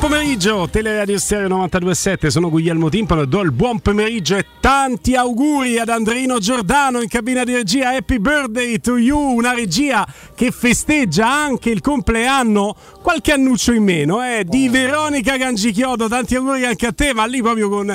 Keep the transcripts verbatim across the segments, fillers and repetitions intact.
pomeriggio, Teleradio Stereo novantadue virgola sette, sono Guglielmo Timpano e do il buon pomeriggio e tanti auguri ad Andrino Giordano in cabina di regia. Happy birthday to you, una regia che festeggia anche il compleanno, qualche annuccio in meno, eh, di Veronica Gangichiodo. Tanti auguri anche a te, ma lì proprio con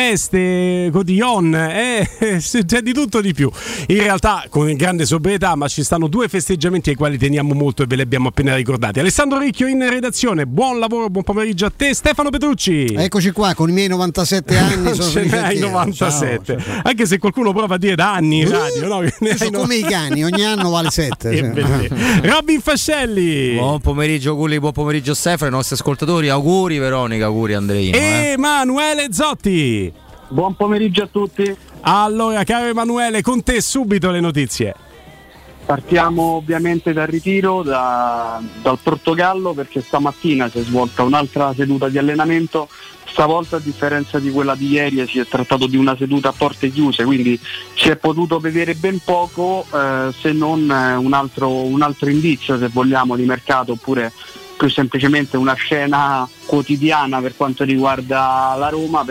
feste, cotillon, eh, c'è di tutto di più. In realtà con grande sobrietà, ma ci stanno due festeggiamenti ai quali teniamo molto e ve li abbiamo appena ricordati. Alessandro Ricchio in redazione, buon lavoro, buon pomeriggio a te. Stefano Petrucci, eccoci qua con i miei novantasette anni. Sono ce n'hai novantasette, ciao, ciao. Anche se qualcuno prova a dire da anni in radio, no? Io sono come i cani, ogni anno vale sette. Cioè. Robin Fascelli, buon pomeriggio Gulli, buon pomeriggio Stefano, ai nostri ascoltatori, auguri Veronica, auguri Andreino. E Emanuele eh. Zotti, buon pomeriggio a tutti. Allora, caro Emanuele, con te subito le notizie. Partiamo ovviamente dal ritiro da, dal Portogallo, perché stamattina si è svolta un'altra seduta di allenamento. Stavolta, a differenza di quella di ieri, si è trattato di una seduta a porte chiuse, quindi si è potuto vedere ben poco, eh, se non un altro, un altro indizio, se vogliamo, di mercato, oppure più semplicemente una scena quotidiana per quanto riguarda la Roma,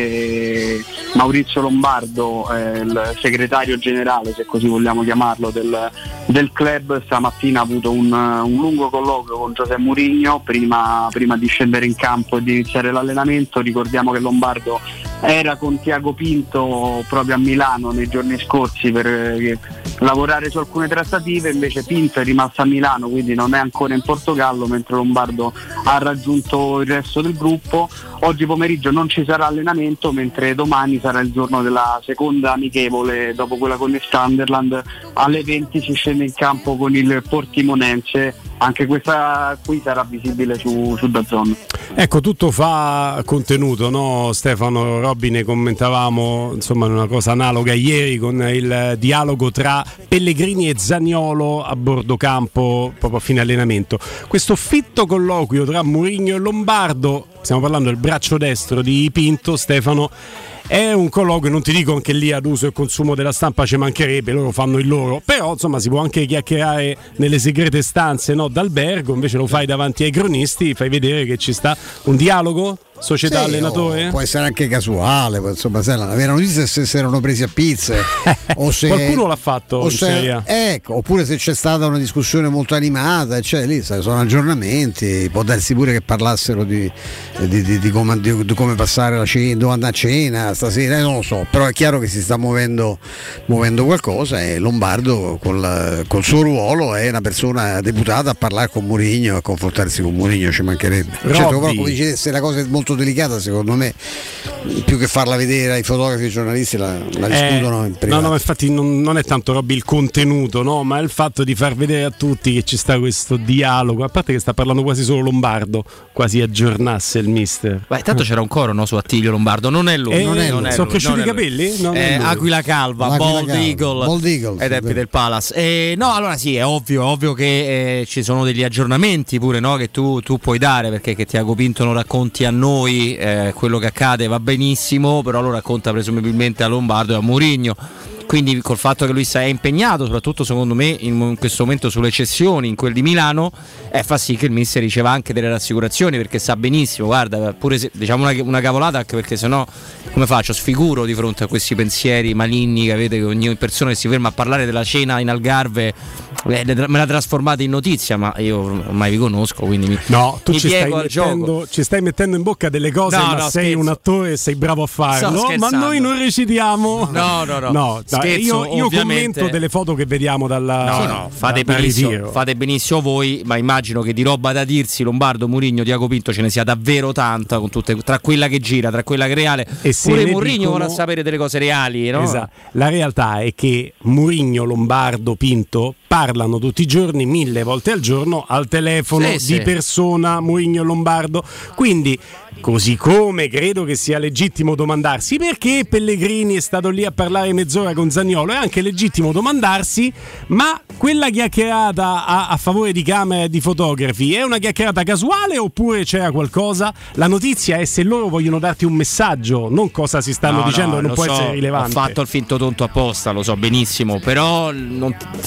perché Maurizio Lombardo, eh, il segretario generale, se così vogliamo chiamarlo, del, del club, stamattina ha avuto un, un lungo colloquio con José Mourinho prima, prima di scendere in campo e di iniziare l'allenamento. Ricordiamo che Lombardo era con Tiago Pinto proprio a Milano nei giorni scorsi per eh, lavorare su alcune trattative, invece Pinto è rimasto a Milano, quindi non è ancora in Portogallo, mentre Lombardo ha raggiunto il resto del gruppo. Oggi pomeriggio non ci sarà allenamento, mentre domani sarà il giorno della seconda amichevole dopo quella con il Sunderland. Alle venti si scende in campo con il Portimonense, anche questa qui sarà visibile su, su DAZN. Ecco, tutto fa contenuto, no Stefano? Robby, ne commentavamo insomma una cosa analoga ieri con il dialogo tra Pellegrini e Zaniolo a bordo campo proprio a fine allenamento. Questo fitto colloquio tra Mourinho e Lombardo, stiamo parlando del braccio destro di Pinto, Stefano, è un colloquio, non ti dico anche lì ad uso e consumo della stampa, ci mancherebbe, loro fanno il loro, però insomma si può anche chiacchierare nelle segrete stanze, no, d'albergo. Invece lo fai davanti ai cronisti, fai vedere che ci sta un dialogo società, sì, allenatore. Può essere anche casuale, insomma, se la vera notizia è se si erano presi a pizze o se qualcuno l'ha fatto o in se, Serie A. Ecco, oppure se c'è stata una discussione molto animata, cioè lì sono aggiornamenti, può darsi pure che parlassero di, di, di, di, come, di, di come passare la cena, dove andare a cena stasera, eh, non lo so, però è chiaro che si sta muovendo muovendo qualcosa, e Lombardo col, col suo ruolo è una persona deputata a parlare con Mourinho, a confrontarsi con Mourinho, ci mancherebbe. Robby. Certo, però come dice, se la cosa è molto delicata, secondo me, più che farla vedere ai fotografi e ai giornalisti, la, la discutono eh, in privato. No, no, infatti non, non è tanto Robby il contenuto, no, ma è il fatto di far vedere a tutti che ci sta questo dialogo, a parte che sta parlando quasi solo Lombardo, quasi aggiornasse il mister. Beh, tanto c'era un coro, no, su Attilio Lombardo, non è lui, eh, non è, non è sono lui, cresciuti non i capelli? Non eh, Aquila Calva, L'Aquila Bald Calva, Eagle, Bald Eagle ed Happy del Palace. Eh, no, allora sì, è ovvio, ovvio che eh, ci sono degli aggiornamenti pure, no, che tu, tu puoi dare, perché che Tiago Pinto non racconti a noi eh, quello che accade va benissimo, però lo racconta presumibilmente a Lombardo e a Mourinho. Quindi col fatto che lui si è impegnato, soprattutto secondo me in questo momento, sulle cessioni, in quel di Milano, eh, fa sì che il mister riceva anche delle rassicurazioni, perché sa benissimo, guarda, pure se, diciamo una, una cavolata, anche perché sennò come faccio? Sfiguro di fronte a questi pensieri maligni che avete, che ogni persona che si ferma a parlare della cena in Algarve eh, me la trasformate in notizia, ma io ormai vi conosco, quindi mi, no, tu mi ci, stai piego al mettendo, gioco. ci stai mettendo in bocca delle cose, no, ma no, sei scherzo. un attore e sei bravo a farlo, ma noi non recitiamo. No, no, no, no scherzo, io, io commento delle foto che vediamo dalla no, no, fate, da, benissimo, fate benissimo voi, ma immagino che di roba da dirsi Lombardo, Mourinho, Tiago Pinto ce ne sia davvero tanta, con tutte, tra quella che gira, tra quella che è reale, e pure Mourinho dicono... vorrà sapere delle cose reali, no? Esatto. La realtà è che Mourinho, Lombardo, Pinto parlano tutti i giorni, mille volte al giorno, al telefono, sì, di sì. persona, Mourinho e Lombardo. Quindi, così come credo che sia legittimo domandarsi perché Pellegrini è stato lì a parlare mezz'ora con Zaniolo, è anche legittimo domandarsi, ma quella chiacchierata a, a favore di camera e di fotografi è una chiacchierata casuale oppure c'era qualcosa? La notizia è se loro vogliono darti un messaggio, non cosa si stanno no, dicendo, no, non può so, essere rilevante. Ho fatto il finto tonto apposta, lo so benissimo, però non, ti, ti giuro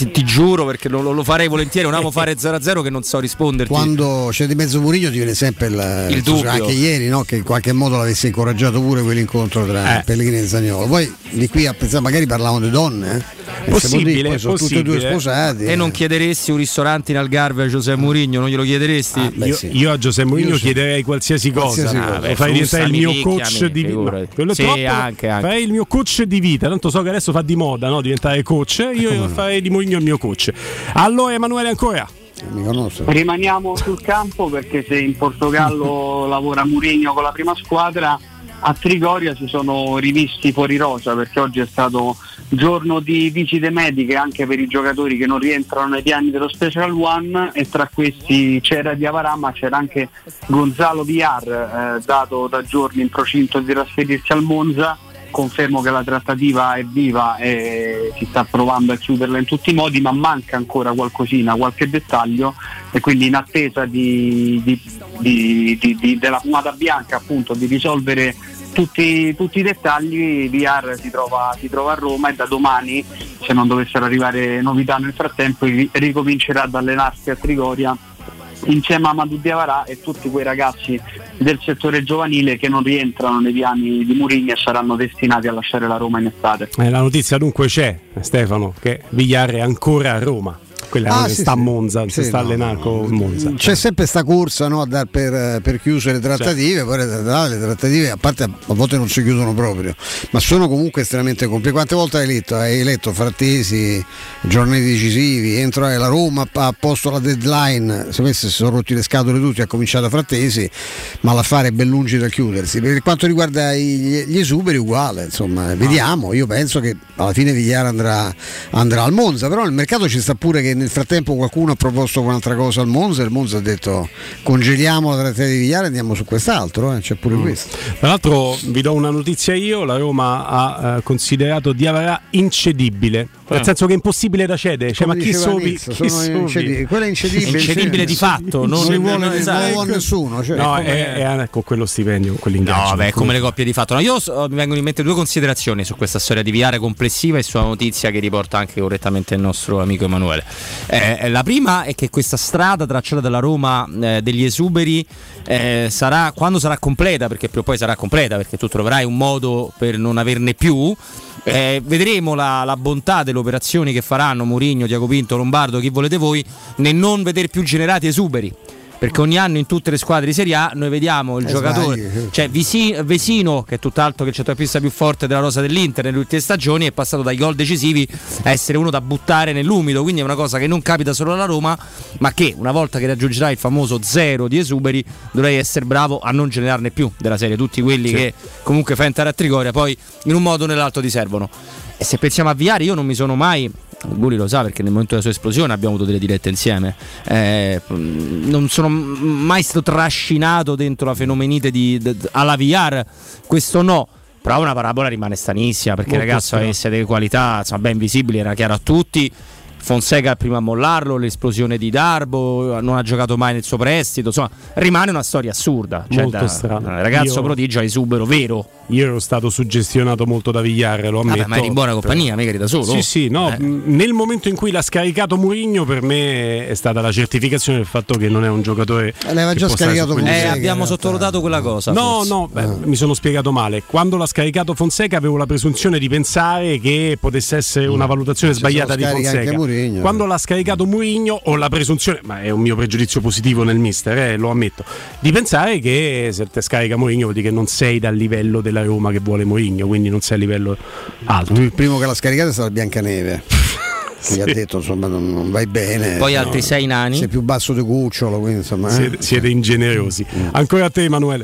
sicuro, perché lo, lo farei volentieri. Non amo fare zero a zero che non so risponderti. Quando c'è di mezzo Mourinho ti viene sempre il, il dubbio, anche ieri, no? Che in qualche modo l'avesse incoraggiato pure quell'incontro tra eh. Pellegrini e Zaniolo. Poi di qui a pensare magari parlavano di donne, eh? Possibile, poi sono tutti e due sposati. E eh. non chiederesti un ristorante in Algarve a Giuseppe Mourinho? Non glielo chiederesti? Ah, beh, io, sì. io a Giuseppe Mourinho Io so. chiederei qualsiasi cosa. Qualsiasi Ah, cosa. beh, fai diventare il mio coach di vita. Quello è sì, troppo. anche, anche. Farei il mio coach di vita. Tanto so che adesso fa di moda, no? Diventare coach. Io no? farei di Mourinho il mio coach. Allora, Emanuele, ancora. Mi conosco. Rimaniamo sul campo, perché se in Portogallo lavora Mourinho con la prima squadra, a Trigoria si sono rivisti fuori rosa, perché oggi è stato giorno di visite mediche anche per i giocatori che non rientrano nei piani dello Special One, e tra questi c'era Diawara, ma c'era anche Gonzalo Villar, eh, dato da giorni in procinto di trasferirsi al Monza. Confermo che la trattativa è viva e si sta provando a chiuderla in tutti i modi, ma manca ancora qualcosina, qualche dettaglio, e quindi in attesa di, di, di, di, di, della fumata bianca, appunto, di risolvere tutti, tutti i dettagli. Villar si trova, si trova a Roma, e da domani, se non dovessero arrivare novità nel frattempo, ricomincerà ad allenarsi a Trigoria insieme a Amadou Diawara e tutti quei ragazzi del settore giovanile che non rientrano nei piani di Mourinho e saranno destinati a lasciare la Roma in estate. Eh, la notizia dunque c'è, Stefano, che Villar è ancora a Roma. Quella Ah, che sì, sta sì. a Monza, Sì, si sta no, allenando con Monza. C'è sempre sta corsa, no, a dar per, per chiuse le trattative, poi le, le trattative a parte a volte non si chiudono proprio, ma sono comunque estremamente complicate. Quante volte hai letto? Hai letto Frattesi, giorni decisivi, entro la Roma ha posto la deadline, sapesse si sono rotti le scatole tutti, ha cominciato Frattesi, ma l'affare è ben lungi da chiudersi. Per quanto riguarda gli, gli esuberi uguale, insomma, vediamo, io penso che alla fine Villar andrà, andrà al Monza, però nel mercato ci sta pure che nel frattempo qualcuno ha proposto un'altra cosa al Monza, e il Monza ha detto congeliamo la trattativa di Villar e andiamo su quest'altro, eh? C'è pure mm. questo. Tra l'altro vi do una notizia io, la Roma ha eh, considerato Diawara incedibile, nel eh. senso che è impossibile da cedere, cioè, ma chi sobi, chi sobi? Quella è incedibile, incedibile di fatto, non si vuole, non, esatto. non vuole nessuno, cioè, no, è, è, è con quello stipendio, con quell'ingaggio. No, beh, come le coppie di fatto. No, io so, mi vengono in mente due considerazioni su questa storia di Villar complessiva e sulla notizia che riporta anche correttamente il nostro amico Emanuele. Eh, la prima è che questa strada tracciata dalla Roma eh, degli esuberi eh, sarà, quando sarà completa, perché più o poi sarà completa, perché tu troverai un modo per non averne più. Eh, vedremo la, la bontà delle operazioni che faranno Mourinho, Tiago Pinto, Lombardo, chi volete voi, nel non veder più generati esuberi, perché ogni anno in tutte le squadre di Serie A noi vediamo il eh giocatore, sbagli. Cioè Visi, Vesino, che è tutt'altro che il centrocampista più forte della rosa dell'Inter nelle ultime stagioni, è passato dai gol decisivi a essere uno da buttare nell'umido, quindi è una cosa che non capita solo alla Roma, ma che una volta che raggiungerai il famoso zero di esuberi dovrai essere bravo a non generarne più della serie, tutti quelli sì. che comunque fai entrare a Trigoria poi in un modo o nell'altro ti servono. E se pensiamo a Villar, io non mi sono mai, Gulli lo sa perché nel momento della sua esplosione abbiamo avuto delle dirette insieme, eh, non sono mai stato trascinato dentro la fenomenite di, di, alla Villar, questo no, però una parabola rimane stranissima, perché il ragazzo avesse delle qualità insomma, ben visibili, era chiaro a tutti. Fonseca prima a mollarlo, l'esplosione di Darbo, non ha giocato mai nel suo prestito, insomma rimane una storia assurda, cioè, molto da, strana. Ragazzo io, prodigio a esubero vero. Io ero stato suggestionato molto da Villar, lo ammetto. Vabbè, ma eri in buona compagnia, mica eri da solo. Sì, sì, no, eh. nel momento in cui l'ha scaricato Mourinho, per me è stata la certificazione del fatto che non è un giocatore. Eh, l'aveva già scaricato Fonseca. Eh, abbiamo sottovalutato quella cosa. No, forse. no, beh, eh. mi sono spiegato male. Quando l'ha scaricato Fonseca avevo la presunzione di pensare che potesse essere una valutazione Ci sbagliata di Fonseca. Mourinho, Quando eh. l'ha scaricato Mourinho ho la presunzione, ma è un mio pregiudizio positivo nel mister, eh, lo ammetto, di pensare che se te scarica Mourinho vuol dire che non sei dal livello della Roma che vuole Mourinho, quindi non sei a livello alto. Il primo che l'ha scaricato è stato Biancaneve. Sì. Gli ha detto insomma non, non vai bene, poi no, altri sei nani, sei più basso di Cucciolo, quindi insomma eh. siete, siete ingenerosi. Mm. Ancora a te Emanuele.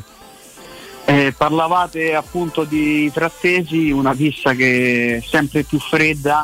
Eh, parlavate appunto di Frattesi, una pista che è sempre più fredda,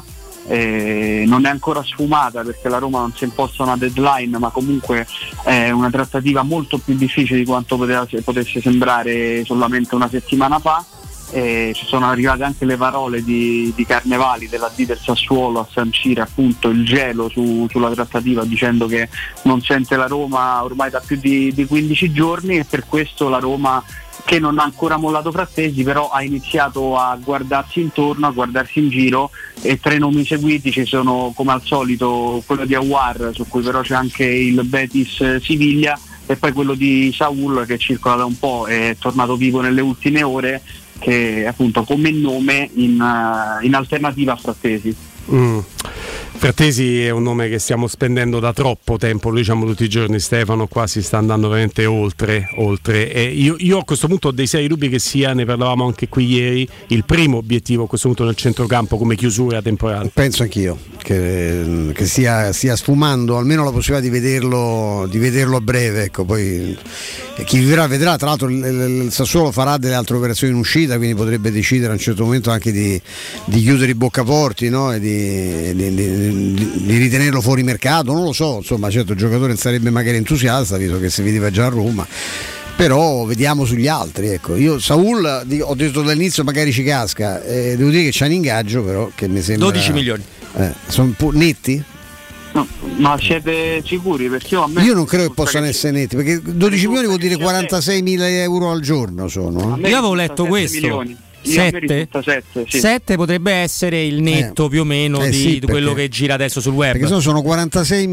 eh, non è ancora sfumata perché la Roma non si è imposta una deadline, ma comunque è una trattativa molto più difficile di quanto poteva, potesse sembrare solamente una settimana fa. Eh, ci sono arrivate anche le parole di, di Carnevali della D del Sassuolo a sancire appunto il gelo su, sulla trattativa, dicendo che non sente la Roma ormai da più di, di quindici giorni, e per questo la Roma, che non ha ancora mollato Frattesi, però ha iniziato a guardarsi intorno, a guardarsi in giro, e tra i nomi seguiti ci sono come al solito quello di Aouar, su cui però c'è anche il Betis Siviglia, e poi quello di Saul che circola da un po', è tornato vivo nelle ultime ore, che appunto come nome in, uh, in alternativa a Frattesi. Mm. Frattesi è un nome che stiamo spendendo da troppo tempo, lo diciamo tutti i giorni, Stefano, qua si sta andando veramente oltre, oltre. E io, io a questo punto ho dei seri dubbi che sia, ne parlavamo anche qui ieri, il primo obiettivo a questo punto nel centrocampo come chiusura temporale. Penso anch'io che, che stia, stia sfumando almeno la possibilità di vederlo, di vederlo a breve, ecco. Poi chi vivrà vedrà. Tra l'altro il, il Sassuolo farà delle altre operazioni in uscita, quindi potrebbe decidere a un certo momento anche di, di chiudere i boccaporti, no? E di, di, di di ritenerlo fuori mercato, non lo so, insomma, certo il giocatore non sarebbe magari entusiasta visto che si vedeva già a Roma, però vediamo sugli altri, ecco. Io Saul ho detto dall'inizio magari ci casca, eh, devo dire che c'ha un ingaggio però che mi sembra dodici milioni, eh, sono pu- netti? No, ma siete sicuri? Perché io, a me io non credo che possano essere netti, perché dodici milioni vuol dire quarantasei mila euro al giorno sono. Io avevo letto questo milioni. sette sì. Potrebbe essere il netto eh, più o meno eh di sì, quello perché, che gira adesso sul web, perché sono quarantasei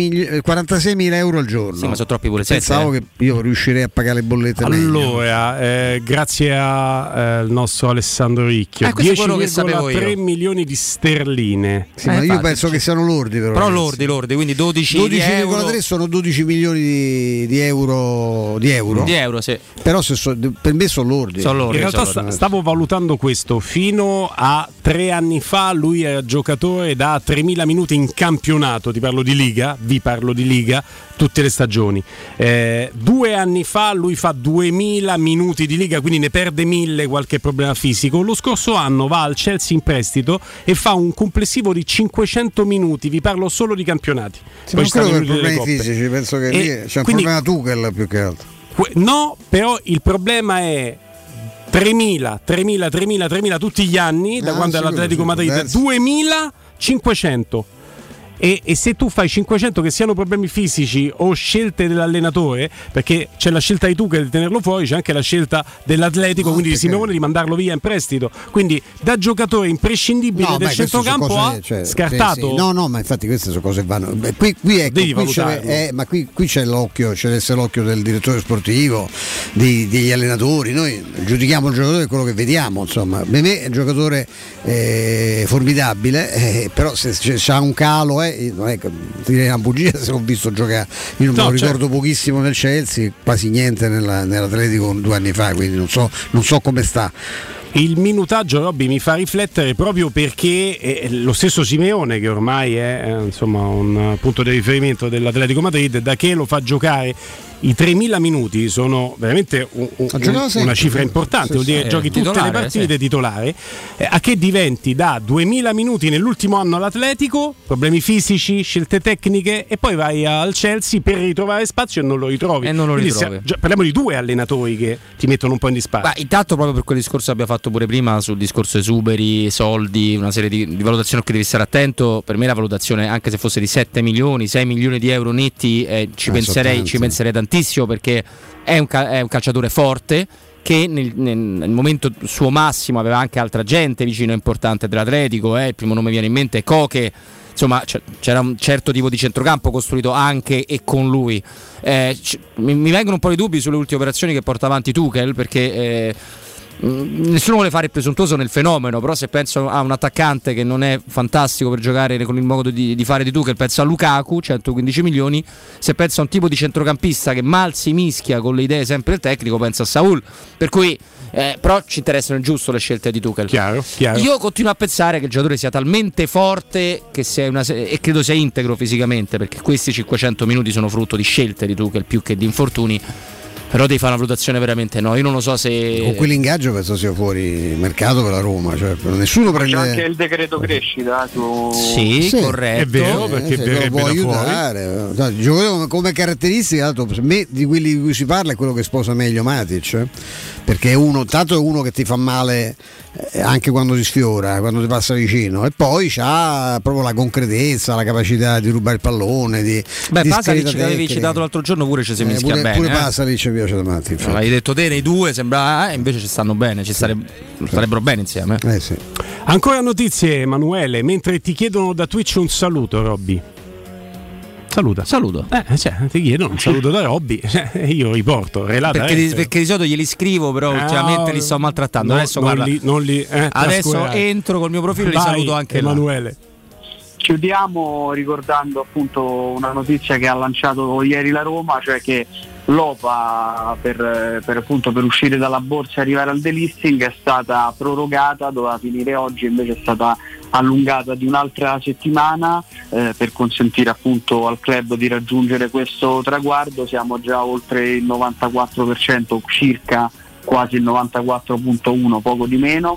mila euro al giorno. Sì, ma sono troppi pure. Pensavo sette, che io riuscirei a pagare le bollette allora eh, grazie al eh, nostro Alessandro Ricchio, eh, dieci virgola tre milioni di sterline. Sì, eh, ma infatti, io penso che siano lordi, però, però ragazzi. lordi lordi quindi dodici virgola tre sono dodici milioni di, di euro di euro di euro sì. Però se so, per me sono lordi. Sono lordi in realtà sono lordi. Stavo valutando questo. Fino a tre anni fa lui era giocatore da tremila minuti in campionato, ti parlo di Liga, vi parlo di Liga, tutte le stagioni. Eh, due anni fa lui fa duemila minuti di Liga, quindi ne perde mille, qualche problema fisico. Lo scorso anno va al Chelsea in prestito e fa un complessivo di cinquecento minuti, vi parlo solo di campionati. Sì, non credo per problemi fisici, penso che lì c'è un quindi, problema Tuchel più che altro. No, però il problema è tremila, tremila, tremila, tremila tutti gli anni, da ah, quando è l'Atletico Madrid, duemilacinquecento. E, e se tu fai cinquecento che siano problemi fisici o scelte dell'allenatore, perché c'è la scelta di Tuchel di tenerlo fuori, c'è anche la scelta dell'Atletico, no, quindi di Simeone di mandarlo via in prestito, quindi da giocatore imprescindibile no, del beh, centrocampo a cioè, scartato. Sì, sì. No, no, ma infatti queste sono cose che vanno. Beh, qui, qui, ecco, qui c'è, eh, ma qui, qui c'è l'occhio, c'è l'occhio del direttore sportivo, di, degli allenatori. Noi giudichiamo il giocatore quello che vediamo, insomma. Per me è un giocatore eh, formidabile, eh, però se c'ha un calo, eh, non è che direi una bugia se l'ho visto giocare, io non no, me lo ricordo certo. pochissimo nel Chelsea, quasi niente nella, nell'Atletico due anni fa, quindi non so, non so come sta. Il minutaggio, Robby, mi fa riflettere proprio perché eh, lo stesso Simeone, che ormai è eh, insomma un punto di riferimento dell'Atletico Madrid, da che lo fa giocare i tremila minuti sono veramente un, un, un, una cifra importante, sì, vuol dire che eh, giochi tutte titolare, le partite sì. titolare, eh, a che diventi da duemila minuti nell'ultimo anno all'Atletico, problemi fisici, scelte tecniche, e poi vai al Chelsea per ritrovare spazio e non lo ritrovi. E non lo Quindi ritrovi. Se, parliamo di due allenatori che ti mettono un po' in disparte. Ma intanto proprio per quel discorso che abbiamo fatto pure prima sul discorso esuberi, soldi, una serie di, di valutazioni a cui devi stare attento. Per me la valutazione, anche se fosse di sette milioni, sei milioni di euro netti, eh, ci, eh, penserei, ci penserei tantissimo, perché è un, cal- è un calciatore forte che nel, nel, nel momento suo massimo aveva anche altra gente vicino importante dell'Atletico, eh, il primo nome viene in mente è Koke, insomma c- c'era un certo tipo di centrocampo costruito anche e con lui. Eh, c- mi, mi vengono un po' di dubbi sulle ultime operazioni che porta avanti Tuchel, perché eh, nessuno vuole fare il presuntuoso nel fenomeno, però se penso a un attaccante che non è fantastico per giocare con il modo di, di fare di Tuchel, penso a Lukaku, centoquindici milioni. Se penso a un tipo di centrocampista che mal si mischia con le idee sempre del tecnico, penso a Saul, per cui eh, però ci interessano giusto le scelte di Tuchel. Chiaro, chiaro. Io continuo a pensare che il giocatore sia talmente forte che sia una, e credo sia integro fisicamente, perché questi cinquecento minuti sono frutto di scelte di Tuchel più che di infortuni, Però devi fare una valutazione veramente no, io non lo so se con quell'ingaggio penso sia fuori mercato per la Roma, cioè nessuno prende. C'è anche il decreto crescita su... sì, sì, corretto, è vero, perché eh, può aiutare. No, il giocatore come caratteristica per me di quelli di cui si parla è quello che sposa meglio Matic, eh? Perché è uno, tanto è uno che ti fa male eh, anche quando si sfiora, quando ti passa vicino, e poi c'ha proprio la concretezza, la capacità di rubare il pallone, di beh, Pasalic che avevi citato l'altro giorno pure ci si mischia eh, pure, bene, pure eh? Pasalic mi piace da matti, no, hai detto te nei due sembra, eh, invece ci stanno bene, ci stare, starebbero bene insieme, eh, sì. Ancora notizie, Emanuele, mentre ti chiedono da Twitch un saluto, Robby. Saluta. Saluto. Eh, cioè, ti chiedono un saluto da Robby, cioè, io riporto. Relata perché, di, perché di solito glieli scrivo, però eh, ultimamente li sto maltrattando. No, adesso non guarda, li, non li, eh, adesso entro col mio profilo e li saluto anche Emanuele. Là. Chiudiamo ricordando appunto una notizia che ha lanciato ieri la Roma, cioè che l'O P A per, per, appunto, per uscire dalla borsa e arrivare al delisting è stata prorogata, doveva finire oggi, invece è stata allungata di un'altra settimana eh, per consentire appunto al club di raggiungere questo traguardo. Siamo già oltre il novantaquattro per cento, circa quasi il novantaquattro virgola uno, poco di meno,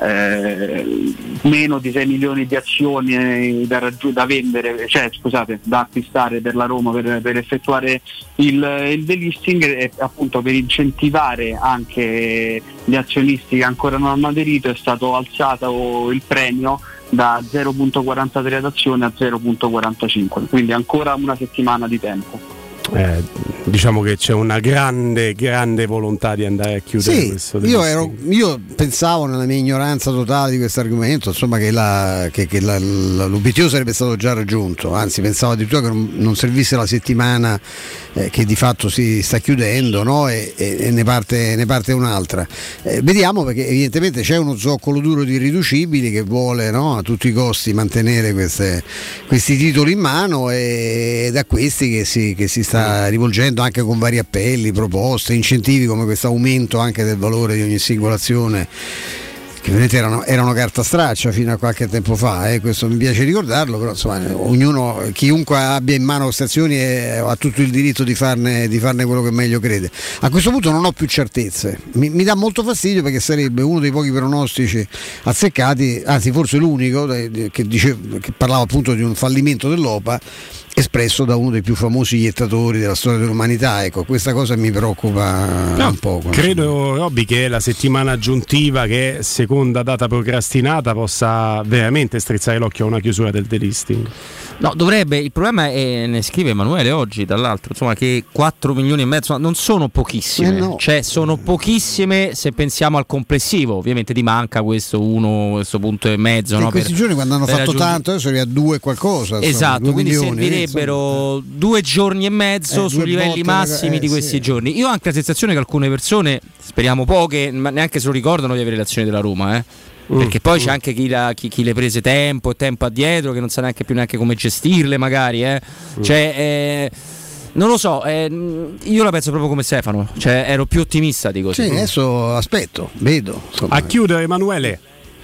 eh, meno di sei milioni di azioni da, raggiu- da vendere, cioè scusate, da acquistare per la Roma per, per effettuare il, il delisting, e appunto per incentivare anche gli azionisti che ancora non hanno aderito è stato alzato il premio da zero virgola quarantatré ad azione a zero virgola quarantacinque, quindi ancora una settimana di tempo. Eh, diciamo che c'è una grande grande volontà di andare a chiudere sì, questo io, ero, io pensavo nella mia ignoranza totale di questo argomento insomma che, la, che, che la, la, l'obiettivo sarebbe stato già raggiunto, anzi pensavo addirittura che non, non servisse la settimana eh, che di fatto si sta chiudendo, no? e, e, e ne, parte, ne parte un'altra. Eh, vediamo, perché evidentemente c'è uno zoccolo duro di irriducibili che vuole, no, a tutti i costi mantenere queste, questi titoli in mano, e da questi che si, che si sta rivolgendo anche con vari appelli, proposte, incentivi come questo aumento anche del valore di ogni singola azione, che ovviamente erano, erano carta straccia fino a qualche tempo fa, eh, questo mi piace ricordarlo, però insomma ognuno, chiunque abbia in mano queste azioni è, ha tutto il diritto di farne, di farne quello che meglio crede. A questo punto non ho più certezze, mi, mi dà molto fastidio perché sarebbe uno dei pochi pronostici azzeccati, anzi forse l'unico che, dice, che parlava appunto di un fallimento dell'O P A espresso da uno dei più famosi iettatori della storia dell'umanità. Ecco, questa cosa mi preoccupa no, un po'. Credo, Robby, che la settimana aggiuntiva, che è seconda data procrastinata, possa veramente strizzare l'occhio a una chiusura del delisting. No, dovrebbe, il problema è, ne scrive Emanuele oggi dall'altro, insomma, che quattro milioni e mezzo non sono pochissime, eh no. cioè sono pochissime se pensiamo al complessivo, ovviamente ti manca questo uno, questo punto e mezzo. In no, questi per, giorni quando hanno fatto raggiungere... tanto adesso arriva a due qualcosa. Esatto, insomma, quindi milioni, servirebbero insomma. due giorni e mezzo eh, sui livelli massimi eh, di questi sì. giorni. Io ho anche la sensazione che alcune persone, speriamo poche, ma neanche se lo ricordano di avere le azioni della Roma, eh. perché poi c'è anche chi, la, chi, chi le prese tempo e tempo addietro che non sa neanche più neanche come gestirle magari eh. cioè eh, non lo so, eh, io la penso proprio come Stefano, cioè ero più ottimista di così. Sì, adesso aspetto, vedo insomma. A chiudere, Emanuele.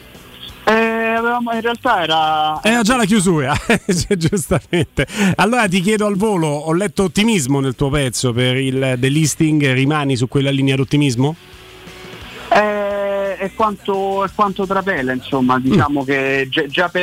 Eh, avevamo, in realtà era era già la chiusura giustamente. Allora ti chiedo al volo, ho letto ottimismo nel tuo pezzo per il delisting, rimani su quella linea d'ottimismo? Eh, è quanto, è quanto trapela, insomma, diciamo mm. che già, già per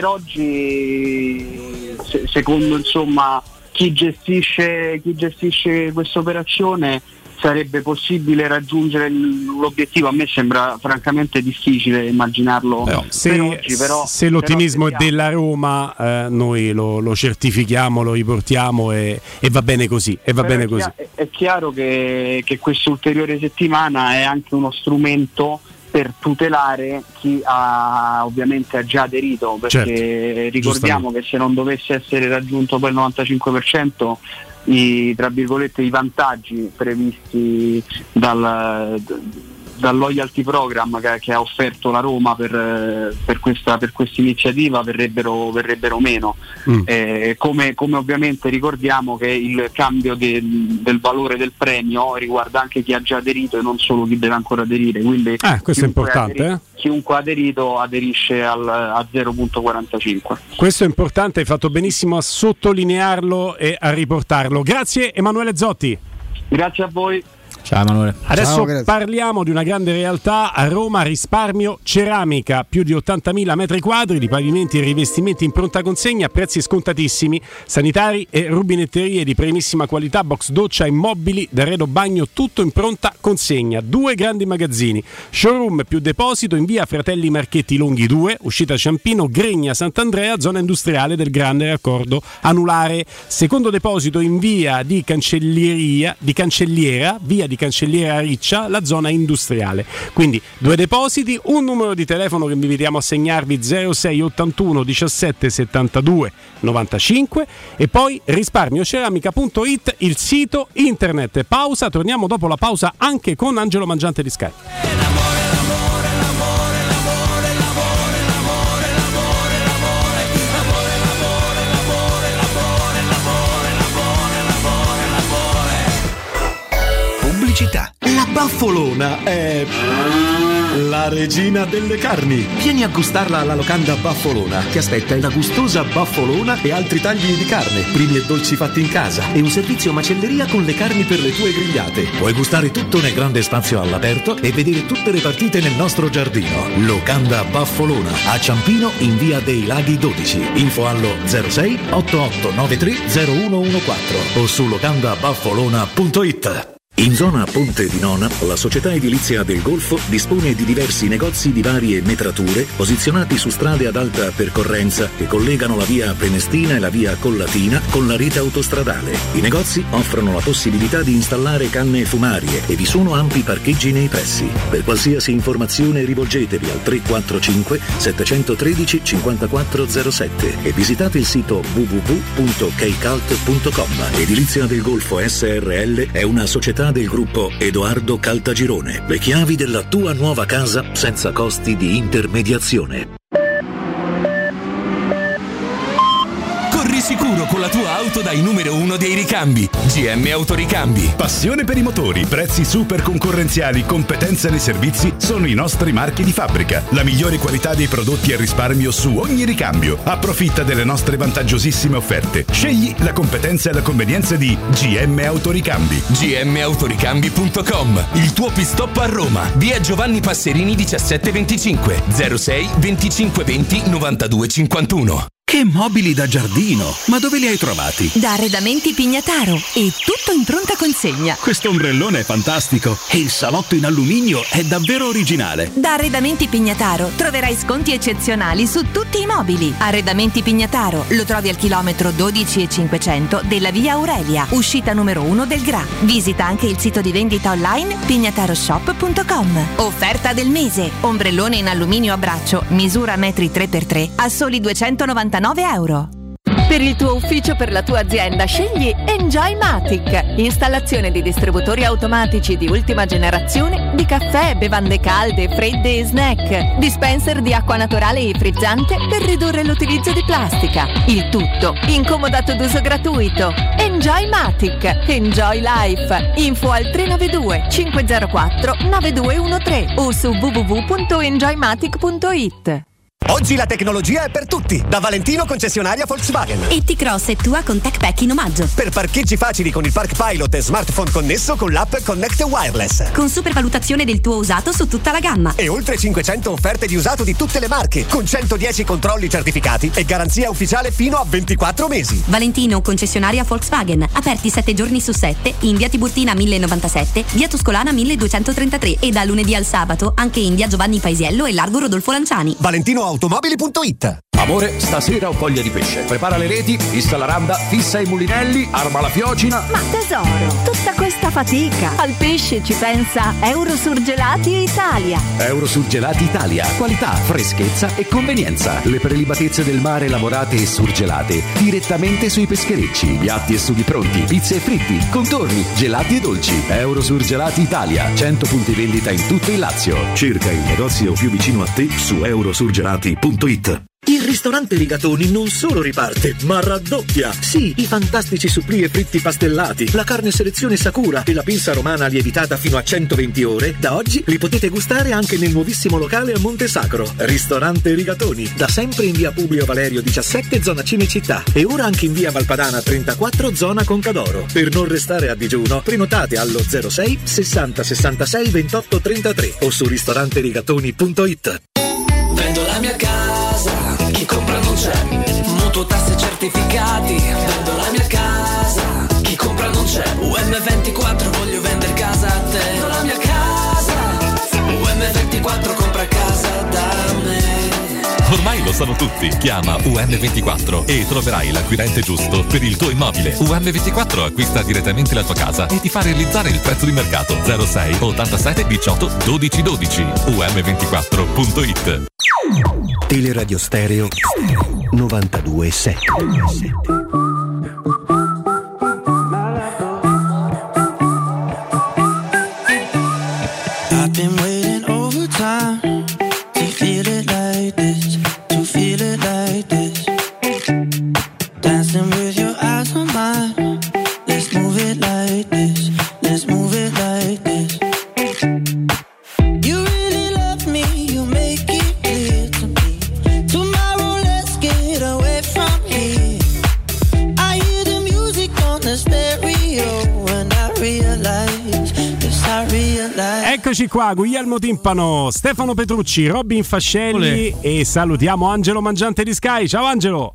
oggi se, secondo insomma chi gestisce chi gestisce questa operazione sarebbe possibile raggiungere l'obiettivo. A me sembra francamente difficile immaginarlo però, se, per oggi, però, se l'ottimismo però è della Roma eh, noi lo, lo certifichiamo, lo riportiamo e, e va bene così, e va bene è, così. Chiaro, è chiaro che, che questa ulteriore settimana è anche uno strumento per tutelare chi ha ovviamente ha già aderito, perché certo, ricordiamo che se non dovesse essere raggiunto poi il novantacinque per cento i, tra virgolette, i vantaggi previsti dal, dal loyalty program che, che ha offerto la Roma per, per questa per questa iniziativa verrebbero, verrebbero meno. Mm. Eh, come, come ovviamente ricordiamo che il cambio de, del valore del premio riguarda anche chi ha già aderito e non solo chi deve ancora aderire, quindi eh, questo è importante, aderi- eh? chiunque ha aderito aderisce al, a zero virgola quarantacinque. Questo è importante, hai fatto benissimo a sottolinearlo e a riportarlo. Grazie Emanuele Zotti. Grazie a voi. Ciao Emanuele. Adesso Ciao, parliamo di una grande realtà a Roma, Risparmio Ceramica, più di ottantamila metri quadri di pavimenti e rivestimenti in pronta consegna a prezzi scontatissimi, sanitari e rubinetterie di primissima qualità, box doccia, immobili d'arredo bagno, tutto in pronta consegna. Due grandi magazzini, showroom più deposito in via Fratelli Marchetti Longhi due, uscita Ciampino, Gregna Sant'Andrea, zona industriale del grande raccordo anulare. Secondo deposito in via di Cancelleria, di Cancelliera, via di Cancelliera Riccia, la zona industriale. Quindi due depositi, un numero di telefono che vi invitiamo a segnarvi: zero sei ottantuno diciassette settantadue novantacinque, e poi risparmioceramica punto it, il sito internet. Pausa, torniamo dopo la pausa anche con Angelo Mangiante di Sky. La Baffolona è la regina delle carni. Vieni a gustarla alla locanda Baffolona. Ti aspetta una gustosa baffolona e altri tagli di carne, primi e dolci fatti in casa, e un servizio macelleria con le carni per le tue grigliate. Puoi gustare tutto nel grande spazio all'aperto e vedere tutte le partite nel nostro giardino. Locanda Baffolona a Ciampino in via dei Laghi dodici. Info allo zero sei otto otto nove tre zero uno uno quattro o su locanda baffolona punto it. In zona Ponte di Nona, la società edilizia del Golfo dispone di diversi negozi di varie metrature posizionati su strade ad alta percorrenza che collegano la via Prenestina e la via Collatina con la rete autostradale. I negozi offrono la possibilità di installare canne fumarie e vi sono ampi parcheggi nei pressi. Per qualsiasi informazione rivolgetevi al tre quattro cinque sette uno tre cinque zero sette e visitate il sito w w w punto keicalt punto com. Edilizia del Golfo S R L è una società del gruppo Edoardo Caltagirone. Le chiavi della tua nuova casa senza costi di intermediazione. Corri sicuro con la tua auto dai numero uno dei ricambi. G M Autoricambi. Passione per i motori, prezzi super concorrenziali, competenza nei servizi sono i nostri marchi di fabbrica. La migliore qualità dei prodotti e risparmio su ogni ricambio. Approfitta delle nostre vantaggiosissime offerte. Scegli la competenza e la convenienza di G M Autoricambi. G M Autoricambi punto com. Il tuo pit-stop a Roma. Via Giovanni Passerini diciassette venticinque, zero sei venticinque venti novantadue cinquantuno. Che mobili da giardino! Ma dove li hai trovati? Da Arredamenti Pignataro, e tutto in pronta consegna. Questo ombrellone è fantastico e il salotto in alluminio è davvero originale. Da Arredamenti Pignataro troverai sconti eccezionali su tutti i mobili. Arredamenti Pignataro lo trovi al chilometro dodici e cinquecento della via Aurelia, uscita numero uno del Gra. Visita anche il sito di vendita online pignataroshop punto com. Offerta del mese: ombrellone in alluminio a braccio, misura metri tre per tre a soli duecentonovantanove euro. Per il tuo ufficio, per la tua azienda, scegli Enjoymatic. Installazione di distributori automatici di ultima generazione di caffè, bevande calde, fredde e snack. Dispenser di acqua naturale e frizzante per ridurre l'utilizzo di plastica. Il tutto incomodato d'uso gratuito. Enjoymatic. Enjoy Life. Info al tre nove due cinque zero quattro nove due uno tre o su w w w punto enjoymatic punto it. Oggi la tecnologia è per tutti. Da Valentino, concessionaria Volkswagen. E T-Cross e Tua con TechPack in omaggio. Per parcheggi facili con il Park Pilot e smartphone connesso con l'app Connect Wireless. Con supervalutazione del tuo usato su tutta la gamma. E oltre cinquecento offerte di usato di tutte le marche, con centodieci controlli certificati e garanzia ufficiale fino a ventiquattro mesi. Valentino, concessionaria Volkswagen. Aperti sette giorni su sette in via Tiburtina mille novantasette, via Tuscolana milleduecentotrentatré e da lunedì al sabato anche in via Giovanni Paisiello e largo Rodolfo Lanciani. Valentino Automobili punto it. Amore, stasera ho voglia di pesce. Prepara le reti, fissa la randa, fissa i mulinelli, arma la fiocina. Ma tesoro, tutta questa fatica. Al pesce ci pensa Eurosurgelati Italia. Eurosurgelati Italia. Qualità, freschezza e convenienza. Le prelibatezze del mare lavorate e surgelate direttamente sui pescherecci. Piatti e sughi pronti, pizze e fritti, contorni, gelati e dolci. Eurosurgelati Italia. cento punti vendita in tutto il Lazio. Cerca il negozio più vicino a te su eurosurgelati punto it. Il ristorante Rigatoni non solo riparte, ma raddoppia. Sì, i fantastici supplì e fritti pastellati, la carne selezione Sakura e la pinza romana lievitata fino a centoventi ore, da oggi li potete gustare anche nel nuovissimo locale a Monte Sacro. Ristorante Rigatoni, da sempre in via Publio Valerio diciassette, zona Cinecittà, e ora anche in via Valpadana trentaquattro, zona Concadoro. Per non restare a digiuno, prenotate allo zero sei sessanta sessantasei ventotto trentatré o su ristoranterigatoni punto it. Vendo la mia casa, chi compra non c'è. Mutuo, tasse, certificati. Vendo la mia casa, chi compra non c'è. U M ventiquattro, voglio vendere casa a te. Vendo la mia casa, U M ventiquattro, compra casa da me. Ormai lo sanno tutti. Chiama U M ventiquattro e troverai l'acquirente giusto per il tuo immobile. U M ventiquattro acquista direttamente la tua casa e ti fa realizzare il prezzo di mercato. zero sei ottantasette diciotto dodici dodici. U M ventiquattro punto it. Teleradio Stereo novantadue sette. I've been waiting over time to feel it like this, to feel it like this. Dancing with your eyes on mine. Let's move it like this, let's move it like this. You really love me, you make it clear to me. Tomorrow let's get away from here. I hear the music on the stereo and I realize, yes I realize. Eccoci qua, Guglielmo Timpano, Stefano Petrucci, Robin Fascelli. Olè. E salutiamo Angelo Mangiante di Sky. Ciao Angelo.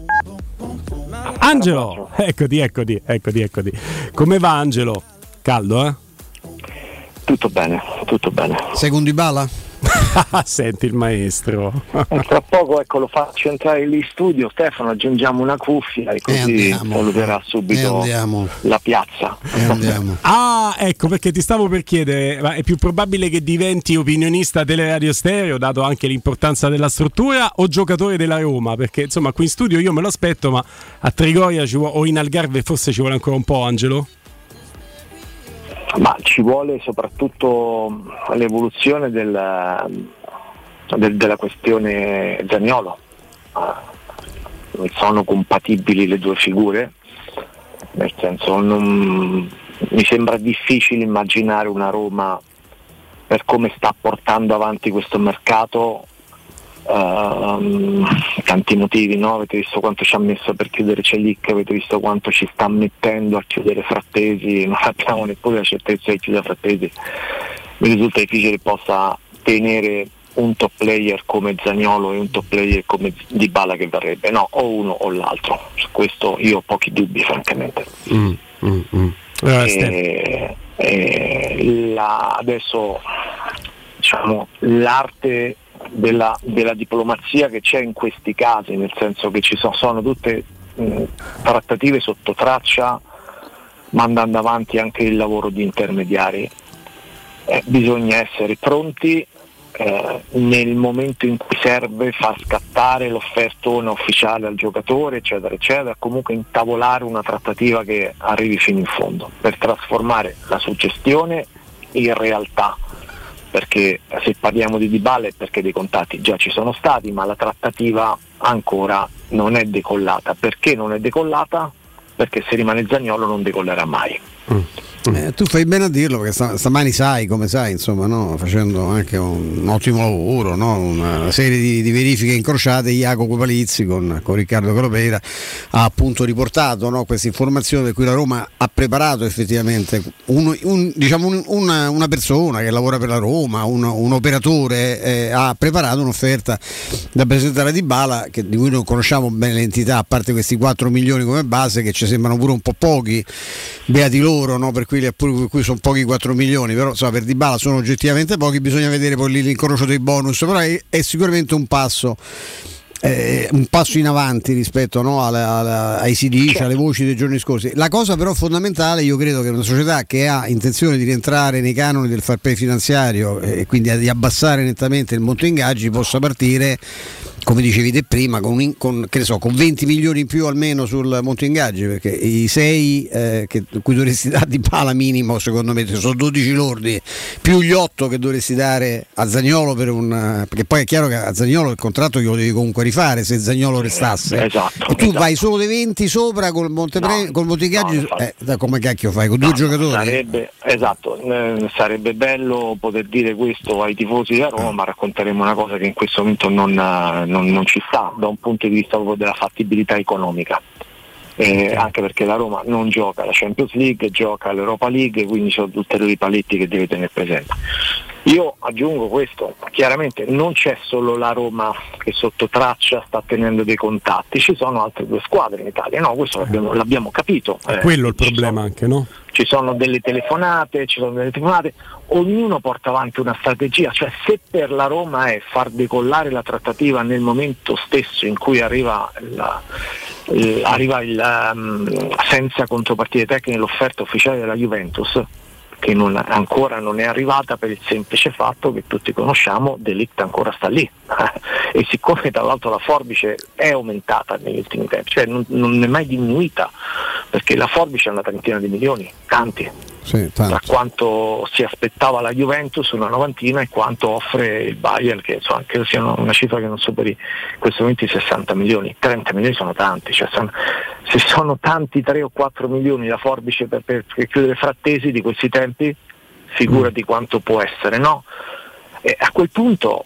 Angelo, eccoti, eccoti, eccoti, eccoti. Come va Angelo? Caldo, eh? Tutto bene, tutto bene. Secondo Dybala? Senti il maestro. E tra poco ecco lo faccio entrare lì in studio. Stefano, aggiungiamo una cuffia e così saluterà subito la piazza. E andiamo. Ah, ecco perché ti stavo per chiedere, ma è più probabile che diventi opinionista Teleradio Stereo, dato anche l'importanza della struttura, o giocatore della Roma? Perché insomma qui in studio io me lo aspetto, ma a Trigoria ci vuole, o in Algarve forse ci vuole ancora un po', Angelo? Ma ci vuole soprattutto l'evoluzione del, del, della questione Zaniolo. Non sono compatibili le due figure, nel senso non, mi sembra difficile immaginare una Roma, per come sta portando avanti questo mercato, Uh, tanti motivi, no? Avete visto quanto ci ha messo per chiudere Celic, avete visto quanto ci sta mettendo a chiudere Frattesi, non abbiamo neppure la certezza di chiudere Frattesi. Mi risulta difficile che possa tenere un top player come Zaniolo e un top player come Dybala, che varrebbe, no, o uno o l'altro. Su questo io ho pochi dubbi francamente. mm, mm, mm. E, e la, adesso diciamo l'arte Della, della diplomazia che c'è in questi casi, nel senso che ci sono, sono tutte mh, trattative sotto traccia, mandando avanti anche il lavoro di intermediari. Eh, bisogna essere pronti eh, nel momento in cui serve far scattare l'offertona ufficiale al giocatore, eccetera eccetera, comunque intavolare una trattativa che arrivi fino in fondo per trasformare la suggestione in realtà. Perché se parliamo di Dybala è perché dei contatti già ci sono stati, ma la trattativa ancora non è decollata. Perché non è decollata? Perché se rimane Zaniolo non decollerà mai. Mm. Eh, tu fai bene a dirlo, perché st- stamani sai, come sai, insomma, no? Facendo anche un, un ottimo lavoro, no? Una serie di, di verifiche incrociate, Jacopo Palizzi con, con Riccardo Calopeira ha appunto riportato, no? Questa informazione, per cui la Roma ha preparato effettivamente un, un, diciamo un, una, una persona che lavora per la Roma, un, un operatore, eh, ha preparato un'offerta da presentare a Dybala, che, di cui non conosciamo bene l'entità, a parte questi quattro milioni come base, che ci sembrano pure un po' pochi, beati loro, no? Per cui, per cui sono pochi quattro milioni, però insomma, per Dybala sono oggettivamente pochi. Bisogna vedere poi lì l'incrocio dei bonus, però è, è sicuramente un passo eh, un passo in avanti rispetto, no, alla, alla, ai si dice, alle voci dei giorni scorsi. La cosa però fondamentale, io credo che una società che ha intenzione di rientrare nei canoni del fair play finanziario e quindi di abbassare nettamente il monte ingaggi possa partire come dicevi te prima, con, un, con, che ne so, con venti milioni in più almeno sul monte ingaggi, perché i sei eh, che cui dovresti dare di pala minimo, secondo me sono dodici lordi, più gli otto che dovresti dare a Zaniolo per un, perché poi è chiaro che a Zaniolo il contratto glielo devi comunque rifare se Zaniolo restasse, esatto, e tu esatto. vai solo dei venti sopra col monte, no, col monte ingaggi, no, eh, come cacchio fai con no, due giocatori? Sarebbe, esatto, eh, sarebbe bello poter dire questo ai tifosi da Roma, ma racconteremo una cosa che in questo momento non, non, non ci sta da un punto di vista proprio della fattibilità economica, eh, anche perché la Roma non gioca la Champions League, gioca l'Europa League, quindi sono ulteriori paletti che deve tenere presente. Io aggiungo questo, chiaramente non c'è solo la Roma che sotto traccia sta tenendo dei contatti, ci sono altre due squadre in Italia, no? Questo l'abbiamo, l'abbiamo capito. È eh, quello il problema anche, no? Ci sono delle telefonate, ci sono delle telefonate, ognuno porta avanti una strategia, cioè se per la Roma è far decollare la trattativa nel momento stesso in cui arriva, la, eh, arriva il, um, senza contropartite tecniche l'offerta ufficiale della Juventus, che non, ancora non è arrivata per il semplice fatto che tutti conosciamo, De Ligt ancora sta lì e siccome tra l'altro la forbice è aumentata negli ultimi tempi, cioè non, non è mai diminuita, perché la forbice è una trentina di milioni, tanti, sì, tra quanto si aspettava la Juventus una novantina e quanto offre il Bayern, che insomma, credo sia una cifra che non superi in questo momento i sessanta milioni. Trenta milioni sono tanti, cioè sono, se sono tanti tre o quattro milioni la forbice per, per, per chiudere Frattesi di questi tempi, figurati quanto può essere, no? E a quel punto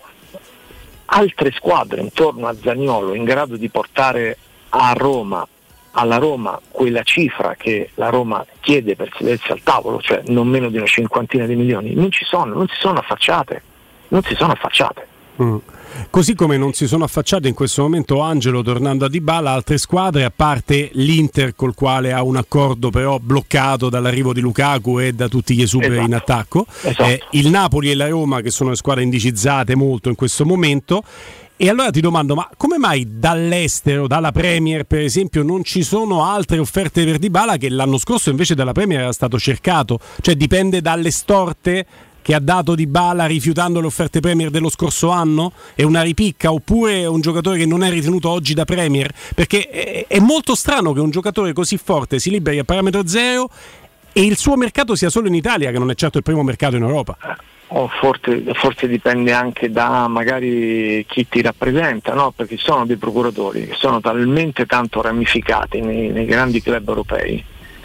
altre squadre intorno a Zaniolo in grado di portare a Roma alla Roma quella cifra che la Roma chiede per sedersi al tavolo, cioè non meno di una cinquantina di milioni, non ci sono, non si sono affacciate, non si sono affacciate. Mm. Così come non si sono affacciate in questo momento, Angelo, tornando a Dybala, altre squadre, a parte l'Inter col quale ha un accordo però bloccato dall'arrivo di Lukaku e da tutti gli esuberi esatto. in attacco, esatto. eh, il Napoli e la Roma, che sono le squadre indicizzate molto in questo momento. E allora ti domando, ma come mai dall'estero, dalla Premier per esempio, non ci sono altre offerte per Dybala, che l'anno scorso invece dalla Premier era stato cercato? Cioè dipende dalle storte che ha dato Dybala rifiutando le offerte Premier dello scorso anno? È una ripicca, oppure è un giocatore che non è ritenuto oggi da Premier? Perché è, è molto strano che un giocatore così forte si liberi a parametro zero e il suo mercato sia solo in Italia, che non è certo il primo mercato in Europa. Oh, forse, forse dipende anche da magari chi ti rappresenta, no? Perché ci sono dei procuratori che sono talmente tanto ramificati nei, nei grandi club europei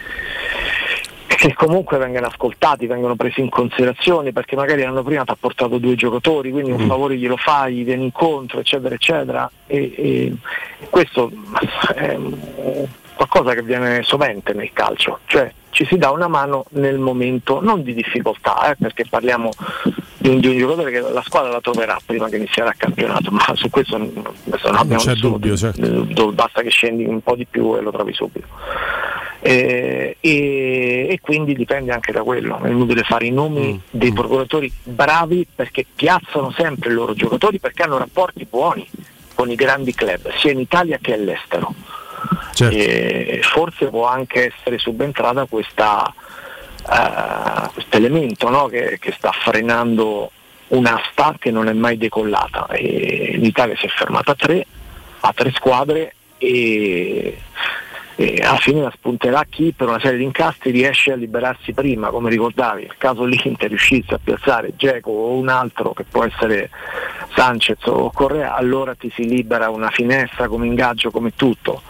che comunque vengono ascoltati, vengono presi in considerazione, perché magari l'anno prima ti ha portato due giocatori, quindi un favore glielo fai, vieni incontro, eccetera eccetera, e, e questo è qualcosa che avviene sovente nel calcio, cioè ci si dà una mano nel momento non di difficoltà, eh, perché parliamo di un, di un giocatore che la squadra la troverà prima che inizierà il campionato, ma su questo non, questo non abbiamo c'è dubbio, certo. dove basta che scendi un po' di più e lo trovi subito. Eh, e, e quindi dipende anche da quello, è inutile fare i nomi mm. dei procuratori bravi, perché piazzano sempre i loro giocatori, perché hanno rapporti buoni con i grandi club sia in Italia che all'estero. Certo. E forse può anche essere subentrata questa uh, questo elemento, no? che, che sta frenando un'asta che non è mai decollata, e l'Italia si è fermata a tre a tre squadre e E alla fine la spunterà chi per una serie di incastri riesce a liberarsi prima, come ricordavi, nel caso l'Inter riuscisse a piazzare Dzeko o un altro che può essere Sanchez o Correa, allora ti si libera una finestra come ingaggio, come tutto,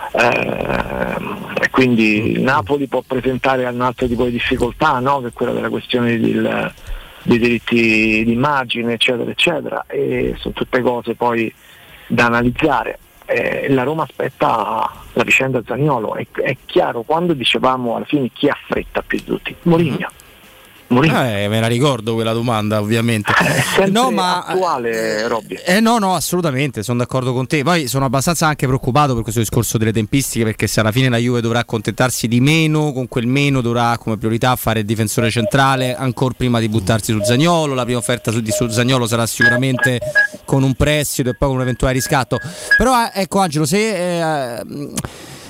eh, e quindi il Napoli può presentare un altro tipo di difficoltà, no? Che è quella della questione del, dei diritti d'immagine, eccetera eccetera, e sono tutte cose poi da analizzare. Eh, la Roma aspetta la vicenda Zaniolo, è, è chiaro, quando dicevamo alla fine chi ha fretta più di tutti? Mourinho. Mourinho. Eh, me la ricordo quella domanda, ovviamente. È no, ma attuale, Robby. Eh no, no, assolutamente, sono d'accordo con te. Poi sono abbastanza anche preoccupato per questo discorso delle tempistiche, perché se alla fine la Juve dovrà accontentarsi di meno, con quel meno dovrà come priorità fare il difensore centrale ancora prima di buttarsi su Zaniolo. La prima offerta su, su Zaniolo sarà sicuramente con un prestito e poi con un eventuale riscatto. Però ecco Angelo, se eh,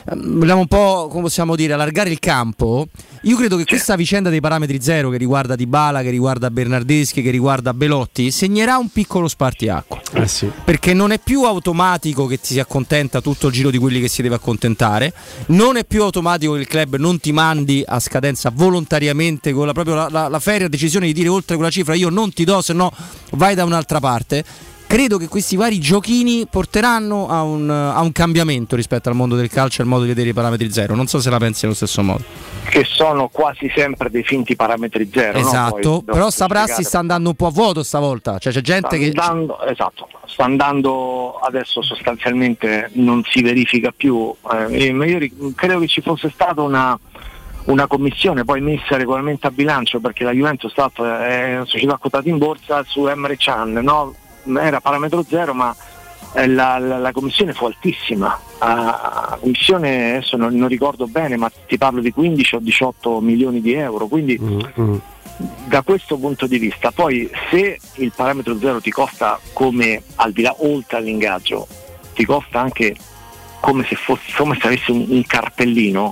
vogliamo un po', come possiamo dire, allargare il campo. Io credo che questa vicenda dei parametri zero, che riguarda Dybala, che riguarda Bernardeschi, che riguarda Belotti, segnerà un piccolo spartiacque. Eh sì. Perché non è più automatico che ti si accontenta tutto il giro di quelli che si deve accontentare, non è più automatico che il club non ti mandi a scadenza volontariamente con la, proprio la, la, la ferrea decisione di dire oltre quella cifra io non ti do, se no vai da un'altra parte. Credo che questi vari giochini porteranno a un, a un cambiamento rispetto al mondo del calcio e al modo di vedere i parametri zero. Non so se la pensi allo stesso modo. Che sono quasi sempre dei finti parametri zero. Esatto, no? Poi, però sta prassi sta andando un po' a vuoto stavolta. Cioè c'è gente sta andando, che. Esatto, sta andando adesso sostanzialmente non si verifica più. Eh, io credo che ci fosse stata una. una commissione poi messa regolarmente a bilancio, perché la Juventus è una società quotata in borsa su Emre Can, no? Era parametro zero, ma la, la, la commissione fu altissima. La commissione adesso non, non ricordo bene, ma ti parlo di quindici o diciotto milioni di euro, quindi mm-hmm. da questo punto di vista poi se il parametro zero ti costa, come al di là oltre all'ingaggio, ti costa anche come se fosse come se avessi un, un cartellino,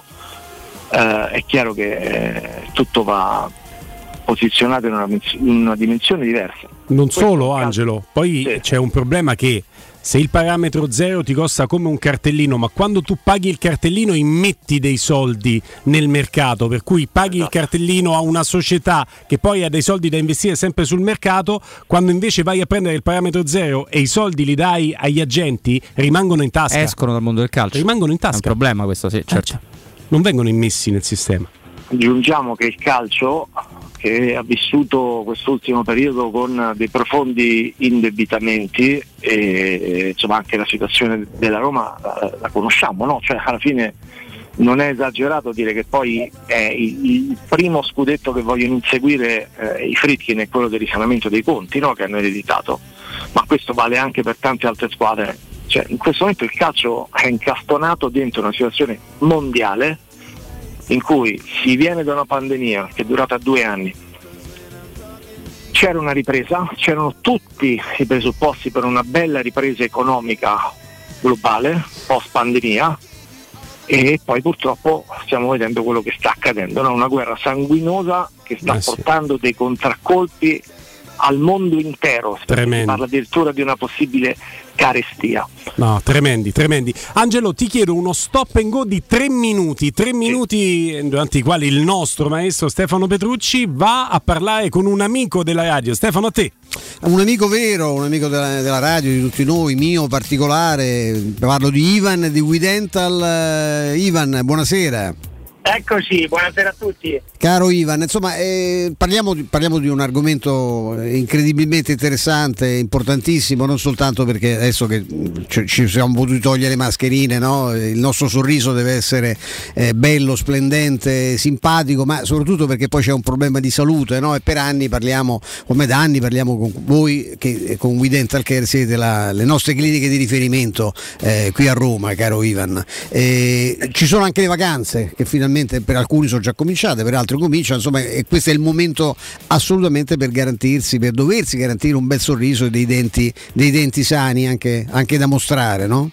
eh, è chiaro che eh, tutto va posizionato in una, in una dimensione diversa. Non solo, Angelo, poi sì. C'è un problema che se il parametro zero ti costa come un cartellino, ma quando tu paghi il cartellino immetti dei soldi nel mercato, per cui paghi esatto. il cartellino a una società che poi ha dei soldi da investire sempre sul mercato, quando invece vai a prendere il parametro zero e i soldi li dai agli agenti, rimangono in tasca. Escono dal mondo del calcio. Rimangono in tasca. È un problema questo, sì, certo. Eh, non vengono immessi nel sistema. Aggiungiamo che il calcio, che ha vissuto quest'ultimo periodo con dei profondi indebitamenti, e insomma anche la situazione della Roma la, la conosciamo, no? Cioè alla fine non è esagerato dire che poi è il, il primo scudetto che vogliono inseguire eh, i Friedkin è quello del risanamento dei conti, no? Che hanno ereditato, ma questo vale anche per tante altre squadre. Cioè in questo momento il calcio è incastonato dentro una situazione mondiale in cui si viene da una pandemia che è durata due anni, c'era una ripresa, c'erano tutti i presupposti per una bella ripresa economica globale post pandemia, e poi purtroppo stiamo vedendo quello che sta accadendo, no? Una guerra sanguinosa che sta eh sì. portando dei contraccolpi al mondo intero, si parla addirittura di una possibile carestia. No, tremendi, tremendi. Angelo, ti chiedo uno stop and go di tre minuti, tre minuti sì. durante i quali il nostro maestro Stefano Petrucci va a parlare con un amico della radio. Stefano, a te. Un amico vero, un amico della, della radio, di tutti noi, mio particolare, parlo di Ivan di We Dental. Ivan, buonasera. Eccoci, buonasera a tutti. Caro Ivan, insomma, eh, parliamo, di, parliamo di un argomento incredibilmente interessante, importantissimo, non soltanto perché adesso che ci siamo potuti togliere le mascherine, no? Il nostro sorriso deve essere eh, bello, splendente, simpatico, ma soprattutto perché poi c'è un problema di salute, no? E per anni parliamo, come da anni parliamo con voi che con We Dental Care siete la, le nostre cliniche di riferimento eh, qui a Roma, caro Ivan. Eh, ci sono anche le vacanze che finalmente per alcuni sono già cominciate, per altri cominciano, insomma, e questo è il momento assolutamente per garantirsi, per doversi garantire un bel sorriso e dei denti, dei denti sani anche, anche da mostrare, no?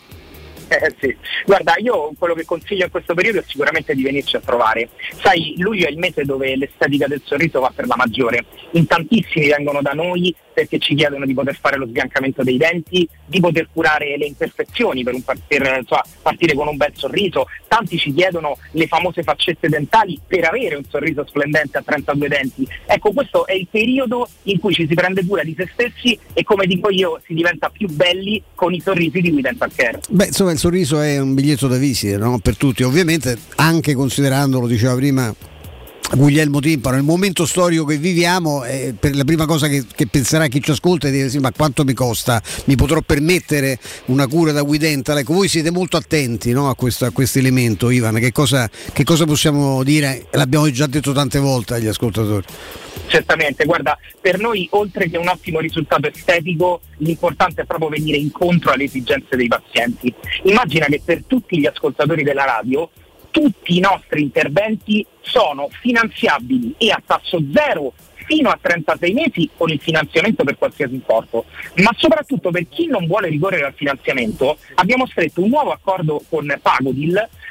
Eh sì, guarda, io quello che consiglio in questo periodo è sicuramente di venirci a trovare. Sai, luglio è il mese dove l'estetica del sorriso va per la maggiore. In tantissimi vengono da noi perché ci chiedono di poter fare lo sbiancamento dei denti, di poter curare le imperfezioni per, un, per insomma, partire con un bel sorriso. Tanti ci chiedono le famose faccette dentali per avere un sorriso splendente a trentadue denti. Ecco, questo è il periodo in cui ci si prende cura di se stessi e, come dico io, si diventa più belli con i sorrisi di We Dental Care. Beh, insomma, il sorriso è un biglietto da visita, no? Per tutti, ovviamente, anche considerando, lo diceva prima Guglielmo Timpano, il momento storico che viviamo, eh, per la prima cosa che, che penserà chi ci ascolta è di dire sì, ma quanto mi costa? Mi potrò permettere una cura da We Dental? Ecco, voi siete molto attenti, no, a questo a questo elemento, Ivan. Che cosa, che cosa possiamo dire? L'abbiamo già detto tante volte agli ascoltatori. Certamente, guarda, per noi oltre che un ottimo risultato estetico, l'importante è proprio venire incontro alle esigenze dei pazienti. Immagina che per tutti gli ascoltatori della radio tutti i nostri interventi sono finanziabili e a tasso zero fino a trentasei mesi con il finanziamento per qualsiasi importo, ma soprattutto per chi non vuole ricorrere al finanziamento abbiamo stretto un nuovo accordo con Pagodil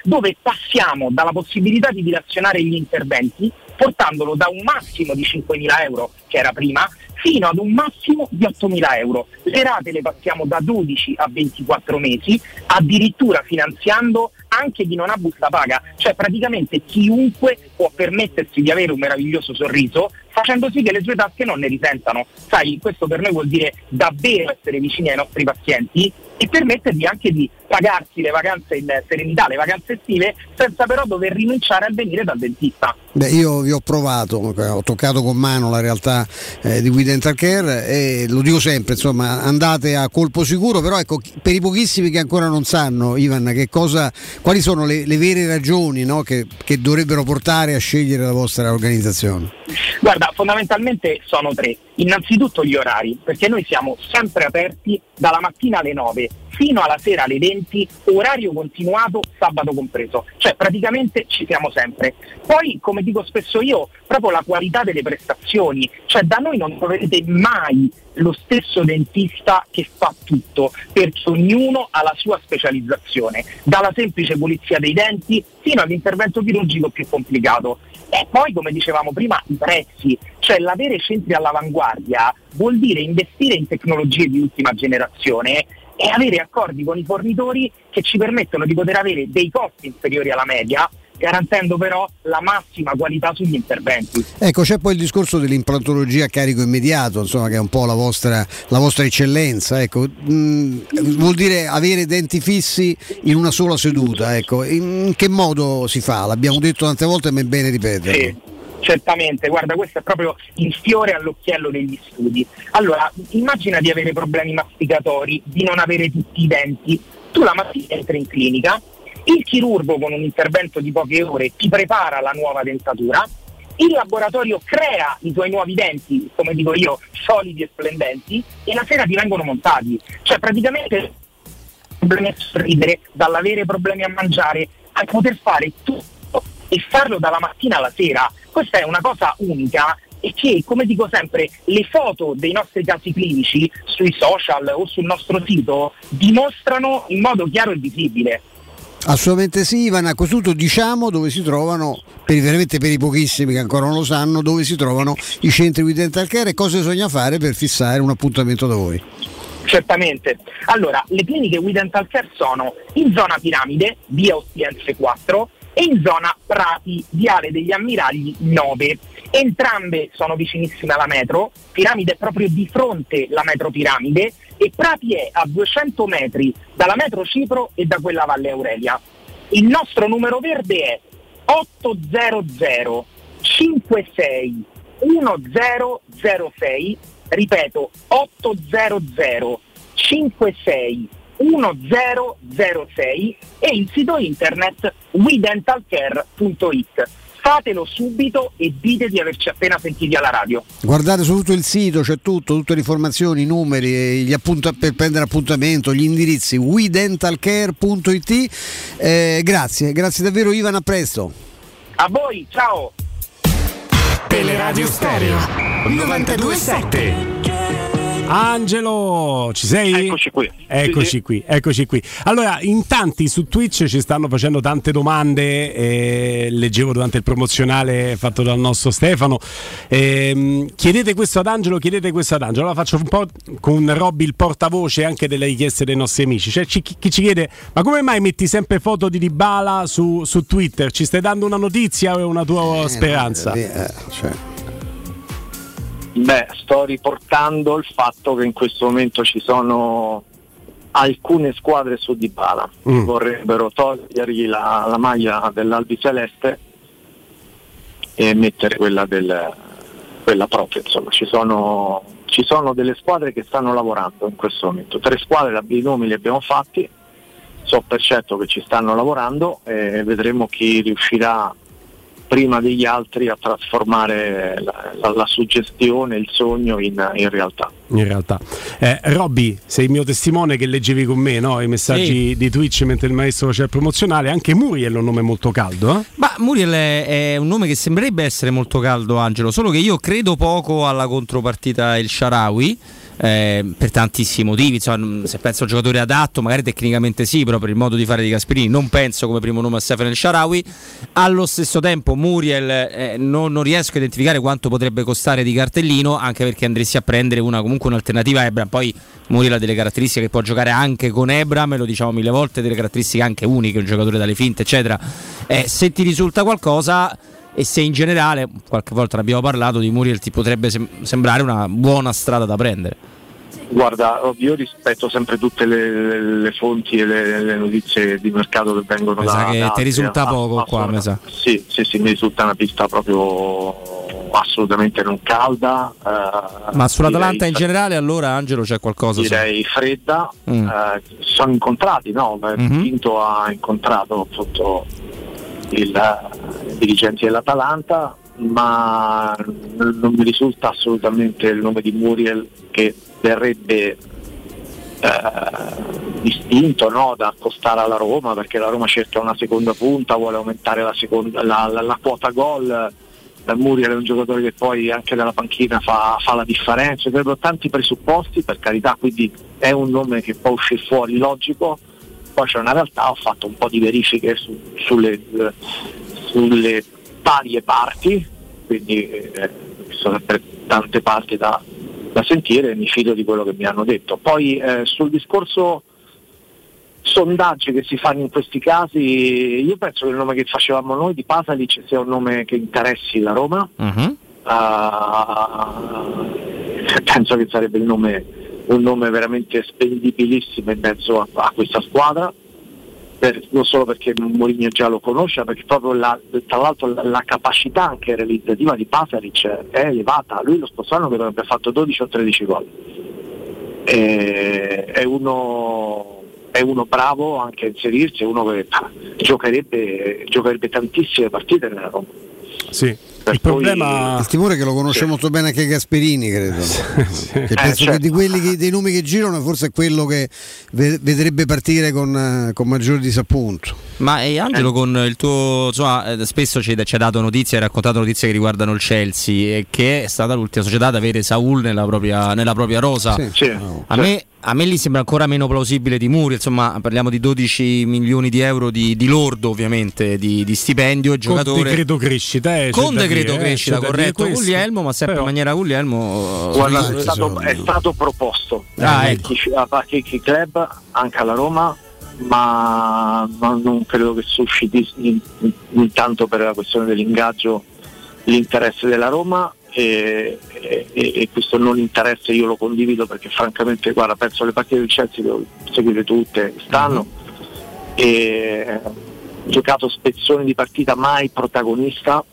dove passiamo dalla possibilità di dilazionare gli interventi, portandolo da un massimo di cinquemila euro, che era prima, fino ad un massimo di ottomila euro. Le rate le passiamo da dodici a ventiquattro mesi, addirittura finanziando anche chi non ha busta paga, cioè praticamente chiunque può permettersi di avere un meraviglioso sorriso, facendo sì che le sue tasche non ne risentano. Sai, questo per noi vuol dire davvero essere vicini ai nostri pazienti e permettergli anche di pagarsi le vacanze in serenità, le vacanze estive, senza però dover rinunciare al venire dal dentista. Beh, io vi ho provato, ho toccato con mano la realtà eh, di We Dental Care e lo dico sempre, insomma, andate a colpo sicuro, però ecco, per i pochissimi che ancora non sanno, Ivan, che cosa, quali sono le, le vere ragioni, no, che, che dovrebbero portare a scegliere la vostra organizzazione? Guarda, fondamentalmente sono tre. Innanzitutto gli orari, perché noi siamo sempre aperti dalla mattina alle nove fino alla sera alle venti, orario continuato, sabato compreso, cioè praticamente ci siamo sempre. Poi, come dico spesso io, proprio la qualità delle prestazioni, cioè da noi non troverete mai lo stesso dentista che fa tutto, perché ognuno ha la sua specializzazione, dalla semplice pulizia dei denti fino all'intervento chirurgico più complicato. E poi, come dicevamo prima, i prezzi, cioè l'avere centri all'avanguardia vuol dire investire in tecnologie di ultima generazione e avere accordi con i fornitori che ci permettono di poter avere dei costi inferiori alla media, garantendo però la massima qualità sugli interventi. Ecco, c'è poi il discorso dell'implantologia a carico immediato, insomma, che è un po' la vostra, la vostra eccellenza, ecco. Mm, vuol dire avere denti fissi in una sola seduta, ecco. In che modo si fa? L'abbiamo detto tante volte, ma è bene ripeterlo. Sì. Certamente, guarda, questo è proprio il fiore all'occhiello degli studi. Allora, immagina di avere problemi masticatori, di non avere tutti i denti. Tu la mattina entri in clinica, il chirurgo con un intervento di poche ore ti prepara la nuova dentatura, il laboratorio crea i tuoi nuovi denti, come dico io, solidi e splendenti, e la sera ti vengono montati. Cioè praticamente problemi a sorridere, dall'avere problemi a mangiare, a poter fare tutto e farlo dalla mattina alla sera. Questa è una cosa unica e che, come dico sempre, le foto dei nostri casi clinici sui social o sul nostro sito dimostrano in modo chiaro e visibile. Assolutamente sì, Ivan. A questo punto diciamo dove si trovano, per, veramente per i pochissimi che ancora non lo sanno, dove si trovano i centri We Dental Care e cosa bisogna fare per fissare un appuntamento da voi. Certamente. Allora, le cliniche We Dental Care sono in zona Piramide, via Ostiense quattro, e in zona Prati, viale degli Ammiragli nove. Entrambe sono vicinissime alla metro, Piramide è proprio di fronte alla metro Piramide e Prati è a duecento metri dalla metro Cipro e da quella Valle Aurelia. Il nostro numero verde è otto zero zero cinque sei uno zero zero sei, ripeto otto zero zero cinque sei uno zero zero sei, e il sito internet we dental care punto it. Fatelo subito e dite di averci appena sentiti alla radio. Guardate su tutto il sito, c'è tutto, tutte le informazioni, i numeri, gli appunta- per prendere appuntamento, gli indirizzi we dental care punto it. Eh, grazie, grazie davvero Ivan, a presto. A voi, ciao. Teleradio Stereo novantadue sette. Angelo, ci sei? Eccoci qui. Eccoci sì, sì. qui, eccoci qui. Allora, in tanti su Twitch ci stanno facendo tante domande, eh, leggevo durante il promozionale fatto dal nostro Stefano. Eh, chiedete questo ad Angelo, chiedete questo ad Angelo. Allora faccio un po' con Robby il portavoce anche delle richieste dei nostri amici. Cioè, ci, chi ci chiede, ma come mai metti sempre foto di Dybala su, su Twitter? Ci stai dando una notizia o è una tua Eh, speranza? eh, eh, cioè. Beh, sto riportando il fatto che in questo momento ci sono alcune squadre su Dybala che Mm. vorrebbero togliergli la, la maglia dell'Albiceleste e mettere quella del quella propria. Insomma, ci sono ci sono delle squadre che stanno lavorando in questo momento. Tre squadre, i nomi li abbiamo fatti, so per certo che ci stanno lavorando e vedremo chi riuscirà prima degli altri a trasformare la, la, la suggestione, il sogno in, in realtà. In realtà, eh, Robby, sei il mio testimone che leggevi con me, no? I messaggi Sì. di Twitch mentre il maestro faceva il promozionale. Anche Muriel è un nome molto caldo, eh? Ma Muriel è, è un nome che sembrerebbe essere molto caldo, Angelo, solo che io credo poco alla contropartita El Shaarawy. eh, per tantissimi motivi. Insomma, se penso al giocatore adatto, magari tecnicamente sì, però per il modo di fare di Gasperini non penso come primo nome a Stefano El Shaarawy. Allo stesso tempo Muriel eh, non, non riesco a identificare quanto potrebbe costare di cartellino, anche perché andresti a prendere una comunque un'alternativa a Ebram. Poi Muriel ha delle caratteristiche che può giocare anche con Ebram, lo diciamo mille volte, delle caratteristiche anche uniche, un giocatore dalle finte eccetera. Eh, se ti risulta qualcosa, e se in generale, qualche volta ne abbiamo parlato, di Muriel ti potrebbe sem- sembrare una buona strada da prendere. Guarda, io rispetto sempre tutte le, le fonti e le, le notizie di mercato che vengono mi da sa che da ti risulta a, poco a, qua, mi sa. Sì, sì, sì, mi risulta una pista proprio assolutamente non calda. Eh, Ma sull'Atalanta direi, in generale allora, Angelo, c'è qualcosa? Direi fredda. Mm. Eh, sono incontrati, no? Mm-hmm. Pinto ha incontrato appunto il, i dirigenti dell'Atalanta, ma non mi risulta assolutamente il nome di Muriel che verrebbe eh, distinto, no, da accostare alla Roma, perché la Roma cerca una seconda punta, vuole aumentare la, seconda, la, la, la quota gol. Muriel è un giocatore che poi anche dalla panchina fa, fa la differenza, credo tanti presupposti, per carità, quindi è un nome che può uscire fuori, logico. Poi c'è una realtà, ho fatto un po' di verifiche su, sulle, sulle varie parti, quindi eh, ci sono sempre tante parti da, da sentire e mi fido di quello che mi hanno detto. Poi eh, sul discorso sondaggi che si fanno in questi casi, io penso che il nome che facevamo noi di Pasalic sia un nome che interessi la Roma. Uh-huh. Uh, penso che sarebbe il nome, un nome veramente spendibilissimo in mezzo a, a questa squadra, per, non solo perché Mourinho già lo conosce, ma perché proprio la, tra l'altro la, la capacità anche realizzativa di Pasalic è elevata. Lui lo scorso anno credo abbia fatto dodici o tredici gol, e, è uno è uno bravo anche a inserirsi, è uno che giocherebbe giocherebbe tantissime partite nella Roma. Sì. Per il cui, problema il timore è che lo conosce sì. molto bene anche Gasperini, credo. Sì, sì. Che penso eh, certo. che di quelli che, dei nomi che girano forse è quello che vedrebbe partire con, con maggior disappunto. Ma eh, Angelo, eh. con il tuo insomma, eh, spesso ci hai dato notizie, hai raccontato notizie che riguardano il Chelsea, e che è stata l'ultima società ad avere Saul nella propria, nella propria rosa. Sì, sì. A me A me lì sembra ancora meno plausibile di Muriel, insomma parliamo di dodici milioni di euro di, di lordo ovviamente di, di stipendio, giocatore con decreto crescita, eh, con decreto dire, crescita, eh, corretto, Guglielmo, ma sempre però, in maniera Guglielmo. Guarda, è stato, è stato proposto ah, ecco. a parecchi club, anche alla Roma, ma, ma non credo che susciti intanto per la questione dell'ingaggio l'interesse della Roma. E, e, e questo non interesse io lo condivido, perché francamente guarda, penso alle partite del Chelsea, le ho seguite tutte quest'anno, mm-hmm. e giocato spezzoni di partita, mai protagonista.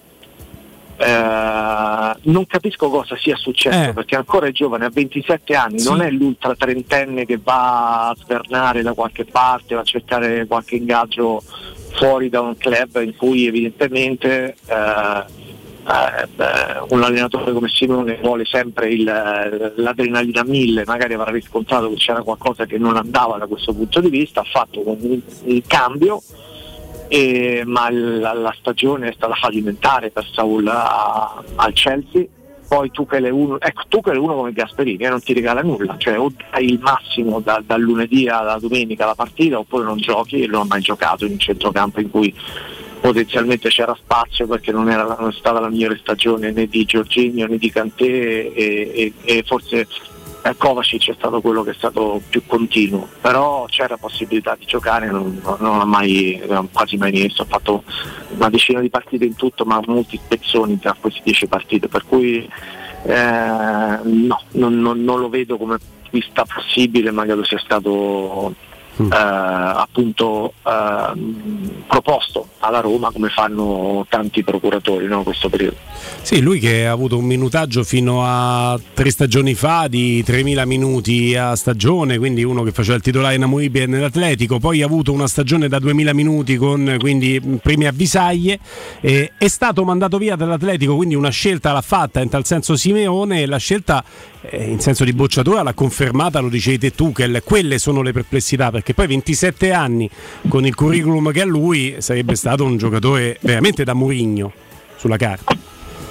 Eh, non capisco cosa sia successo, eh. perché ancora è giovane, ha ventisette anni, sì. non è l'ultra trentenne che va a svernare da qualche parte, va a cercare qualche ingaggio fuori da un club in cui evidentemente eh, Eh, beh, un allenatore come Simone vuole sempre il, l'adrenalina mille, magari avrà riscontrato che c'era qualcosa che non andava da questo punto di vista, ha fatto un, un cambio, e, ma la, la stagione è stata fallimentare per Saul a, al Chelsea. Poi Tuchel è uno, ecco, Tuchel è uno come Gasperini, eh, non ti regala nulla, cioè o dai il massimo da, dal lunedì alla domenica la partita, oppure non giochi, e non ho mai giocato in un centrocampo in cui potenzialmente c'era spazio, perché non era non è stata la migliore stagione né di Jorginho né di Kanté, e, e, e forse eh, Kovacic è stato quello che è stato più continuo, però c'era possibilità di giocare, non, non ha mai non quasi mai visto, ho fatto una decina di partite in tutto, ma molti spezzoni tra queste dieci partite, per cui eh, no, non, non, non lo vedo come vista possibile, ma credo sia stato Uh, appunto uh, proposto alla Roma, come fanno tanti procuratori, no, questo periodo. Sì, lui che ha avuto un minutaggio fino a tre stagioni fa di tremila minuti a stagione, quindi uno che faceva il titolare inamovibile nell'Atletico, poi ha avuto una stagione da duemila minuti con quindi prime avvisaglie, eh, è stato mandato via dall'Atletico, quindi una scelta l'ha fatta in tal senso Simeone, e la scelta eh, in senso di bocciatura l'ha confermata, lo dicevi te Tuchel. Quelle sono le perplessità, perché poi ventisette anni con il curriculum che ha lui sarebbe stato un giocatore veramente da Mourinho sulla carta.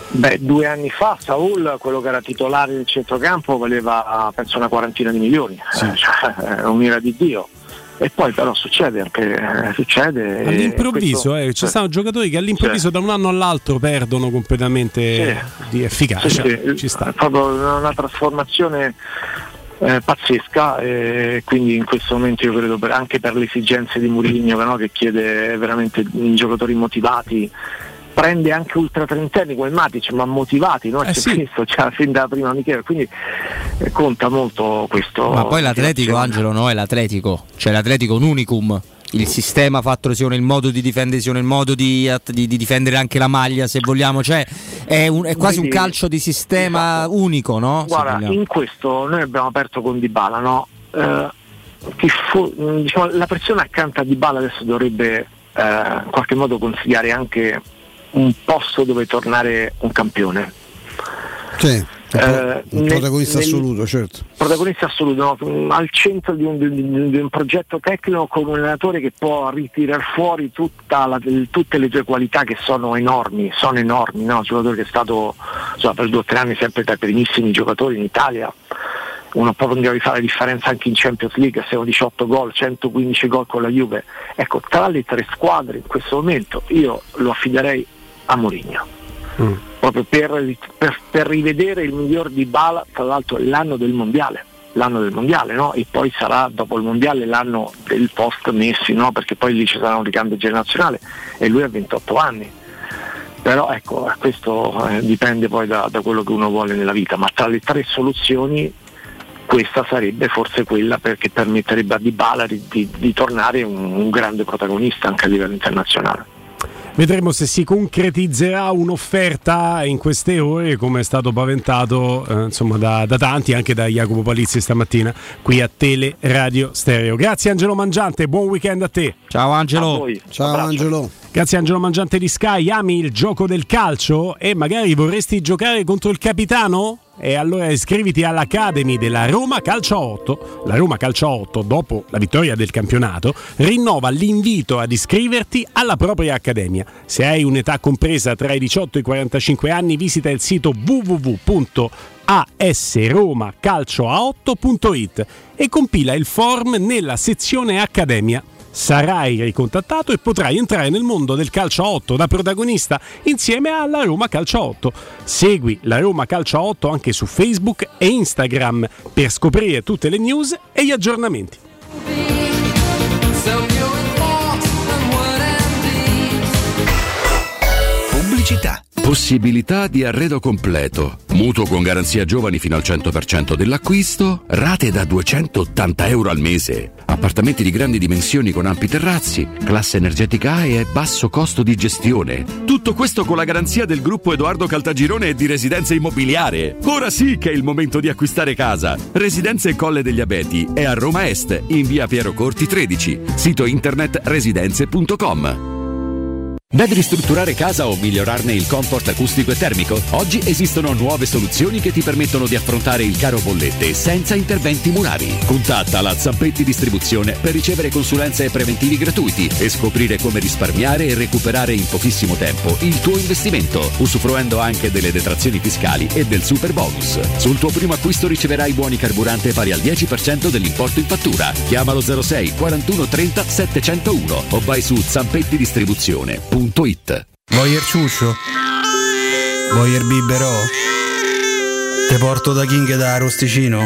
Beh, due anni fa Saul, quello che era titolare del centrocampo, valeva penso una quarantina di milioni, sì. eh, cioè, è un'ira di Dio. E poi però succede anche eh, succede all'improvviso, questo, eh, ci eh, stanno giocatori che all'improvviso sì. da un anno all'altro perdono completamente sì. di efficacia. Sì, sì. Ci sta. È proprio una trasformazione eh, pazzesca, e quindi in questo momento io credo per, anche per le esigenze di Mourinho, no, che chiede veramente giocatori motivati, prende anche ultratrentenni come Matic, ma motivati, no? Eh Si è sì. visto già fin dalla prima amichevole, quindi eh, conta molto questo. Ma poi l'Atletico, Angelo, no? È l'Atletico, cioè l'Atletico un unicum. Il sistema fatto lesione, il modo di difendere, il modo di, di, di difendere anche la maglia, se vogliamo, cioè è, un, è quasi un calcio di sistema esatto. unico, no? Guarda, in questo noi abbiamo aperto con Dybala, no? Eh, chi fu, diciamo, la persona accanto a Dybala adesso dovrebbe eh, in qualche modo consigliare anche un posto dove tornare un campione. Sì. Eh, un nel, protagonista nel, assoluto, certo. Protagonista assoluto, no? Al centro di un, di, di un progetto tecnico con un allenatore che può ritirare fuori tutta la, tutte le tue qualità, che sono enormi, sono enormi, no? Un giocatore che è stato insomma, per due o tre anni sempre tra i primissimi giocatori in Italia, uno proprio in grado di fare la differenza anche in Champions League, siamo diciotto gol, centoquindici gol con la Juve. Ecco, tra le tre squadre in questo momento io lo affiderei a Mourinho. Mm. Proprio per, per, per rivedere il miglior Dybala, tra l'altro l'anno del mondiale, l'anno del mondiale, no? E poi sarà dopo il mondiale l'anno del post Messi, no? Perché poi lì ci sarà un ricambio generazionale e lui ha ventotto anni. Però ecco, questo eh, dipende poi da, da quello che uno vuole nella vita, ma tra le tre soluzioni questa sarebbe forse quella perché permetterebbe a Dybala di, di, di tornare un, un grande protagonista anche a livello internazionale. Vedremo se si concretizzerà un'offerta in queste ore, come è stato paventato eh, insomma da, da tanti, anche da Jacopo Palizzi stamattina qui a Tele Radio Stereo. Grazie Angelo Mangiante, buon weekend a te. Ciao Angelo. Ciao Angelo. Grazie Angelo Mangiante di Sky. Ami il gioco del calcio e magari vorresti giocare contro il capitano? E allora iscriviti all'Academy della Roma Calcio otto. La Roma Calcio otto, dopo la vittoria del campionato, rinnova l'invito ad iscriverti alla propria accademia. Se hai un'età compresa tra i diciotto e i quarantacinque anni, visita il sito w w w punto a s roma calcio otto punto i t e compila il form nella sezione Accademia. Sarai ricontattato e potrai entrare nel mondo del calcio a otto da protagonista insieme alla Roma Calcio otto. Segui la Roma Calcio otto anche su Facebook e Instagram per scoprire tutte le news e gli aggiornamenti. Pubblicità. Possibilità di arredo completo. Mutuo con garanzia giovani fino al cento per cento dell'acquisto. Rate da duecentottanta euro al mese. Appartamenti di grandi dimensioni con ampi terrazzi. Classe energetica A e basso costo di gestione. Tutto questo con la garanzia del gruppo Edoardo Caltagirone e di Residenze Immobiliare. Ora sì che è il momento di acquistare casa. Residenze Colle degli Abeti è a Roma Est, in via Piero Corti tredici. Sito internet residenze punto com. Devi ristrutturare casa o migliorarne il comfort acustico e termico? Oggi esistono nuove soluzioni che ti permettono di affrontare il caro bollette senza interventi murari. Contatta la Zampetti Distribuzione per ricevere consulenze e preventivi gratuiti e scoprire come risparmiare e recuperare in pochissimo tempo il tuo investimento, usufruendo anche delle detrazioni fiscali e del super bonus. Sul tuo primo acquisto riceverai buoni carburante pari al dieci per cento dell'importo in fattura. Chiamalo zero sei quarantuno trenta settecentouno o vai su zampetti distribuzione punto it. Vuoi il ciuscio? Vuoi il biberò? Te porto da King da Arosticino?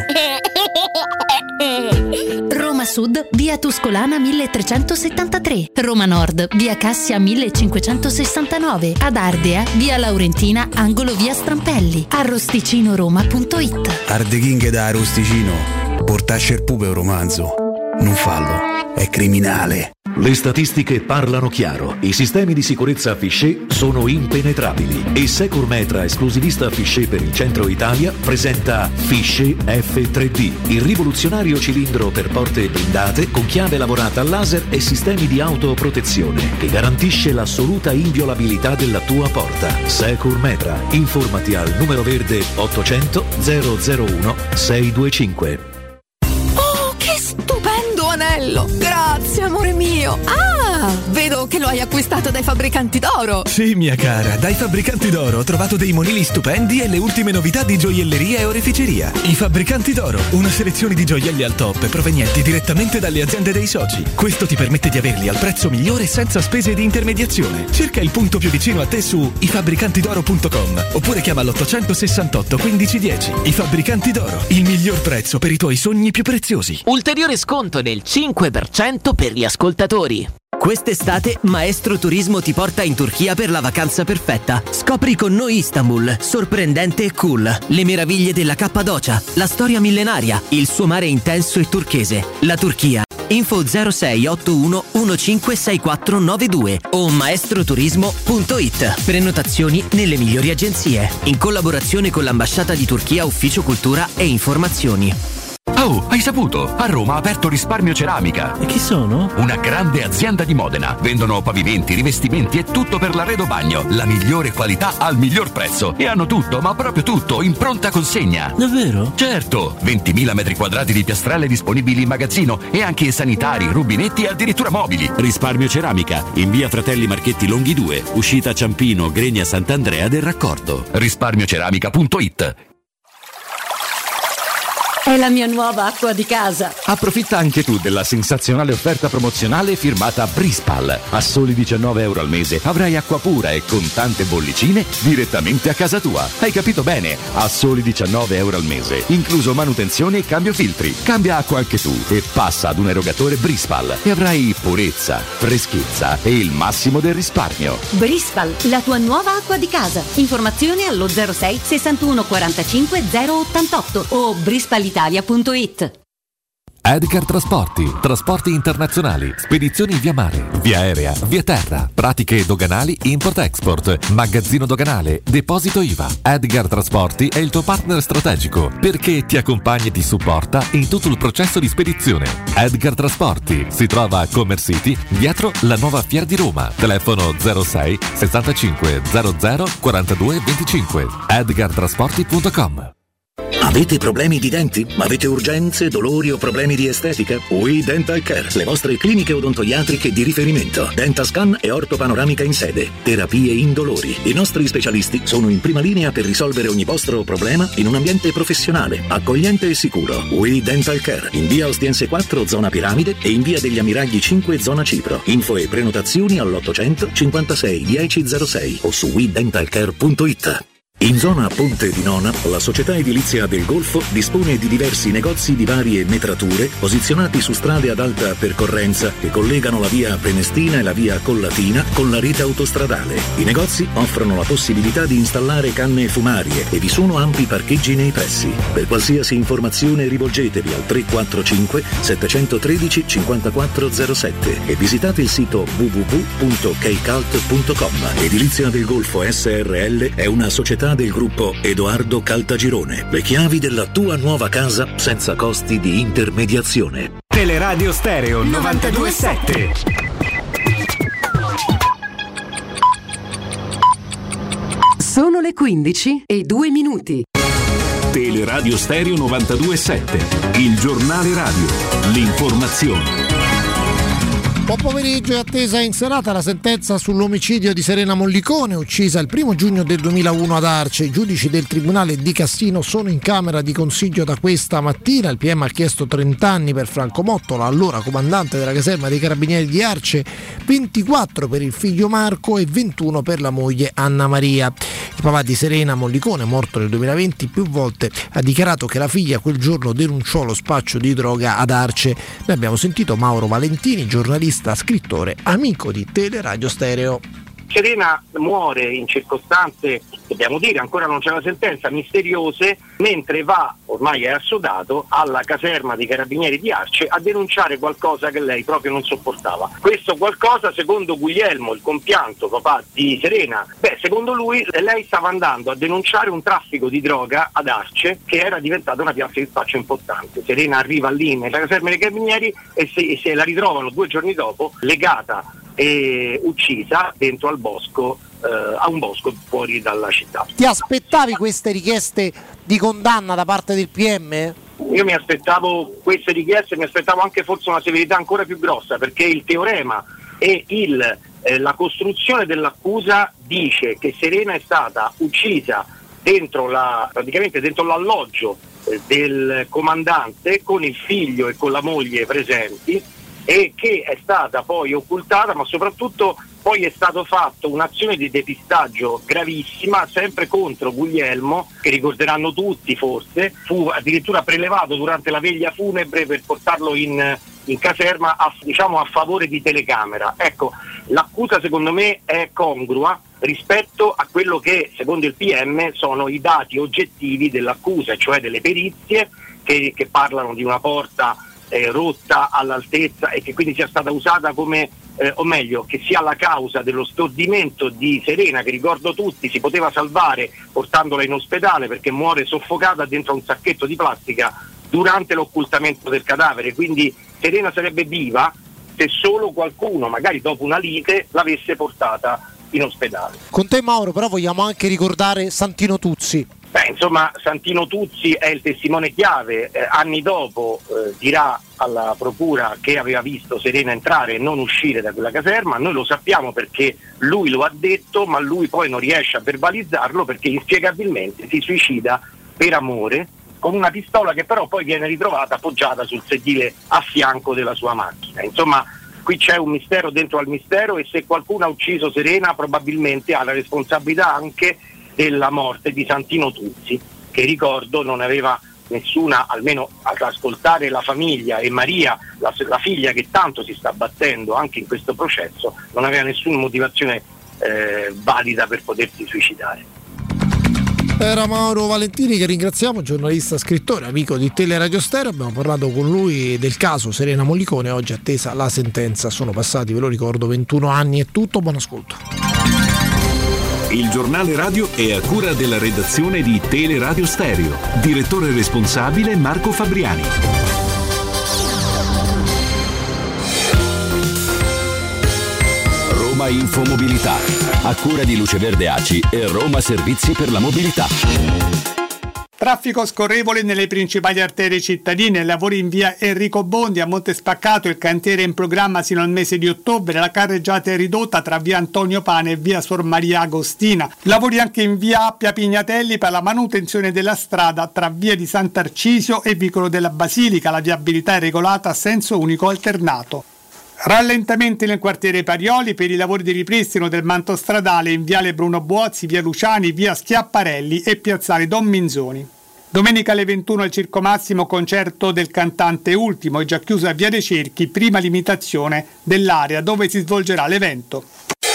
Roma Sud, via Tuscolana milletrecentosettantatré. Roma Nord, via Cassia millecinquecentosessantanove. Ad Ardea, via Laurentina, angolo via Strampelli. arrosticinoroma punto it. Arde King da Arosticino. Portasce il pupe un romanzo. Non fallo, è criminale. Le statistiche parlano chiaro. I sistemi di sicurezza Fichet sono impenetrabili e Securmetra, esclusivista Fichet per il centro Italia, presenta Fichet F tre D, il rivoluzionario cilindro per porte blindate con chiave lavorata a laser e sistemi di autoprotezione che garantisce l'assoluta inviolabilità della tua porta. Securmetra. Informati al numero verde ottocento zero zero uno sei due cinque. Stupendo anello! Grazie, amore mio! Ah! Ah, vedo che lo hai acquistato dai fabbricanti d'oro. Sì, mia cara, dai fabbricanti d'oro ho trovato dei monili stupendi e le ultime novità di gioielleria e oreficeria. I fabbricanti d'oro, una selezione di gioielli al top provenienti direttamente dalle aziende dei soci. Questo ti permette di averli al prezzo migliore senza spese di intermediazione. Cerca il punto più vicino a te su i fabbricanti d'oro punto com oppure chiama l'ottocentosessantotto quindici dieci. I fabbricanti d'oro, il miglior prezzo per i tuoi sogni più preziosi. Ulteriore sconto del cinque per cento per gli ascoltatori. Quest'estate Maestro Turismo ti porta in Turchia per la vacanza perfetta. Scopri con noi Istanbul, sorprendente e cool, le meraviglie della Cappadocia, la storia millenaria, il suo mare intenso e turchese, la Turchia. Info zero sei otto uno uno cinque sei quattro nove due o maestroturismo punto it. Prenotazioni nelle migliori agenzie, in collaborazione con l'Ambasciata di Turchia Ufficio Cultura e Informazioni. Oh, hai saputo? A Roma ha aperto Risparmio Ceramica. E chi sono? Una grande azienda di Modena. Vendono pavimenti, rivestimenti e tutto per l'arredo bagno. La migliore qualità al miglior prezzo. E hanno tutto, ma proprio tutto, in pronta consegna. Davvero? Certo! ventimila metri quadrati di piastrelle disponibili in magazzino e anche sanitari, rubinetti e addirittura mobili. Risparmio Ceramica, in via Fratelli Marchetti Longhi due, uscita Ciampino, Gregna Sant'Andrea del Raccordo. risparmio ceramica punto it. È la mia nuova acqua di casa. Approfitta anche tu della sensazionale offerta promozionale firmata Brispal. A soli diciannove euro al mese avrai acqua pura e con tante bollicine direttamente a casa tua. Hai capito bene? A soli diciannove euro al mese, incluso manutenzione e cambio filtri. Cambia acqua anche tu e passa ad un erogatore Brispal e avrai purezza, freschezza e il massimo del risparmio. Brispal, la tua nuova acqua di casa. Informazioni allo zero sei sessantuno quarantacinque zero ottantotto o brispal italia punto it. Edgar Trasporti, trasporti internazionali, spedizioni via mare, via aerea, via terra, pratiche doganali import-export, magazzino doganale, deposito I V A. Edgar Trasporti è il tuo partner strategico perché ti accompagna e ti supporta in tutto il processo di spedizione. Edgar Trasporti si trova a Commerce City, dietro la nuova Fiera di Roma. Telefono zero sei sessantacinque zero zero quarantadue venticinque. edgar trasporti punto com. Avete problemi di denti? Avete urgenze, dolori o problemi di estetica? We Dental Care, le vostre cliniche odontoiatriche di riferimento. Dentascan e ortopanoramica in sede. Terapie indolori. I nostri specialisti sono in prima linea per risolvere ogni vostro problema in un ambiente professionale, accogliente e sicuro. We Dental Care, in via Ostiense quattro, zona Piramide e in via degli Ammiragli cinque, zona Cipro. Info e prenotazioni all'ottocento cinquantasei dieci zero sei o su we dental care punto it. In zona Ponte di Nona, la società edilizia del Golfo dispone di diversi negozi di varie metrature posizionati su strade ad alta percorrenza che collegano la via Prenestina e la via Collatina con la rete autostradale. I negozi offrono la possibilità di installare canne fumarie e vi sono ampi parcheggi nei pressi. Per qualsiasi informazione rivolgetevi al tre quattro cinque sette uno tre cinque quattro zero sette e visitate il sito w w w punto keicalt punto com. Edilizia del Golfo S R L è una società del gruppo Edoardo Caltagirone. Le chiavi della tua nuova casa senza costi di intermediazione. Teleradio Stereo novantadue sette. Sono le quindici e due minuti. Teleradio Stereo novantadue sette, il giornale radio, l'informazione. Buon pomeriggio, è attesa in serata la sentenza sull'omicidio di Serena Mollicone, uccisa il primo giugno del duemilauno ad Arce. I giudici del Tribunale di Cassino sono in camera di consiglio da questa mattina. Il P M ha chiesto trenta anni per Franco Mottola, allora comandante della caserma dei Carabinieri di Arce, ventiquattro per il figlio Marco e ventuno per la moglie Anna Maria. Il papà di Serena Mollicone, morto nel duemilaventi, più volte ha dichiarato che la figlia quel giorno denunciò lo spaccio di droga ad Arce. Noi abbiamo sentito Mauro Valentini, giornalista, scrittore, amico di Teleradio Stereo. Serena muore in circostanze, dobbiamo dire, ancora non c'è la sentenza, misteriose, mentre va, ormai è assodato, alla caserma dei Carabinieri di Arce a denunciare qualcosa che lei proprio non sopportava. Questo qualcosa, secondo Guglielmo, il compianto papà di Serena, beh, secondo lui lei stava andando a denunciare un traffico di droga ad Arce che era diventata una piazza di spaccio importante. Serena arriva lì nella caserma dei Carabinieri e se, e se la ritrovano due giorni dopo legata e uccisa dentro al bosco, eh, a un bosco fuori dalla città. Ti aspettavi queste richieste di condanna da parte del P M? Io mi aspettavo queste richieste, mi aspettavo anche forse una severità ancora più grossa, perché il teorema e il, eh, la costruzione dell'accusa dice che Serena è stata uccisa dentro la, praticamente dentro l'alloggio eh, del comandante con il figlio e con la moglie presenti, e che è stata poi occultata, ma soprattutto poi è stato fatto un'azione di depistaggio gravissima sempre contro Guglielmo, che ricorderanno tutti forse, fu addirittura prelevato durante la veglia funebre per portarlo in, in caserma a, diciamo, a favore di telecamera. Ecco, l'accusa secondo me è congrua rispetto a quello che secondo il P M sono i dati oggettivi dell'accusa, cioè delle perizie che, che parlano di una porta eh, rotta all'altezza e che quindi sia stata usata come Eh, o meglio, che sia la causa dello stordimento di Serena, che ricordo tutti si poteva salvare portandola in ospedale perché muore soffocata dentro un sacchetto di plastica durante l'occultamento del cadavere. Quindi Serena sarebbe viva se solo qualcuno, magari dopo una lite, l'avesse portata in ospedale. Con te Mauro, però vogliamo anche ricordare Santino Tuzzi. Beh, insomma, Santino Tuzzi è il testimone chiave, eh, anni dopo eh, dirà alla procura che aveva visto Serena entrare e non uscire da quella caserma. Noi lo sappiamo perché lui lo ha detto, ma lui poi non riesce a verbalizzarlo perché inspiegabilmente si suicida per amore con una pistola che però poi viene ritrovata appoggiata sul sedile a fianco della sua macchina. Insomma, qui c'è un mistero dentro al mistero, e se qualcuno ha ucciso Serena probabilmente ha la responsabilità anche della morte di Santino Tuzzi, che ricordo non aveva nessuna, almeno ad ascoltare la famiglia e Maria, la, la figlia che tanto si sta battendo anche in questo processo, non aveva nessuna motivazione eh, valida per potersi suicidare. Era Mauro Valentini, che ringraziamo, giornalista, scrittore, amico di Teleradio Stereo. Abbiamo parlato con lui del caso Serena Mollicone, oggi attesa la sentenza. Sono passati, ve lo ricordo, ventuno anni e tutto. Buon ascolto. Il giornale radio è a cura della redazione di Teleradio Stereo. Direttore responsabile Marco Fabriani. Roma Infomobilità, a cura di Luce Verde A C I e Roma Servizi per la Mobilità. Traffico scorrevole nelle principali arterie cittadine, lavori in via Enrico Bondi a Monte Spaccato, il cantiere è in programma sino al mese di ottobre, la carreggiata è ridotta tra via Antonio Pane e via Sor Maria Agostina, lavori anche in via Appia Pignatelli per la manutenzione della strada tra via di Sant'Arcisio e vicolo della Basilica, la viabilità è regolata a senso unico alternato. Rallentamenti nel quartiere Parioli per i lavori di ripristino del manto stradale in viale Bruno Buozzi, via Luciani, via Schiaparelli e piazzale Don Minzoni. Domenica alle ventuno al Circo Massimo concerto del cantante Ultimo, è già chiusa via dei Cerchi, prima limitazione dell'area dove si svolgerà l'evento.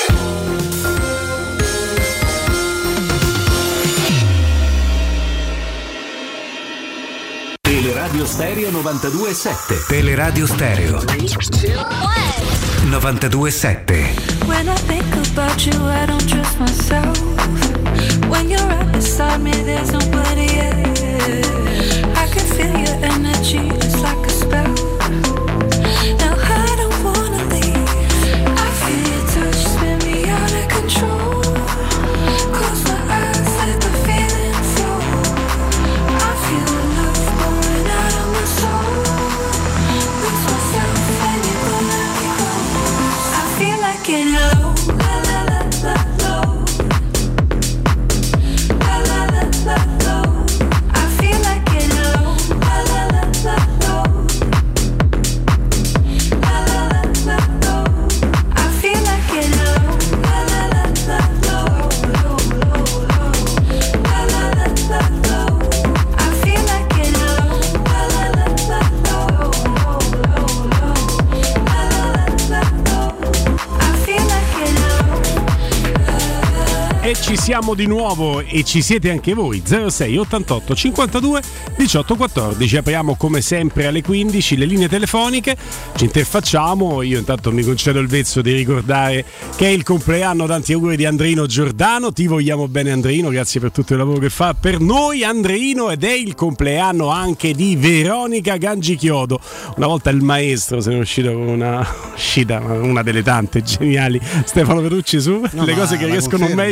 Teleradio Stereo novantadue virgola sette. Teleradio Stereo novantadue virgola sette. When I think about you, I don't trust myself. When you're right beside me, there's nobody else. I can feel your energy just like a spell. Now I don't wanna leave. I feel your touch spin me out of control. Close my eyes, let the feeling flow. I feel love pouring out of my soul. Lose myself and you gon' let me go. I feel like getting low, la la la la low. La la la la low. I feel like getting low, la la la la low. La la la la low. I feel like getting low, la la la la low, low, low, low. La la la la low. I feel like getting low, la la la la low, low, low, low. La la la la low. I feel like getting E ci siamo di nuovo e ci siete anche voi. Zero sei ottantotto cinquantadue diciotto quattordici. Apriamo come sempre alle quindici le linee telefoniche, ci interfacciamo. Io intanto mi concedo il vezzo di ricordare che è il compleanno, tanti auguri, di Andreino Giordano. Ti vogliamo bene Andreino, grazie per tutto il lavoro che fa per noi Andreino. Ed è il compleanno anche di Veronica Gangichiodo. Una volta il maestro se ne è uscito con una uscita, una delle tante geniali, Stefano Petrucci, su no, le cose che riescono confermo. meglio dal verso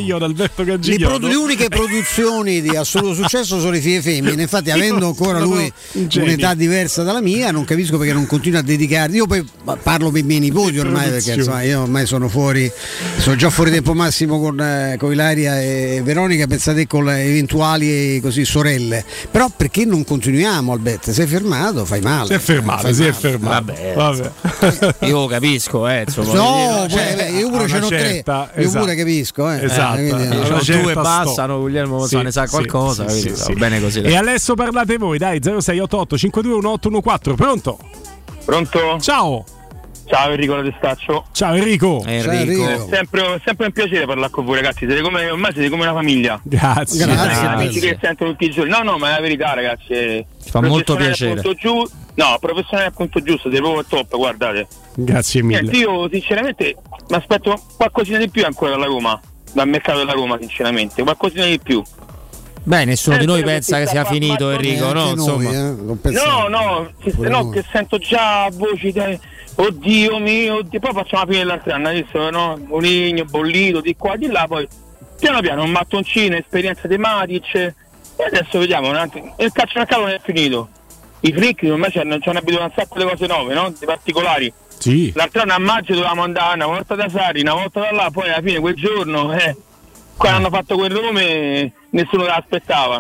Roberto le, Cangigliolo. produ- le uniche produzioni di assoluto successo sono le figlie femmine. Infatti, avendo ancora lui un'età diversa dalla mia, non capisco perché non continua a dedicarti. Io poi parlo per i miei nipoti ormai, perché insomma, io ormai sono fuori, sono già fuori tempo massimo con, eh, con Ilaria e Veronica. Pensate con le eventuali così sorelle. Però perché non continuiamo, Alberto? Sei fermato, fai male. Si è fermato, fai si è male. fermato. Vabbè, Vabbè. io capisco, eh, insomma, no, dire, cioè, io pure ce n'ho certa, tre, io esatto. pure capisco, eh. Esatto. Eh, quindi, eh, no. due certa bastano, Guglielmo sì, ne sa qualcosa, sì, sì, sì, va sì. bene così. E adesso parlate voi, dai, zero sei otto otto cinque due uno otto uno quattro. Pronto? Pronto? Ciao. Ciao Enrico da Testaccio. Ciao Enrico. Enrico. È sempre, sempre un piacere parlare con voi ragazzi, siete come, ormai siete come una famiglia. Grazie. Grazie. Amici che sento tutti i giorni. No, no, ma è la verità ragazzi. Ci fa molto Professionale piacere. al punto giu- no, professionale al punto giusto, siete proprio top, guardate. Grazie mille. Niente, io sinceramente mi aspetto qualcosina di più ancora dalla Roma, dal mercato della Roma sinceramente, qualcosina di più. Beh, nessuno Eh, di noi quello che pensa si che sta sia finito, parlando- Enrico, no? Anche noi, Insomma. eh, non pensavo. No, no, che, Pure no noi. che sento già voci di oddio mio, oddio. Poi facciamo la fine dell'altro anno, adesso no? Moligno, bollito, di qua, di là, poi piano piano un mattoncino, esperienza di Matic e adesso vediamo, un attimo. Il calcio mercato non è finito. I fricchi ormai ci hanno, ci hanno abituato a un sacco di cose nuove, no? Di particolari. Sì. L'altro anno a maggio dovevamo andare una volta da Sari, una volta da là, poi alla fine quel giorno, eh, quando hanno fatto quel nome nessuno se l'aspettava.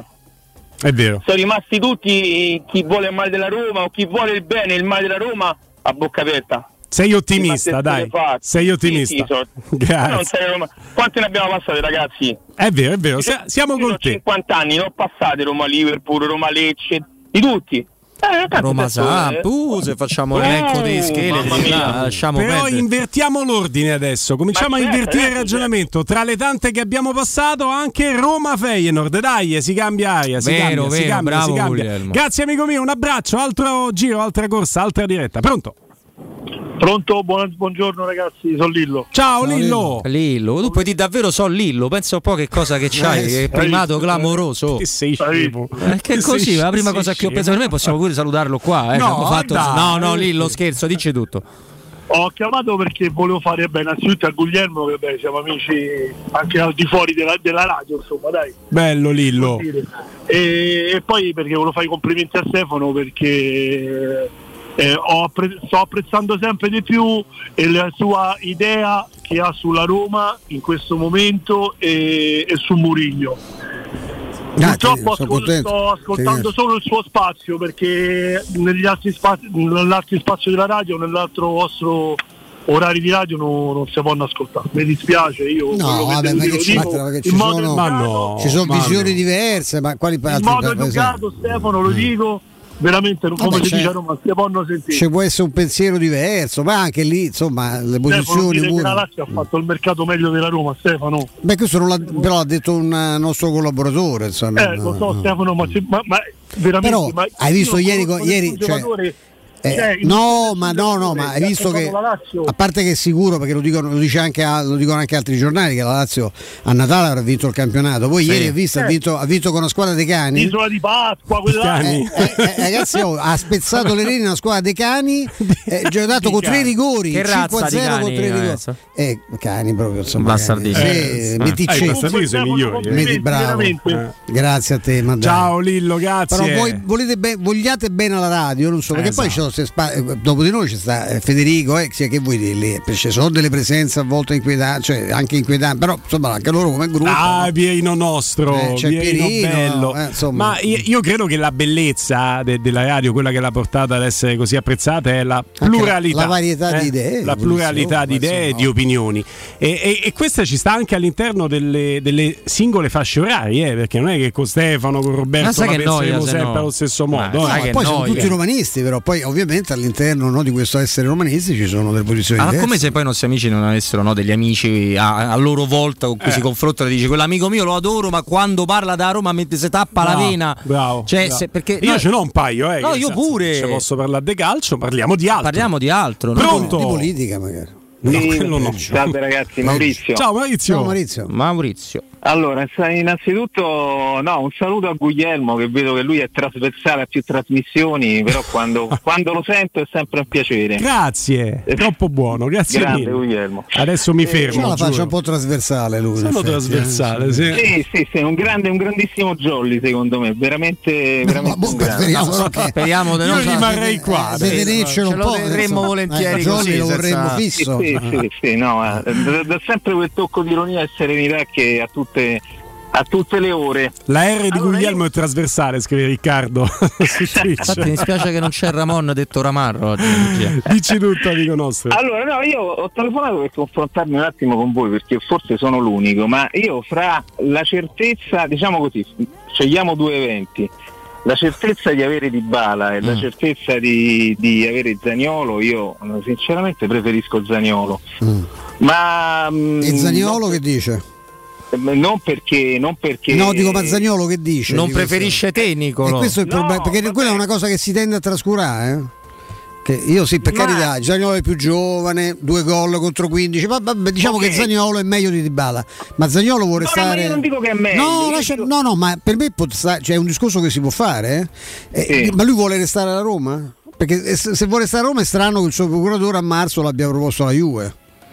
È vero. Sono rimasti tutti, chi vuole il male della Roma o chi vuole il bene e il male della Roma, a bocca aperta. Sei ottimista, dai. Sei ottimista. Sì, sì, so. Grazie. Non sei Roma. Quanti ne abbiamo passati ragazzi? È vero, è vero. Sia- siamo Io con ho te. cinquanta anni, ne ho passati Roma Liverpool, Roma Lecce, di tutti. Eh, tanto Roma adesso, Samp, eh. uh, se facciamo Oh, l'elenco dei mamma scheletri, mia. là, lasciamo Però perdere. invertiamo l'ordine adesso. Cominciamo Ma a certo, invertire il certo, ragionamento. Tra le tante che abbiamo passato, anche Roma Feyenoord. Dai, si cambia aria. Si Vero, cambia, si vero, cambia, bravo si cambia. Guglielmo. Grazie, amico mio. Un abbraccio, altro giro, altra corsa, altra diretta. Pronto? Pronto? Buon, buongiorno ragazzi, sono Lillo. Ciao, Lillo. Lillo, tu puoi dire davvero so Lillo, pensa un po' che cosa che c'hai, Eh, sì. che primato clamoroso. Che sei scemo. Eh, che Che così, sei- la prima sei cosa che ho scemo. pensato per me possiamo pure salutarlo qua, eh. No, abbiamo fatto... dai. no, no, Lillo, scherzo, dici tutto. Ho chiamato perché volevo fare bene innanzitutto a Guglielmo, che beh, siamo amici anche al di fuori della, della radio, insomma, dai. Bello, Lillo. E, e poi perché volevo fare i complimenti a Stefano perché eh, ho appre- sto apprezzando sempre di più e la sua idea che ha sulla Roma in questo momento e, e su Mourinho. Grazie, Purtroppo sono ascol- contento. sto ascoltando Sì. solo il suo spazio perché negli altri spazi, nell'altro spazio della radio, nell'altro vostro orari di radio non, non si possono ascoltare. Mi dispiace, io quello No, che vabbè, devo ma che dire, ci lo manca, dico perché ci in modo sono, educato, Ma no. ci sono ma visioni no. diverse, ma quali in altri modo per- educato, Stefano, lo dico veramente come Vabbè, si c'è- dice a Roma, si possono sentire. ci può essere un pensiero diverso, ma anche lì insomma le Stefano posizioni dire che pure. la Lazio ha fatto il mercato meglio della Roma, Stefano. Beh, questo non l'ha, però l'ha detto un eh, nostro collaboratore, insomma. Eh, lo so, Stefano, ma, ci- ma, ma veramente. Però ma hai visto io ieri, conosco co- ieri, nessun cioè, giocatore, Eh, cioè, no, il- ma no, no, ma hai ha visto che portato la Lazio- a parte che è sicuro, perché lo dicono, lo dice anche a- lo dicono anche altri giornali, che la Lazio a Natale avrà vinto il campionato. Poi Sì. ieri ha visto, ha Eh. vinto, ha vinto con una squadra dei cani. Isola di Pasqua, quella Eh, eh, eh, ragazzi, oh, ha spezzato le reni una squadra dei cani, eh, giocato Di con tre cani. rigori, Che razza cinque a zero di cani, con tre rigori. adesso? Eh, cani proprio, insomma. Bastardini. cani. Eh, Sì, meticcetti. eh, i bastardini sono i migliori, eh. Meti- bravo. Eh. Grazie a te, ma dai. Ciao Lillo, grazie. Però voi volete be- vogliate bene alla radio, non so, perché Esatto. poi ci sono ste spa- eh, dopo di noi ci sta eh, Federico, eh, che vuoi dire lì? Perché ci sono delle presenze a volte inquietanti, cioè anche inquietanti, però insomma anche loro come gruppo. Ah, no? Pierino nostro, Eh, c'è Pierino Pierino, bello. eh, insomma. Ma io, io credo che la bellezza de- della radio, quella che l'ha portata ad essere così apprezzata, è la la- pluralità. la varietà eh? di idee, La pluralità di insomma, idee e no. di opinioni. E, e- e questa ci sta anche all'interno delle, delle singole fasce orarie, eh, perché non è che con Stefano, con Roberto Ma sai la che penseremo noia, se sempre no. allo stesso Ma modo. sai eh. che Poi sono noia. tutti romanisti, però poi ovviamente all'interno, no, di questo essere romanisti ci sono delle posizioni Ma diverse. come se poi i nostri amici non avessero, no, degli amici a, a loro volta con cui Eh. si confrontano e dice quell'amico mio lo adoro, ma quando parla da Roma mette se tappa Bravo, la vena. bravo, Cioè, bravo. se- perché Io no, ce n'ho un paio, eh, No, che io senso, pure. se posso parlare di calcio, parliamo di altro. parliamo di altro. no? Pronto? Di politica magari. No, Sì, quello no. salve ragazzi, Maurizio. Ciao Maurizio. Ciao Maurizio. Maurizio. Allora, innanzitutto no, un saluto a Guglielmo, che vedo che lui è trasversale a più trasmissioni, però quando, quando lo sento è sempre un piacere. Grazie, è troppo buono, grazie Grande mille. Guglielmo. Adesso mi fermo. Ce la faccia giuro. un po' trasversale lui. Sono trasversale, sì. Sì, sì, sì, un grande, un grandissimo jolly secondo me, veramente, veramente un grande. Speriamo, No, che- speriamo di Io non rimarrei qua. Se sì. tenercelo Ce un lo po'. terremmo insomma. volentieri Eh, Jolly così, lo vorremmo senza- fisso. Sì, sì, sì, no, eh, dà, dà sempre quel tocco di ironia e serenità che a tutte, a tutte le ore. La R di Allora, Guglielmo è trasversale, scrive Riccardo su Twitch. Infatti mi spiace che non c'è Ramon detto Ramarro oggi. Dici tutto, amico nostro. Allora, no, io ho telefonato per confrontarmi un attimo con voi, perché forse sono l'unico, ma io fra la certezza, diciamo così, scegliamo due eventi, la certezza di avere Dybala e la Mm. certezza di, di avere Zaniolo, io sinceramente preferisco Zaniolo. Mm. Ma mh, E Zaniolo non, che dice? non perché non perché No, dico Mazzagnolo che dice? Non di questo? preferisce te, E Nicolo. questo è il No, problema, perché vabbè. quella è una cosa che si tende a trascurare. Eh? Che io sì, per Ma- carità, Zaniolo è più giovane, due gol contro quindici, ma, vabbè, diciamo Ok. che Zaniolo è meglio di Dybala, ma Zaniolo vuole No, no, ma stare... io non dico che è meglio, No, io lascia- dico- no, no, ma per me pot- sta- cioè, è un discorso che si può fare, eh? Eh, Sì. ma lui vuole restare alla Roma? Perché eh, se se vuole restare a Roma è strano che il suo procuratore a marzo l'abbia proposto alla Juve.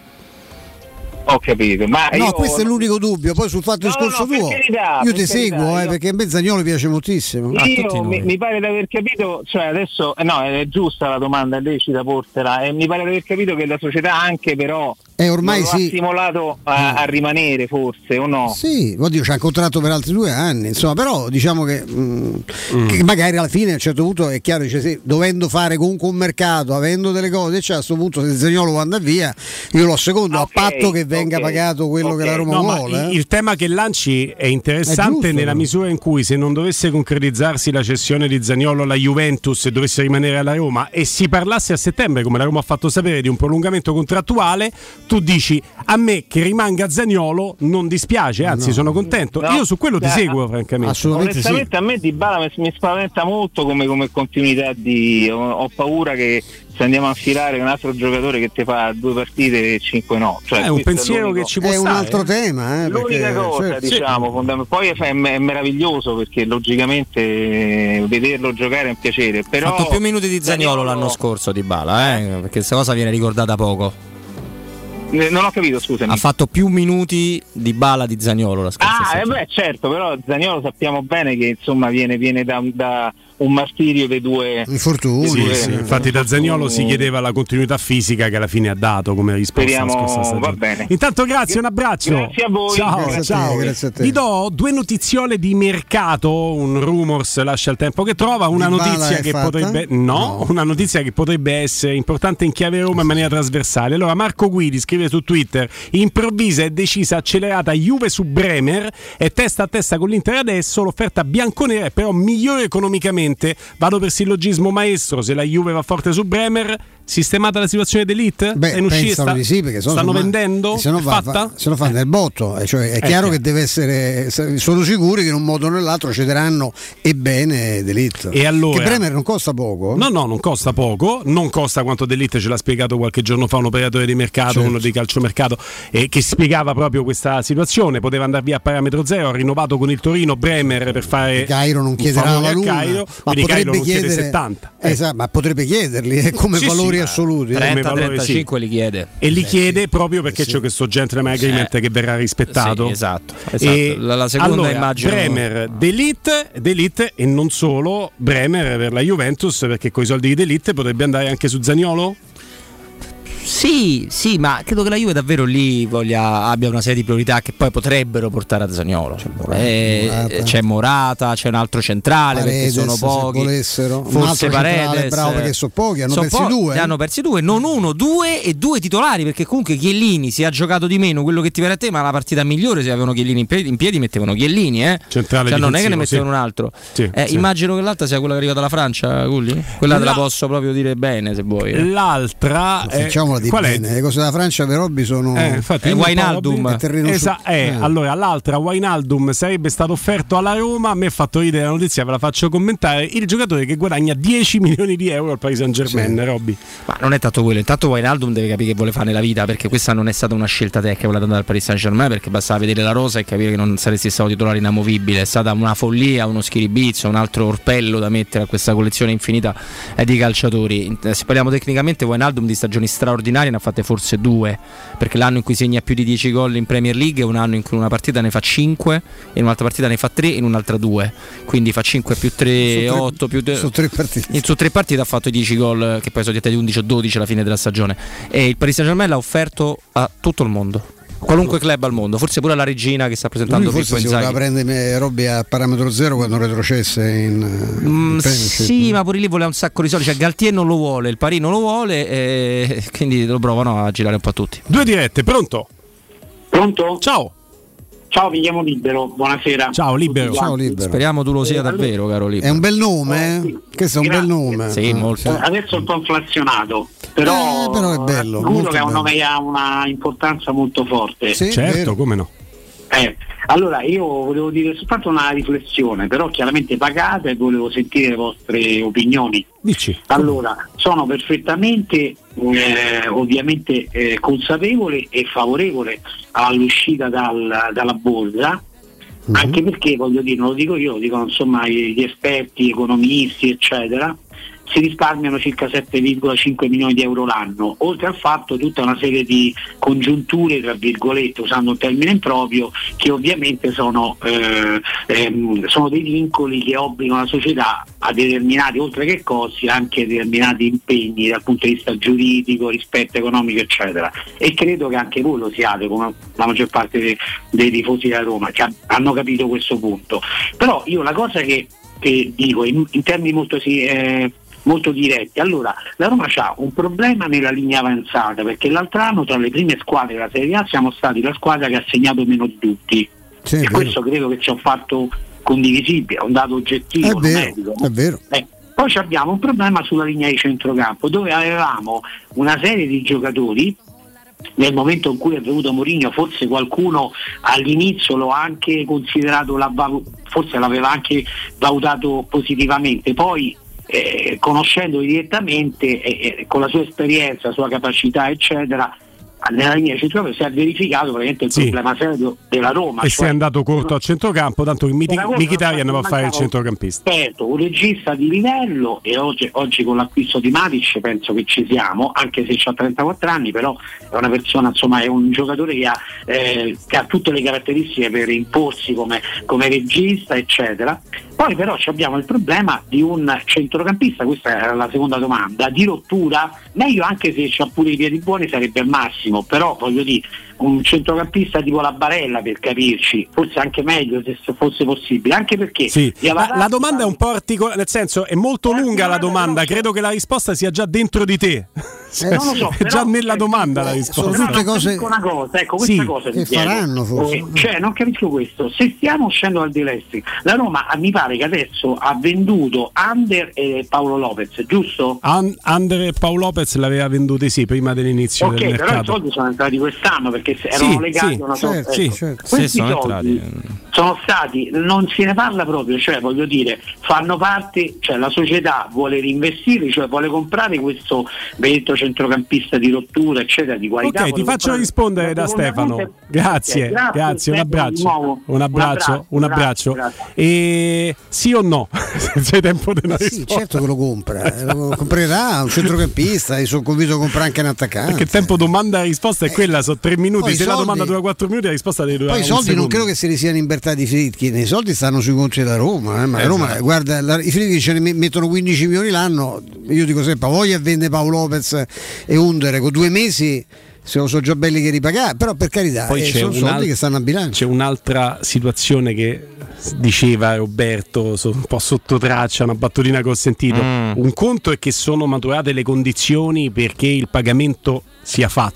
Ho capito, ma No, io- questo è l'unico dubbio. Poi sul fatto No, discorso no, per tuo, carità, io per ti carità, seguo, eh, io- perché a me Zaniolo piace moltissimo. a tutti Io noi. mi, mi pare di aver capito, cioè adesso eh, no, è giusta la domanda, è lecita portela, e mi pare di aver capito che la società anche però Eh, ormai non lo sì. ha stimolato a, a rimanere forse o no? Sì, oddio, c'ha un contratto per altri due anni, insomma, però diciamo che, mh, che magari alla fine a un certo punto è chiaro, dice, sì, dovendo fare comunque un mercato, avendo delle cose, cioè a questo punto se Zaniolo può andare via, io lo secondo, Ok, a patto che venga ok, pagato quello ok. che la Roma No, ma vuole. il, eh. il tema che lanci è È interessante giusto, nella però. misura in cui, se non dovesse concretizzarsi la cessione di Zaniolo alla Juventus e dovesse rimanere alla Roma e si parlasse a settembre, come la Roma ha fatto sapere, di un prolungamento contrattuale, tu dici a me che rimanga Zaniolo non dispiace, anzi No. sono contento. No. Io su quello ti Eh, seguo, francamente. Assolutamente sì. Onestamente a me Dybala mi, mi spaventa molto come, come continuità di ho, ho paura che se andiamo a infilare un altro giocatore che ti fa due partite e cinque no, cioè, È un questo pensiero l'unico- che ci può È un stare. altro tema, eh, L'unica perché, cosa, cioè, diciamo, fondament- poi è, è meraviglioso perché logicamente eh, vederlo giocare è un piacere. Ha Però fatto più minuti di Zaniolo l'anno scorso Dybala, eh? Perché questa cosa viene ricordata poco. Eh, Non ho capito, scusami. Ha fatto più minuti di Dybala di Zaniolo la scorsa Ah, eh stagione. beh, certo, però Zaniolo sappiamo bene che insomma viene, viene da, da un martirio dei due infortuni. Sì, due- sì, infatti da Zaniolo si chiedeva la continuità fisica che alla fine ha dato come risposta. Speriamo, la scorsa stagione. va bene. Intanto grazie, un abbraccio. Grazie a voi. Ciao, Grazie a te, ciao. grazie a te. Vi do due notiziole di mercato, un rumors lascia il tempo che trova, una Dybala notizia è che fatta? potrebbe no, No. una notizia che potrebbe essere importante in chiave Roma in maniera trasversale. Allora Marco Guidi scrive su Twitter: improvvisa e decisa accelerata Juve su Bremer, è testa a testa con l'Inter adesso, l'offerta bianconera è però migliore economicamente. Vado per sillogismo maestro, se la Juve va forte su Bremer, sistemata la situazione d'Elite? Beh, è in uscita? pensano di sì, perché sono stanno insomma, vendendo? se no È va, fatta? va- se no fanno nel botto, eh, cioè, è Eh, chiaro chiaro. che deve essere, sono sicuri che in un modo o nell'altro cederanno e bene D'Elite. E allora? Che Bremer non costa poco. No, no, non costa poco, non costa quanto D'Elite, ce l'ha spiegato qualche giorno fa un operatore di mercato, Certo. uno di calciomercato, eh, che spiegava proprio questa situazione. Poteva andare via a parametro zero, ha rinnovato con il Torino Bremer per fare Il Cairo non un chiederà favore la a luna, Cairo, ma quindi Cairo potrebbe non chiede chiedere settanta. Eh. Esatto, ma potrebbe chiederli eh, come Sì, valori sì, assoluti. eh. come trenta valori, trentacinque sì. li chiede. E li Eh, chiede sì. proprio perché Eh, sì. c'è questo gentleman agreement Eh, che verrà rispettato. Sì, esatto, esatto. E La, la seconda allora, immagino. Bremer, D'Elite, D'Elite e non solo Bremer per la Juventus, perché con i soldi di D'Elite potrebbe andare anche su Zaniolo? Sì, sì, ma credo che la Juve davvero lì voglia, abbia una serie di priorità che poi potrebbero portare a Zaniolo. C'è Morata, eh, Morata. c'è, Morata, c'è un altro centrale perché Paredes, sono se pochi. volessero. Un Forse altro centrale Paredes. bravo perché sono pochi, hanno Sono persi po- due. Ne hanno persi due, non uno, due e due titolari, perché comunque Chiellini si è giocato di meno quello che ti viene a te, ma la partita migliore se avevano Chiellini in piedi, in piedi mettevano Chiellini, eh. Centrale cioè, non è che ne difensivo, mettevano sì. un altro. Sì, Eh, sì. Immagino che l'altra sia quella che arriva dalla Francia, Gulli. Quella te la La- posso proprio dire bene se vuoi. eh. L'altra è Facciamola di Qual è? bene. Le cose della Francia per Robby sono Eh, infatti, Eh, uno Wijnaldum. Robby- terreno Esa- su- eh, eh. allora l'altra Wijnaldum sarebbe stato offerto alla Roma. A me ha fatto ridere la notizia, ve la faccio commentare. Il giocatore che guadagna dieci milioni di euro al Paris Saint Germain, Sì. Robby. Ma non è tanto quello, intanto Wijnaldum deve capire che vuole fare nella vita, perché questa non è stata una scelta tecnica quella di andare al Paris Saint Germain, perché bastava vedere la rosa e capire che non saresti stato titolare inamovibile. È stata una follia, uno schiribizzo, un altro orpello da mettere a questa collezione infinita eh, di calciatori. Se parliamo tecnicamente, Wijnaldum di stagioni straordinarie ne ha fatte forse due, perché l'anno in cui segna più di dieci gol in Premier League è un anno in cui in una partita ne fa cinque, in un'altra partita ne fa tre e in un'altra due, quindi fa cinque più tre, otto più su tre partite. In su tre partite ha fatto i dieci gol, che poi sono diventati undici o dodici alla fine della stagione, e il Paris Saint Germain l'ha offerto a tutto il mondo, qualunque club al mondo, forse pure la regina che sta presentando Lui Pippo forse si voleva Inzaghi. prendere Robby a parametro zero quando retrocesse in, in Mm, Premiership. sì, ma pure lì voleva un sacco di soldi, cioè Galtier non lo vuole, il Paris non lo vuole, e quindi lo provano a girare un po' a tutti. Due dirette, pronto? Pronto? Ciao. Ciao, mi chiamo Libero, buonasera. Ciao Libero. Tutti Ciao quanti. Libero. Speriamo tu lo sia Eh, davvero, caro Libero. È un bel nome, eh? Questo è un bel Grazie. nome. Sì, Eh, molto. Eh, Adesso è un po' inflazionato, però, Eh, però è bello, sicuro molto che è un bello. nome che ha una importanza molto forte. Sì, Certo, vero. come no? Eh, allora io volevo dire soltanto una riflessione, però chiaramente pagate e volevo sentire le vostre opinioni. Dici. Allora, sono perfettamente eh, ovviamente eh, consapevole e favorevole all'uscita dal- dalla borsa, Mhm. anche perché, voglio dire, non lo dico io, lo dicono insomma gli esperti, economisti, eccetera, si risparmiano circa sette virgola cinque milioni di euro l'anno, oltre al fatto tutta una serie di congiunture, tra virgolette, usando un termine improprio, che ovviamente sono, eh, ehm, sono dei vincoli che obbligano la società a determinati, oltre che costi, anche determinati impegni dal punto di vista giuridico, rispetto economico, eccetera. E credo che anche voi lo siate, come la maggior parte dei, dei tifosi della Roma, che ha- hanno capito questo punto. Però io la cosa che, che dico in, in termini molto si- eh, molto diretti, allora la Roma ha un problema nella linea avanzata, perché l'altro anno tra le prime squadre della Serie A siamo stati la squadra che ha segnato meno di tutti, Sì, è e vero. questo credo che sia un fatto condivisibile, un dato oggettivo, È numerico. vero, è vero. Eh, poi ci abbiamo un problema sulla linea di centrocampo, dove avevamo una serie di giocatori. Nel momento in cui è venuto Mourinho, forse qualcuno all'inizio lo ha anche considerato, l'ha valu- forse l'aveva anche valutato positivamente, poi eh, conoscendolo direttamente e eh, con la sua esperienza, la sua capacità, eccetera, nella linea centrocampo si è verificato praticamente il Sì. problema serio della Roma. E cioè- sei andato corto a centrocampo, tanto che Miti- Era quello, Mkhitaryan va a non fare il mancava- centrocampista. Certo, un regista di livello, e oggi, oggi con l'acquisto di Matic penso che ci siamo, anche se ha trentaquattro anni, però è una persona, insomma, è un giocatore che ha, eh, che ha tutte le caratteristiche per imporsi come, come regista, eccetera. Poi però ci abbiamo il problema di un centrocampista, questa era la seconda domanda, di rottura, meglio anche se c'ha pure i piedi buoni sarebbe il massimo, però voglio dire, un centrocampista tipo la Barella, per capirci, forse anche meglio se fosse possibile, anche perché Sì. gli La, avanzati- la domanda è un po' articolata, nel senso è molto lunga la domanda, credo che la risposta sia già dentro di te. Eh, non lo so, è però- già nella domanda la Sono risposta. tutte cose. Una cosa, ecco, questa Sì, cosa che ti chiedo. faranno, forse. Eh, Cioè, non capisco questo. Se stiamo uscendo dal dell'Est, la Roma mi pare che adesso ha venduto Ander e Paolo Lopez, giusto? An- Andre Paolo Lopez l'aveva venduti sì prima dell'inizio Ok, del però i mercato. soldi sono entrati quest'anno perché se- erano Sì, legati sì, a una certo, sorta. sì, ecco. certo. Questi Sì, sono soldi entrati. sono stati, non se ne parla proprio, cioè voglio dire, fanno parte, cioè la società vuole reinvestire, cioè vuole comprare questo benedetto centrocampista di rottura, eccetera, di qualità. Ok, ti vuole faccio comprare rispondere la da seconda Stefano. punta. Grazie, Ok, grazie, grazie, un Stefano, di abbraccio. nuovo. Un abbraccio, un abbraccio. grazie. E sì o no? Se hai tempo di una Ma sì, risposta. certo che lo compra, eh, lo comprerà un centrocampista e sono convinto che comprerà anche un attaccante. Perché il tempo domanda e risposta è quella, sono tre minuti. poi i Se la soldi- domanda dura quattro minuti, la risposta deve durare Poi i un soldi non secondo. credo che se li siano invertiti Fritkin, i soldi stanno sui conti della Roma, eh, ma la Roma, Esatto. guarda, la, i Fritkin ce ne me- mettono quindici milioni l'anno, io dico sempre, voglia vende Paolo Lopez e Under con due mesi se lo so già belli che ripagare, però per carità Poi eh, c'è sono soldi un'al- che stanno a bilancio. C'è un'altra situazione che diceva Roberto, so- un po' sotto traccia, una battutina che ho sentito. Un conto è che sono maturate le condizioni perché il pagamento sia fatto.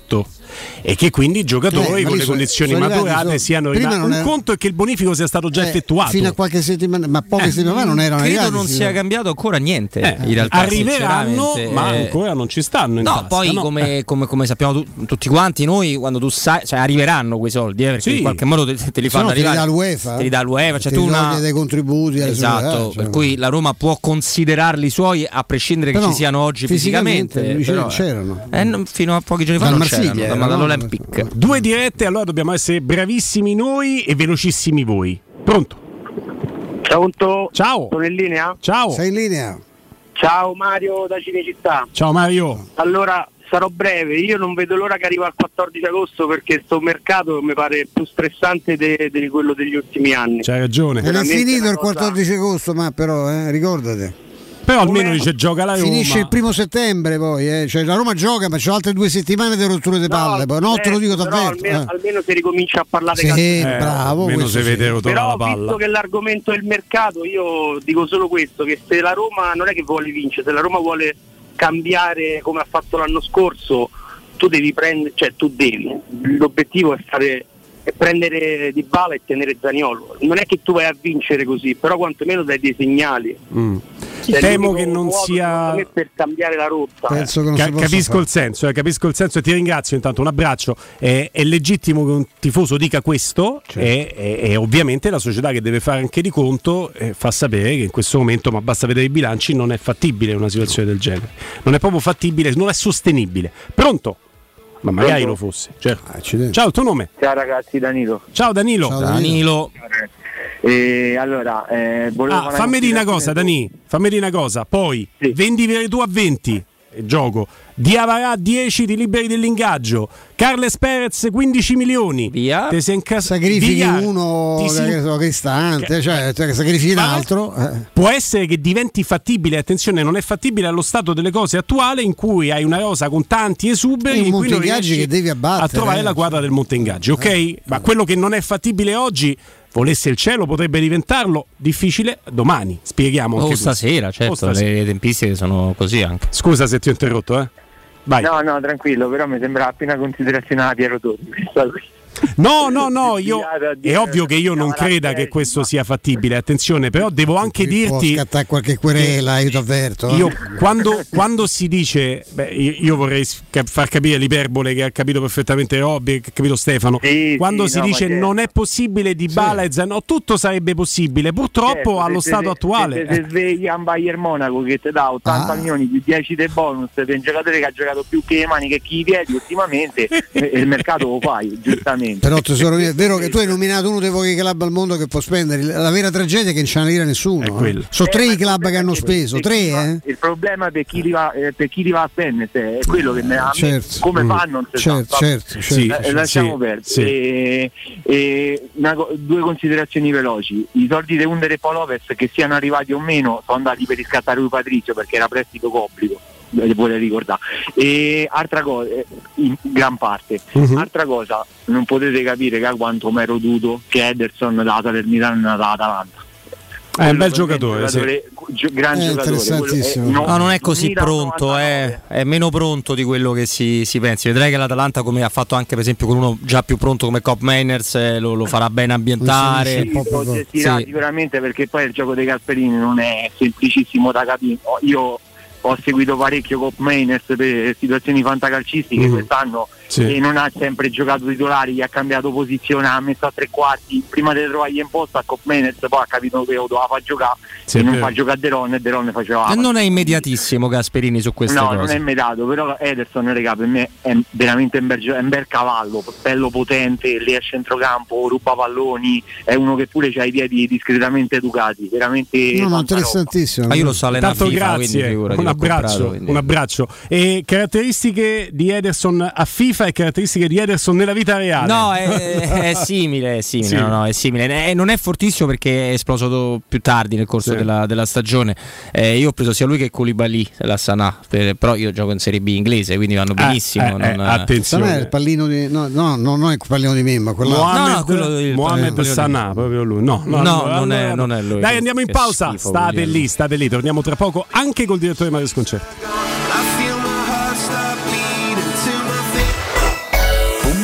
e che quindi i giocatori eh, con le sono, condizioni sono maturate arrivati, sono, siano rimasti. Un era... conto è che il bonifico sia stato già eh, effettuato fino a qualche settimana, ma poche eh, settimane non erano credo arrivati, non sì, sia cambiato ancora niente eh, in realtà, arriveranno ma ancora non ci stanno in no tasca, poi no? come, eh. come, come sappiamo tu, tutti quanti noi, quando tu sai, cioè arriveranno quei soldi eh, perché sì. in qualche modo te, te li fanno no, arrivare te li dà l'UEFA, te li dà l'UEFA, cioè te tu li una... dei contributi esatto, eh, cioè... per cui la Roma può considerarli suoi a prescindere però che ci siano oggi fisicamente, fisicamente però, c'erano eh, non, fino a pochi giorni fa Dal non Marsiglia, c'erano, era, ma no? dall'Olympic. Due dirette, allora dobbiamo essere bravissimi noi e velocissimi voi. Pronto? Pronto? Ciao. Sono in linea? Ciao. Sei in linea? Ciao Mario da Cinecittà. Ciao Mario. Allora, sarò breve, io non vedo l'ora che arriva il quattordici agosto perché sto mercato mi pare più stressante di quello degli ultimi anni. C'hai ragione. Non è finito il cosa... quattordici agosto, ma però eh, ricordate. Però almeno dice gioca la Roma. Finisce il primo settembre poi, eh. Cioè la Roma gioca, ma c'ho altre due settimane di rotture di palle. No, no te lo dico davvero. Almeno, eh. almeno si ricomincia a parlare sì, eh, bravo. Meno si vede sì. rotolare la palla. Visto che l'argomento è il mercato, io dico solo questo: che se la Roma non è che vuole vincere, se la Roma vuole cambiare come ha fatto l'anno scorso, tu devi prendere, cioè tu devi. L'obiettivo è stare. Prendere Dybala e tenere Zaniolo. Non è che tu vai a vincere così, però quantomeno dai dei segnali. Mm. Temo che non sia per cambiare la rotta. Penso che non Ca- si possa capisco fare. il senso, eh, capisco il senso e ti ringrazio. Intanto un abbraccio. È, è legittimo che un tifoso dica questo, certo. e, e, e ovviamente la società che deve fare anche di conto eh, fa sapere che in questo momento, ma basta vedere i bilanci, non è fattibile una situazione del genere. Non è proprio fattibile, non è sostenibile. Pronto? Ma magari Pronto? Lo fosse. Certo. Ciao, il tuo nome? Ciao ragazzi, Danilo. Ciao Danilo. Ciao, Danilo. E allora, eh, volevo ah, fammi dire una cosa, Dani. Fammi dire una cosa. Poi sì. Vendi Veretù a venti. Gioco. Diavarà dieci, ti liberi dell'ingaggio. Carles Perez quindici milioni. Via. Te sei incas- sacrifichi via. uno si... Cristante, cioè, cioè sacrifichi l'altro. Eh. Può essere che diventi fattibile, attenzione, non è fattibile allo stato delle cose attuale in cui hai una rosa con tanti esuberi in cui non riesci che devi abbattere, a trovare eh. la quadra del monte ingaggi, ok? Eh. Ma quello che non è fattibile oggi, volesse il cielo, potrebbe diventarlo difficile domani. Spieghiamo anche o stasera, questo. Certo, o stasera. Le tempistiche sono così anche. Scusa se ti ho interrotto, eh. Vai. No, no, tranquillo, però mi sembra appena considerazione a Piero Torri. No, no, no, io è ovvio che io non creda che questo sia fattibile, attenzione, però devo anche dirti può scattare qualche querela, io ti avverto. Io quando, quando si dice, beh, io, io vorrei far capire l'iperbole che ha capito perfettamente Robby, che ha capito Stefano, sì, quando sì, si no, dice che... non è possibile Dybala sì. e Zaniolo, tutto sarebbe possibile, purtroppo certo, allo se, stato se, attuale. Se, se svegli a Bayern Monaco che ti dà ottanta ah. milioni più dieci dei bonus per un giocatore che ha giocato più che le mani che chi i piedi ultimamente e il mercato lo fai, giustamente. Però tesoro mio, è vero che tu hai nominato uno dei pochi club al mondo che può spendere, la vera tragedia è che non c'è una lira nessuno. Eh. Sono eh, tre i club che hanno speso, tre eh? Il problema per chi li va, eh, per chi li va a spendere è quello che ne certo. come fanno non si certo, sa. Certo, certo, sì, certo. Lasciamo sì, perdere. sì. E, e una, due considerazioni veloci. I soldi di Under e Paul Lopez, che siano arrivati o meno, sono andati per riscattare lui Patrizio perché era prestito d'obbligo. Vuole ricordare. E altra cosa, in gran parte, uh-huh. altra cosa, non potete capire che quanto mi ero dovuto che Ederson dalla Salernitana dall'Atalanta. È un bel giocatore, giocatore sì. gi- gran è giocatore. Interessantissimo. È, no, no, non è così pronto, è, è meno pronto di quello che si, si pensi. Vedrai che l'Atalanta, come ha fatto anche per esempio con uno già più pronto come Cop Mainers, eh, lo, lo farà bene ambientare. Sì, sì, lo gestirà sì. sicuramente, perché poi il gioco dei Gasperini non è semplicissimo da capire. Io ho seguito parecchio Cop Mainers per situazioni fantacalcistiche mm. quest'anno sì. e non ha sempre giocato titolari, gli ha cambiato posizione, ha messo a tre quarti, prima di trovargli in posto a Cop Mainers, poi ha capito che lo doveva far giocare sì, e non fa giocare De Ron e De Ron faceva. E non è immediatissimo Gasperini su queste no, cose. No, non è immediato, però Ederson, regà, per me è veramente un bel, un bel cavallo, bello potente, lì a centrocampo, ruba palloni, è uno che pure ha i piedi discretamente educati, veramente. No, no, interessantissimo. Ma io lo so allenare Tanto FIFA, grazie, figurati, un abbraccio, comprato, un abbraccio. E caratteristiche di Ederson a FIFA e caratteristiche di Ederson nella vita reale? No, è, è simile, è simile, sì. no, no, è simile. È, non è fortissimo perché è esploso più tardi nel corso sì. della, della stagione. Eh, io ho preso sia lui che Koulibaly, la Sanà, per, però io gioco in Serie B inglese, quindi vanno benissimo. Eh, eh, non, eh, attenzione. Sanà è il pallino di no, no, no, non è il pallino di Memma, quello Mohamed, no, no, quello del, Mohamed Sanà, proprio lui. No, no, no, no non, allora, è, non è lui. Dai, andiamo in pausa. Schifo, state lì, state lì, torniamo tra poco anche col direttore Mario Sconcerti.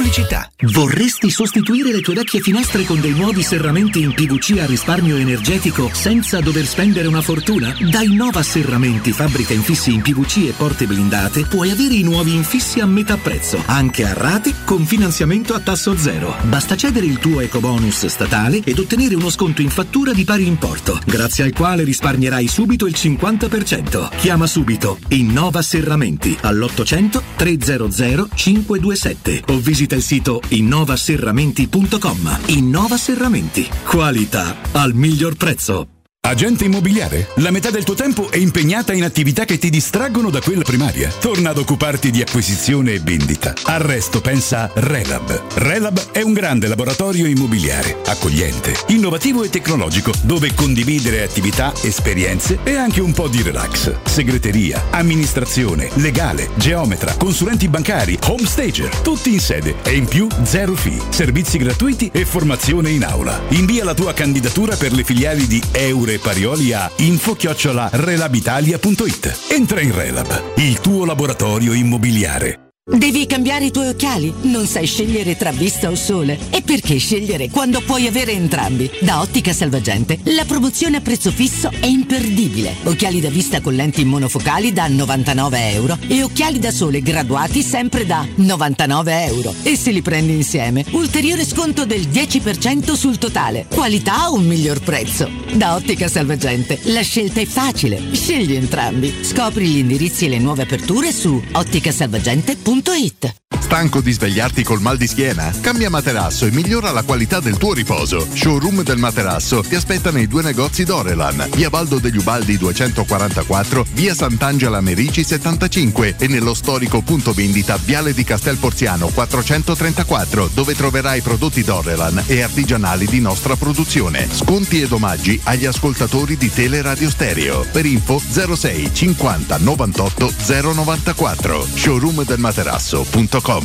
pubblicità. Vorresti sostituire le tue vecchie finestre con dei nuovi serramenti in P V C a risparmio energetico senza dover spendere una fortuna? Da Innova Serramenti, fabbrica infissi in P V C e porte blindate, puoi avere i nuovi infissi a metà prezzo, anche a rate con finanziamento a tasso zero. Basta cedere il tuo ecobonus statale ed ottenere uno sconto in fattura di pari importo, grazie al quale risparmierai subito il cinquanta per cento. Chiama subito Innova Serramenti all'ottocento trecento cinquecentoventisette o visita il sito innova serramenti punto com. Innova Serramenti, qualità al miglior prezzo. Agente immobiliare? La metà del tuo tempo è impegnata in attività che ti distraggono da quella primaria. Torna ad occuparti di acquisizione e vendita. Al resto pensa Relab. Relab è un grande laboratorio immobiliare, accogliente, innovativo e tecnologico, dove condividere attività, esperienze e anche un po' di relax. Segreteria, amministrazione, legale, geometra, consulenti bancari, home stager, tutti in sede e in più zero fee, servizi gratuiti e formazione in aula. Invia la tua candidatura per le filiali di Eure Parioli a info chiocciola relabitalia punto it. Entra in Relab, il tuo laboratorio immobiliare. Devi cambiare i tuoi occhiali? Non sai scegliere tra vista o sole? E perché scegliere quando puoi avere entrambi? Da Ottica Salvagente la promozione a prezzo fisso è imperdibile. Occhiali da vista con lenti monofocali da novantanove euro e occhiali da sole graduati sempre da novantanove euro. E se li prendi insieme, ulteriore sconto del dieci per cento sul totale. Qualità o un miglior prezzo? Da Ottica Salvagente la scelta è facile. Scegli entrambi. Scopri gli indirizzi e le nuove aperture su otticasalvagente punto it. Stanco di svegliarti col mal di schiena? Cambia materasso e migliora la qualità del tuo riposo. Showroom del materasso ti aspetta nei due negozi Dorelan, via Baldo degli Ubaldi duecentoquarantaquattro, via Sant'Angela Merici settantacinque e nello storico punto vendita Viale di Castel Porziano quattrocentotrentaquattro, dove troverai prodotti Dorelan e artigianali di nostra produzione. Sconti ed omaggi agli ascoltatori di Teleradio Stereo. Per info zero sei cinquanta novantotto zero novantaquattro. showroom del materasso punto com.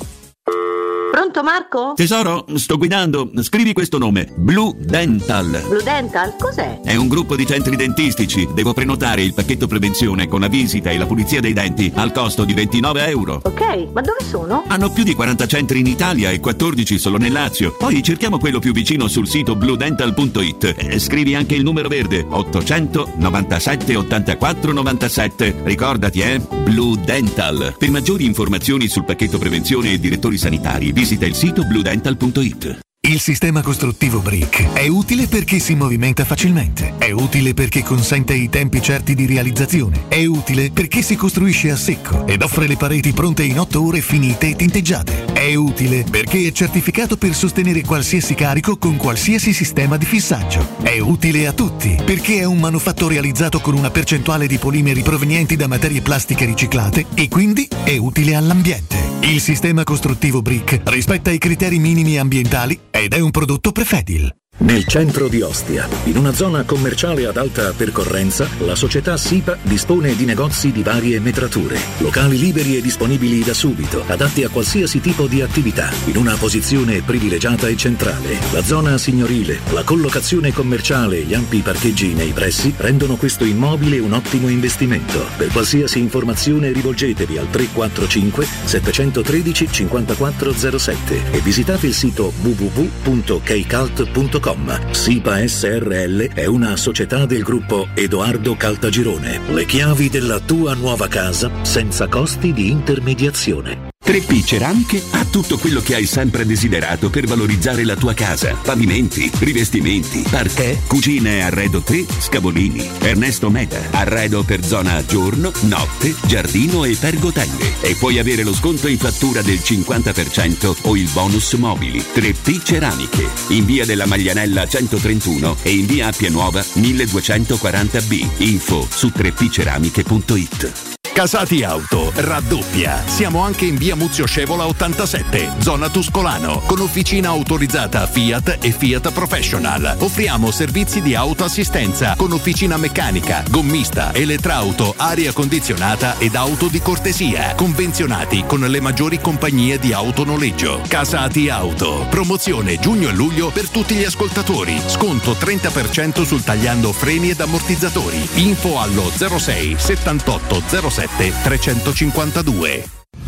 Pronto Marco? Tesoro, sto guidando. Scrivi questo nome: Blue Dental. Blue Dental? Cos'è? È un gruppo di centri dentistici. Devo prenotare il pacchetto prevenzione con la visita e la pulizia dei denti al costo di ventinove euro. Ok, ma dove sono? Hanno più di quaranta centri in Italia e quattordici solo nel Lazio. Poi cerchiamo quello più vicino sul sito blue dental punto it. E scrivi anche il numero verde: ottocento novantasette ottantaquattro novantasette. Ricordati, eh? Blue Dental. Per maggiori informazioni sul pacchetto prevenzione e direttori sanitari, visita il sito blue dental punto it. Il sistema costruttivo Brick è utile perché si movimenta facilmente, è utile perché consente i tempi certi di realizzazione, è utile perché si costruisce a secco ed offre le pareti pronte in otto ore finite e tinteggiate, è utile perché è certificato per sostenere qualsiasi carico con qualsiasi sistema di fissaggio, è utile a tutti perché è un manufatto realizzato con una percentuale di polimeri provenienti da materie plastiche riciclate e quindi è utile all'ambiente. Il sistema costruttivo Brick rispetta i criteri minimi ambientali ed è un prodotto Prefedil. Nel centro di Ostia, in una zona commerciale ad alta percorrenza, la società SIPA dispone di negozi di varie metrature, locali liberi e disponibili da subito, adatti a qualsiasi tipo di attività, in una posizione privilegiata e centrale. La zona signorile, la collocazione commerciale e gli ampi parcheggi nei pressi rendono questo immobile un ottimo investimento. Per qualsiasi informazione rivolgetevi al tre quattro cinque sette uno tre cinquantaquattro zero sette e visitate il sito w w w punto keicalt punto com. SIPA S R L è una società del gruppo Edoardo Caltagirone. Le chiavi della tua nuova casa senza costi di intermediazione. tre P Ceramiche ha tutto quello che hai sempre desiderato per valorizzare la tua casa. Pavimenti, rivestimenti, parquet, cucine e arredo tre, Scavolini. Ernesto Meda, arredo per zona giorno, notte, giardino e pergotende. E puoi avere lo sconto in fattura del cinquanta per cento o il bonus mobili. tre P Ceramiche, in via della Maglianella centotrentuno e in via Appia Nuova milleduecentoquaranta B. Info su tre p ceramiche punto it. Casati Auto raddoppia. Siamo anche in via Muzio Scevola ottantasette, zona Tuscolano, con officina autorizzata Fiat e Fiat Professional. Offriamo servizi di autoassistenza con officina meccanica, gommista, elettrauto, aria condizionata ed auto di cortesia, convenzionati con le maggiori compagnie di autonoleggio. Casati Auto. Promozione giugno e luglio per tutti gli ascoltatori. Sconto trenta per cento sul tagliando freni ed ammortizzatori. Info allo zero sei settantotto zero sette trecentocinquantadue.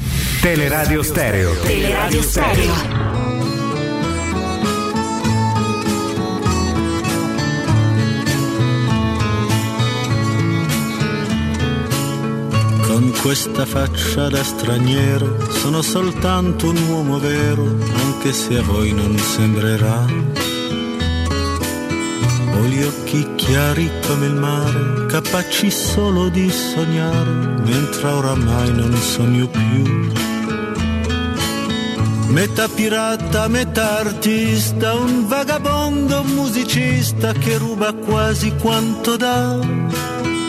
Teleradio Stereo. Teleradio Stereo. Con questa faccia da straniero sono soltanto un uomo vero, anche se a voi non sembrerà. Ho gli occhi chiari come il mare, capaci solo di sognare, mentre oramai non sogno più. Metà pirata, metà artista, un vagabondo musicista che ruba quasi quanto dà.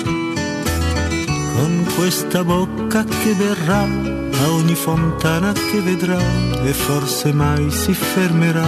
Con questa bocca che berrà a ogni fontana che vedrà e forse mai si fermerà.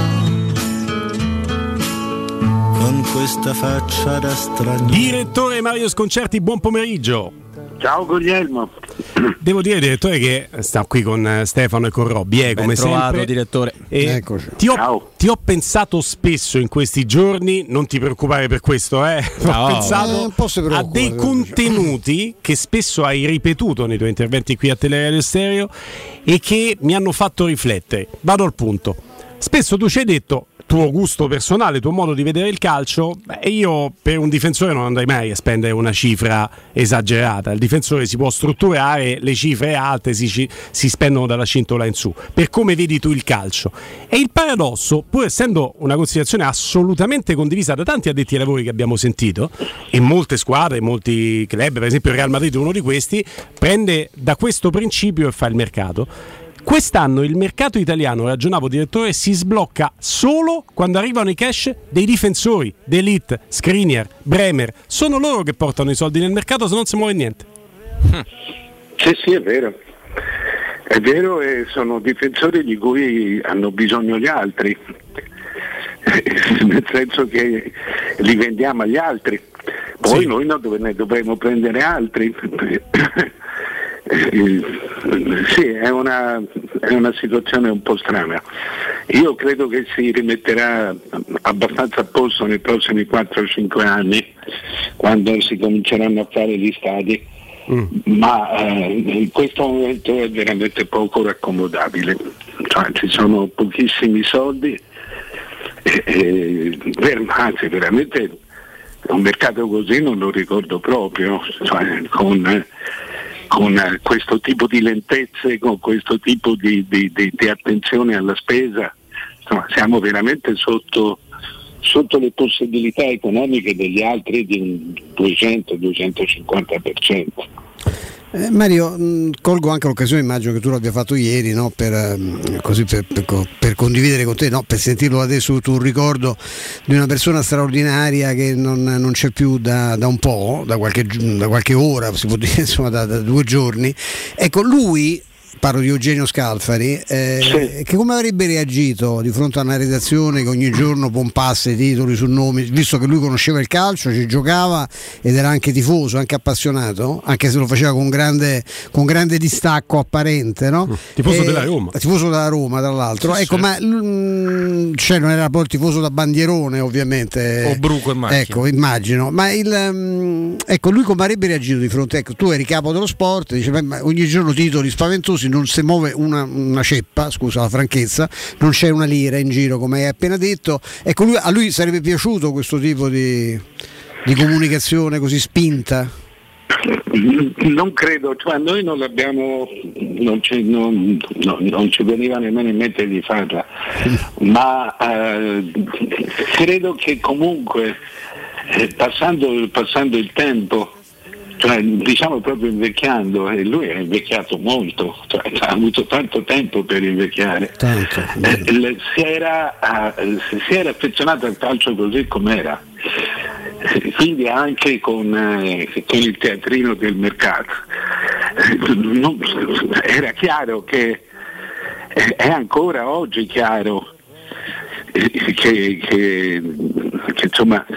Con questa faccia da straniero. Direttore Mario Sconcerti, buon pomeriggio. Ciao Guglielmo. Devo dire, direttore, che sta qui con Stefano e con Robby, eh, come Ben trovato, sempre. direttore. E ti, ho, ti ho pensato spesso in questi giorni, non ti preoccupare per questo, eh. No, ho pensato eh, a dei contenuti che spesso hai ripetuto nei tuoi interventi qui a Teleradio Stereo e che mi hanno fatto riflettere. Vado al punto. Spesso tu ci hai detto tuo gusto personale, tuo modo di vedere il calcio, e io per un difensore non andrei mai a spendere una cifra esagerata. Il difensore si può strutturare, le cifre alte si, si spendono dalla cintola in su, per come vedi tu il calcio. E il paradosso, pur essendo una considerazione assolutamente condivisa da tanti addetti ai lavori che abbiamo sentito, e molte squadre, molti club, per esempio il Real Madrid è uno di questi, prende da questo principio e fa il mercato. Quest'anno il mercato italiano, ragionavo direttore, si sblocca solo quando arrivano i cash dei difensori, D'Elite, Skriniar, Bremer. Sono loro che portano i soldi nel mercato, se non si muove niente. Sì, sì, è vero. È vero, e sono difensori di cui hanno bisogno gli altri. Nel senso che li vendiamo agli altri. Poi sì, noi no, ne dovremo prendere altri. Sì, è una, è una situazione un po' strana. Io credo che si rimetterà abbastanza a posto nei prossimi quattro o cinque anni, quando si cominceranno a fare gli stadi, mm. ma eh, in questo momento è veramente poco raccomandabile. Cioè, ci sono pochissimi soldi e, e, anzi veramente un mercato così non lo ricordo proprio, cioè, con con questo tipo di lentezze, con questo tipo di, di, di, di attenzione alla spesa. Insomma, siamo veramente sotto, sotto le possibilità economiche degli altri di un duecento duecentocinquanta per cento. Eh, Mario, mh, colgo anche l'occasione, immagino che tu l'abbia fatto ieri, no? per, mh, così per, per, per condividere con te, no? Per sentirlo adesso tu un ricordo di una persona straordinaria che non, non c'è più da, da un po', da qualche, da qualche ora, si può dire, insomma, da, da due giorni. Ecco, lui, parlo di Eugenio Scalfari, eh, sì. che come avrebbe reagito di fronte a una redazione che ogni giorno pompasse i titoli su nomi, visto che lui conosceva il calcio, ci giocava ed era anche tifoso, anche appassionato, anche se lo faceva con grande, con grande distacco apparente, no? Tifoso e, della Roma. Tifoso della Roma, tra l'altro. Sì, ecco, sì. ma mh, cioè non era poi il tifoso da bandierone, ovviamente. O Bruco e macchina. Ecco, immagino. Ma il mh, ecco, lui come avrebbe reagito di fronte? Ecco, tu eri capo dello sport, dice, ma ogni giorno titoli spaventosi, non si muove una, una ceppa, scusa la franchezza, non c'è una lira in giro come hai appena detto. Ecco, lui, a lui sarebbe piaciuto questo tipo di, di comunicazione così spinta? Non credo, cioè noi non l'abbiamo, non ci, non, no, non ci veniva nemmeno in mente di farla, ma eh, credo che comunque eh, passando, passando il tempo, cioè, diciamo proprio invecchiando, e lui è invecchiato molto, cioè, ha avuto tanto tempo per invecchiare, tanto, eh, si, era, eh, si era affezionato al calcio così com'era, quindi anche con, eh, con il teatrino del mercato. Eh, non, era chiaro che eh, è ancora oggi chiaro eh, che, che, che insomma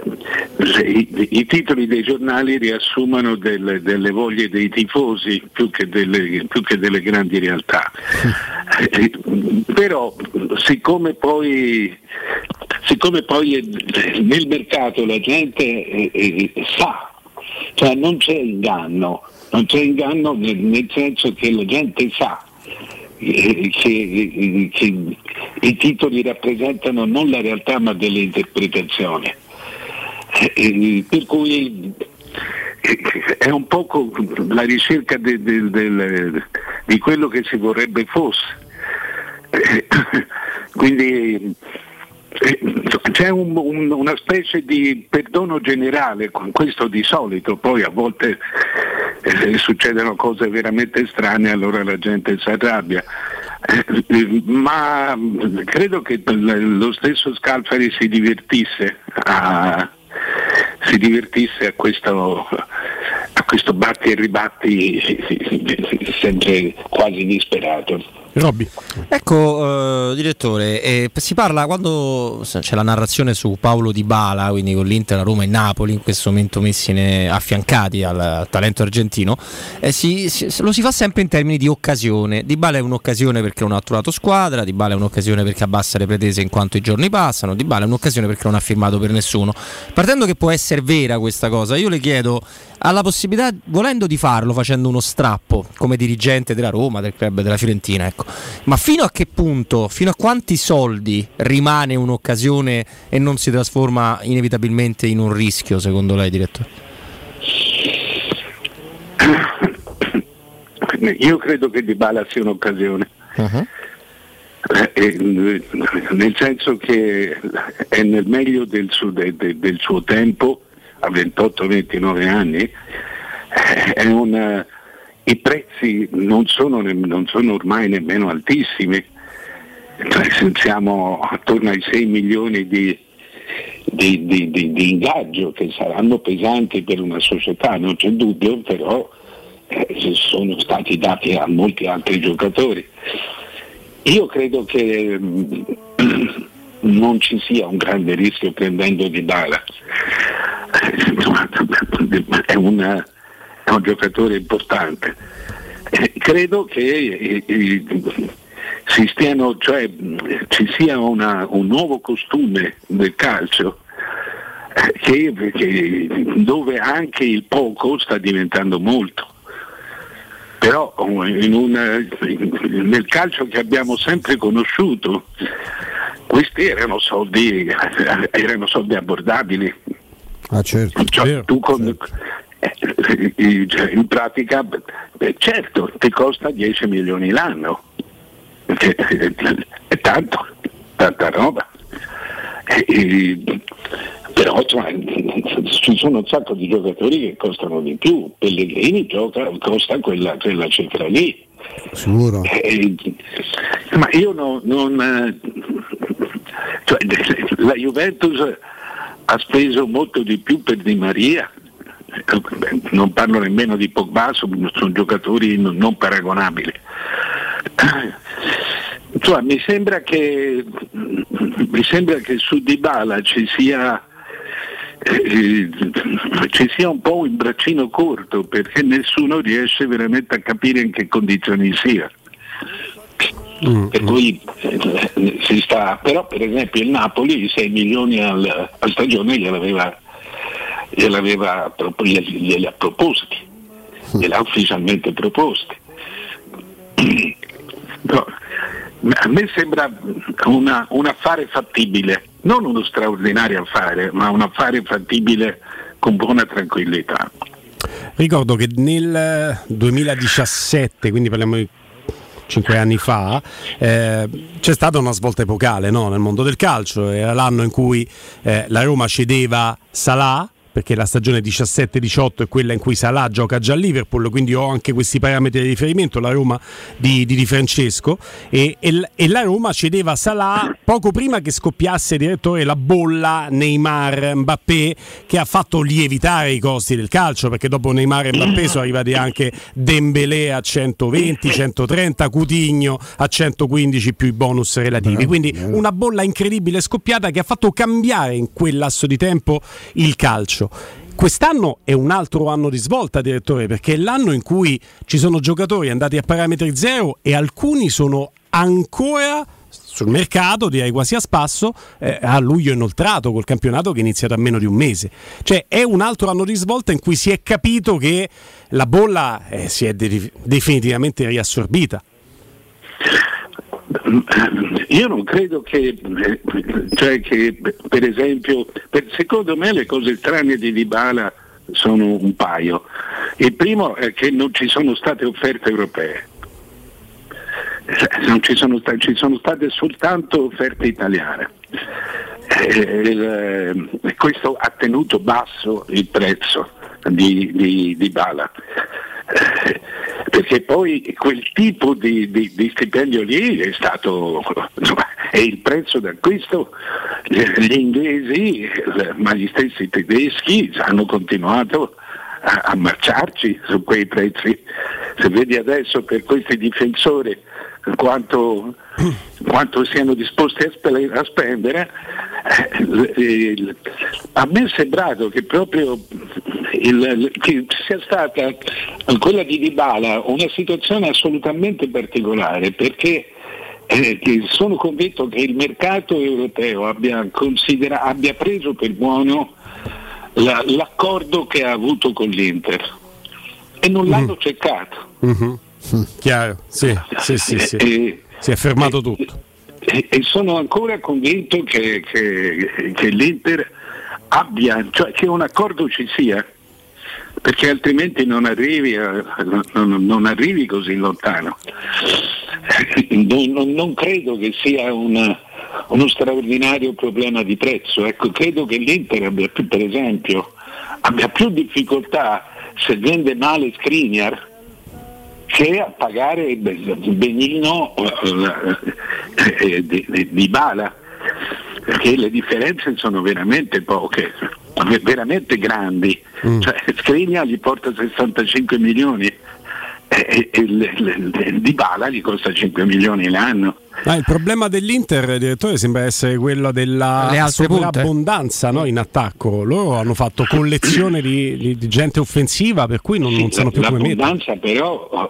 I, i titoli dei giornali riassumano delle, delle voglie dei tifosi più che delle, più che delle grandi realtà. Eh, però siccome poi, siccome poi nel mercato la gente eh, eh, sa, cioè non c'è inganno, non c'è inganno nel, nel senso che la gente sa eh, che, che i titoli rappresentano non la realtà ma delle interpretazioni, eh, per cui è un po' la ricerca de, de, de, di quello che si vorrebbe fosse, eh, quindi c'è un, un, una specie di perdono generale, con questo di solito, poi a volte eh, succedono cose veramente strane, allora la gente si arrabbia, eh, ma credo che lo stesso Scalfari si divertisse a, si divertisse a questo, a questo batti e ribatti sempre quasi disperato. Robby. Ecco, eh, direttore, eh, si parla quando c'è la narrazione su Paulo Dybala, quindi con l'Inter, la Roma e Napoli in questo momento messi ne, affiancati al, al talento argentino, eh, si, si, lo si fa sempre in termini di occasione. Dybala è un'occasione perché non ha trovato squadra, Dybala è un'occasione perché abbassa le pretese in quanto i giorni passano, Dybala è un'occasione perché non ha firmato per nessuno. Partendo che può essere vera questa cosa, io le chiedo, ha la possibilità, volendo, di farlo facendo uno strappo come dirigente della Roma, del club della Fiorentina, ecco. Ma fino a che punto, fino a quanti soldi rimane un'occasione e non si trasforma inevitabilmente in un rischio, secondo lei, direttore? Io credo che Dybala sia un'occasione, uh-huh. eh, nel senso che è nel meglio del suo, de, de, del suo tempo, a ventotto ventinove anni, è una, i prezzi non sono, non sono ormai nemmeno altissimi, cioè, siamo attorno ai sei milioni di, di, di, di, di ingaggio, che saranno pesanti per una società, non c'è dubbio, però eh, sono stati dati a molti altri giocatori. Io credo che mh, non ci sia un grande rischio prendendo Dybala. È, una, è un giocatore importante. Eh, credo che eh, si stiano, cioè, ci sia una, un nuovo costume del calcio, eh, che, che, dove anche il poco sta diventando molto. Però in una, nel calcio che abbiamo sempre conosciuto, questi erano soldi, erano soldi abbordabili. Ah, certo. Cioè, tu con, eh, in pratica, eh, certo, ti costa dieci milioni l'anno, eh, è tanto, tanta roba. Eh, però insomma, ci sono un sacco di giocatori che costano di più. Pellegrini gioca, costa quella, quella cifra lì. Sicuro. Eh, ma io no, non. Cioè, la Juventus ha speso molto di più per Di Maria, non parlo nemmeno di Pogba, sono, sono giocatori non, non paragonabili. Cioè, mi sembra che mi sembra che su Dybala ci sia eh, ci sia un po' un braccino corto, perché nessuno riesce veramente a capire in che condizioni sia. Mm, per cui eh, si sta, però per esempio il Napoli i sei milioni al, a stagione gliel'aveva, gliel'aveva glieli ha proposti, gliel'ha ufficialmente proposti. No, a me sembra una, un affare fattibile, non uno straordinario affare, ma un affare fattibile con buona tranquillità. Ricordo che nel duemiladiciassette, quindi parliamo di cinque anni fa, eh, c'è stata una svolta epocale, no? Nel mondo del calcio. Era l'anno in cui eh, la Roma cedeva Salah, perché la stagione diciassette diciotto è quella in cui Salah gioca già a Liverpool, quindi ho anche questi parametri di riferimento, la Roma di Di, di Francesco, e, e, e la Roma cedeva Salah poco prima che scoppiasse, direttore, la bolla Neymar Mbappé, che ha fatto lievitare i costi del calcio, perché dopo Neymar e Mbappé sono arrivati anche Dembélé a centoventi centotrenta, Coutinho a centoquindici più i bonus relativi, quindi una bolla incredibile scoppiata che ha fatto cambiare in quel lasso di tempo il calcio. Quest'anno è un altro anno di svolta, direttore, perché è l'anno in cui ci sono giocatori andati a parametri zero e alcuni sono ancora sul mercato, direi quasi a spasso, eh, a luglio inoltrato, col campionato che è iniziato a meno di un mese. Cioè è un altro anno di svolta in cui si è capito che la bolla eh, si è de- definitivamente riassorbita. Io non credo che, cioè che per esempio, per, secondo me le cose strane di Dybala sono un paio. Il primo è che non ci sono state offerte europee, non ci sono, sta- ci sono state soltanto offerte italiane. E, e questo ha tenuto basso il prezzo di, di, di Dybala. Perché poi quel tipo di, di, di stipendio lì è stato, insomma, è il prezzo d'acquisto. Gli inglesi, ma gli stessi tedeschi hanno continuato a, a marciarci su quei prezzi. Se vedi adesso per questi difensori quanto, quanto siano disposti a, spe- a spendere, eh, il, a me è sembrato che proprio il, che sia stata quella di Dybala una situazione assolutamente particolare, perché eh, che sono convinto che il mercato europeo abbia, considera- abbia preso per buono la, l'accordo che ha avuto con l'Inter e non mm-hmm. l'hanno cercato. Mm-hmm. Mm. Chiaro, sì, sì, sì, sì. E, si è fermato e, tutto. E, e sono ancora convinto che, che, che l'Inter abbia, cioè che un accordo ci sia, perché altrimenti non arrivi, a, non, non arrivi così lontano. Non, non credo che sia una, uno straordinario problema di prezzo. Ecco, credo che l'Inter abbia più, per esempio, abbia più difficoltà se vende male Skriniar che a pagare benino eh, di, di Dybala, perché le differenze sono veramente poche, veramente grandi. Mm. Cioè, Skriniar gli porta sessantacinque milioni e, e, e Dybala gli costa cinque milioni l'anno. Ah, il problema dell'Inter, direttore, sembra essere quello della sovrabbondanza, no, in attacco. Loro hanno fatto collezione di, di, di gente offensiva, per cui non, sì, non sanno più come mettere. L'abbondanza però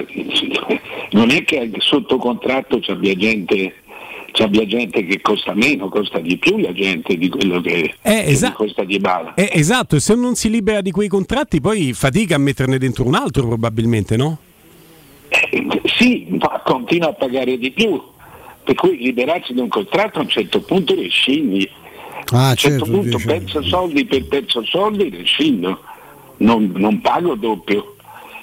non è che sotto contratto ci abbia gente, ci abbia gente che costa meno, costa di più la gente di quello che, eh, esa- che costa Dybala. Eh, esatto, e se non si libera di quei contratti poi fatica a metterne dentro un altro probabilmente, no? Eh, sì, ma continua a pagare di più, per cui liberarsi di un contratto a un certo punto rescindi. Ah, a un certo certo, punto dice. perso soldi per perso soldi rescindo, non, non pago doppio.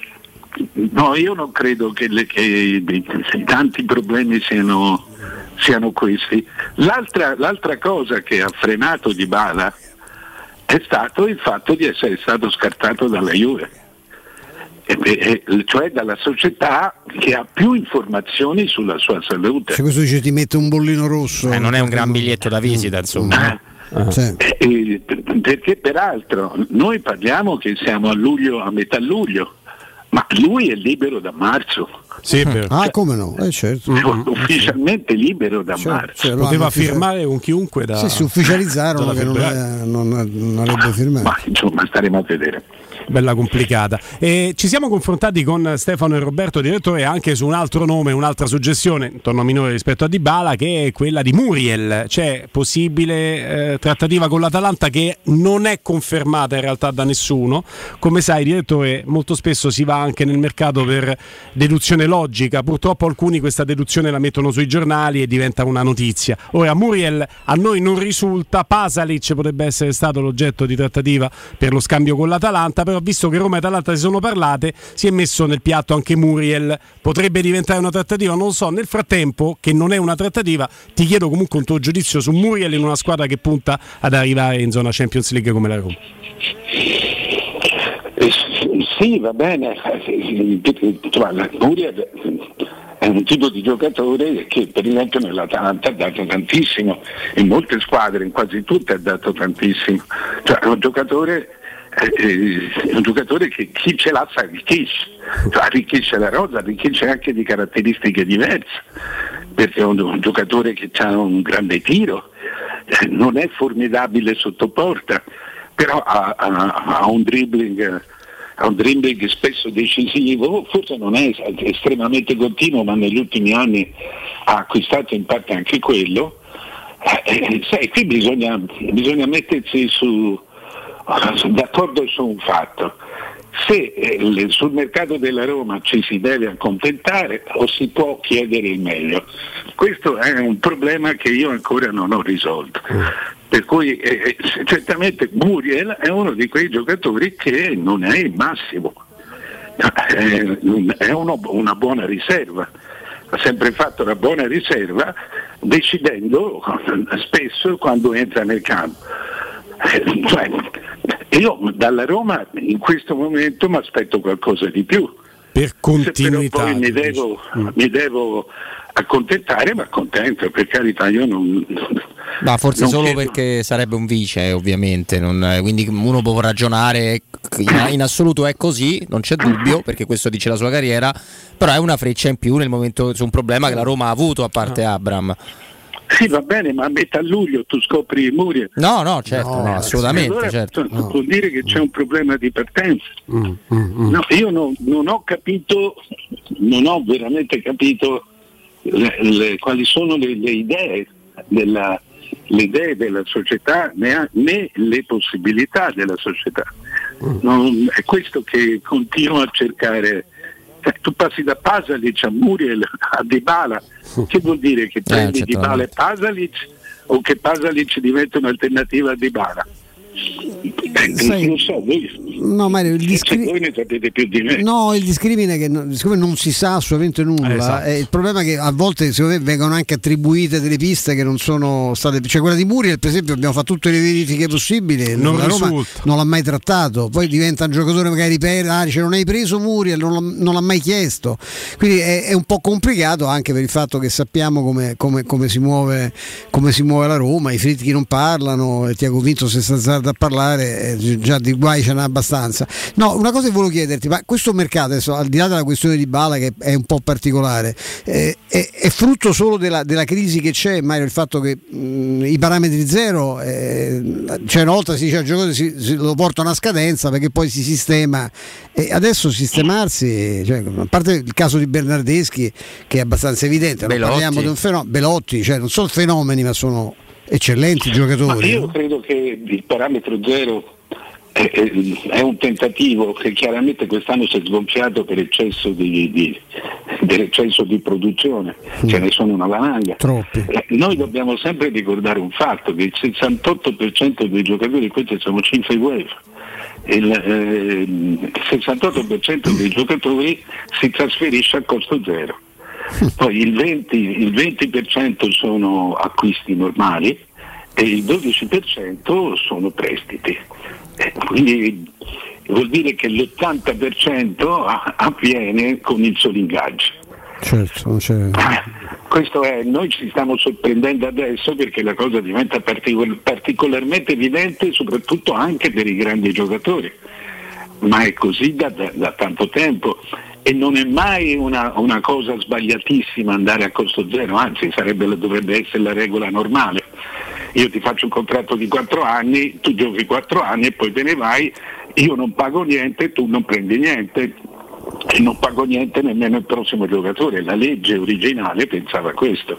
No, io non credo che, le, che i tanti problemi siano, siano questi. L'altra, l'altra cosa che ha frenato Dybala è stato il fatto di essere stato scartato dalla Juve, e, e, cioè dalla società che ha più informazioni sulla sua salute. Se questo dice ti mette un bollino rosso. Eh, non è un gran biglietto da visita, insomma. Eh, eh, eh, perché peraltro noi parliamo che siamo a luglio, a metà luglio, ma lui è libero da marzo. Sì, ah, come no? Eh, certo. È ufficialmente libero da cioè, marzo. cioè, poteva firmare con chiunque da. Sì, si ufficializzarono che non, è, non, non avrebbe firmato. Ma insomma staremo a vedere. Bella complicata. E ci siamo confrontati con Stefano e Roberto, direttore, anche su un altro nome, un'altra suggestione, in torno minore rispetto a Dybala, che è quella di Muriel. C'è possibile eh, trattativa con l'Atalanta che non è confermata in realtà da nessuno. Come sai, direttore, molto spesso si va anche nel mercato per deduzione logica. Purtroppo alcuni questa deduzione la mettono sui giornali e diventa una notizia. Ora Muriel a noi non risulta, Pasalic potrebbe essere stato l'oggetto di trattativa per lo scambio con l'Atalanta, però visto che Roma e Atalanta si sono parlate, si è messo nel piatto anche Muriel. Potrebbe diventare una trattativa, non lo so. Nel frattempo, che non è una trattativa, ti chiedo comunque un tuo giudizio su Muriel in una squadra che punta ad arrivare in zona Champions League come la Roma. Eh, sì, va bene. Muriel è un tipo di giocatore che per esempio nell'Atalanta ha dato tantissimo, in molte squadre, in quasi tutte ha dato tantissimo. Cioè è un giocatore è un giocatore che chi ce l'ha si arricchisce, cioè, arricchisce la rosa, arricchisce anche di caratteristiche diverse, perché è un, un giocatore che ha un grande tiro, eh, non è formidabile sotto porta, però ha, ha, ha un dribbling ha un dribbling spesso decisivo, forse non è estremamente continuo, ma negli ultimi anni ha acquistato in parte anche quello. Eh, sai, qui bisogna, bisogna mettersi su d'accordo su un fatto, se eh, sul mercato della Roma ci si deve accontentare o si può chiedere il meglio. Questo è un problema che io ancora non ho risolto. Per cui eh, certamente Muriel è uno di quei giocatori che non è il massimo, è, è uno, una buona riserva, ha sempre fatto una buona riserva decidendo spesso quando entra nel campo. Eh, cioè, io dalla Roma in questo momento mi aspetto qualcosa di più. Per continuità. Se però poi mi devo, mi devo accontentare, ma accontento, per carità, io non... Ma forse non solo chiedo. perché sarebbe un vice, ovviamente, non, quindi uno può ragionare, in, in assoluto è così, non c'è dubbio, perché questo dice la sua carriera, però è una freccia in più nel momento, su un problema che la Roma ha avuto a parte Abraham. Sì, va bene, ma a metà luglio tu scopri Muriel. No, no, certo, no, no, assolutamente. Allora, certo. no. Vuol dire che c'è un problema di partenza. Mm, mm, mm. No, io non, non ho capito, non ho veramente capito le, le, quali sono le, le idee della, le idee della società né, né le possibilità della società. Non, è questo che continuo a cercare. Eh, tu passi da Pasalic a Muriel a Dybala, che vuol dire che prendi Eh, Dybala e Pasalic o che Pasalic diventa un'alternativa a Dybala? Eh, Sai- non so, voi, No, Mario, il, se discri- voi ne sapete più di me. no, il discrimine che non, siccome non si sa assolutamente nulla, Esatto. eh, il problema è che a volte secondo me vengono anche attribuite delle piste che non sono state, cioè quella di Muriel per esempio abbiamo fatto tutte le verifiche possibili, Non la Roma risulta. non l'ha mai trattato, poi diventa un giocatore magari per ah, dice non hai preso Muriel, non, l'ha- non l'ha mai chiesto, quindi è, è un po' complicato anche per il fatto che sappiamo come, come- come si muove come si muove la Roma, i Fritchi non parlano, e Tiago Pinto si sta azzardando a parlare, eh, già di guai ce n'è abbastanza. No, una cosa che volevo chiederti, ma questo mercato adesso, al di là della questione di Bala che è un po' particolare, eh, è, è frutto solo della, della crisi che c'è, Mario, il fatto che mh, i parametri zero, eh, cioè una volta si dice al giocatore si, si lo portano a scadenza perché poi si sistema, e adesso sistemarsi, cioè, a parte il caso di Bernardeschi che è abbastanza evidente, non Belotti. parliamo di un fenomeno, Belotti, cioè non sono fenomeni ma sono eccellenti Ma giocatori. io credo che il parametro zero è, è- è un tentativo che chiaramente quest'anno si è sgonfiato per eccesso di, di, dell'eccesso di produzione, ce ne sono una valanga. Troppi. Eh, Noi dobbiamo sempre ricordare un fatto, che il sessantotto per cento dei giocatori, queste sono cifre UEFA, il, eh, il sessantotto per cento dei giocatori si trasferisce a costo zero. Poi il venti, il venti per cento sono acquisti normali e il dodici per cento sono prestiti. Eh, quindi vuol dire che l'ottanta per cento a- avviene con il solo ingaggio. Certo, non c'è... Questo è, noi ci stiamo sorprendendo adesso perché la cosa diventa particol- particolarmente evidente soprattutto anche per i grandi giocatori, ma è così da, da- da tanto tempo e non è mai una, una cosa sbagliatissima andare a costo zero, anzi sarebbe, dovrebbe essere la regola normale. Io ti faccio un contratto di quattro anni, tu giochi quattro anni e poi te ne vai, io non pago niente, tu non prendi niente e non pago niente nemmeno il prossimo giocatore. La legge originale pensava questo.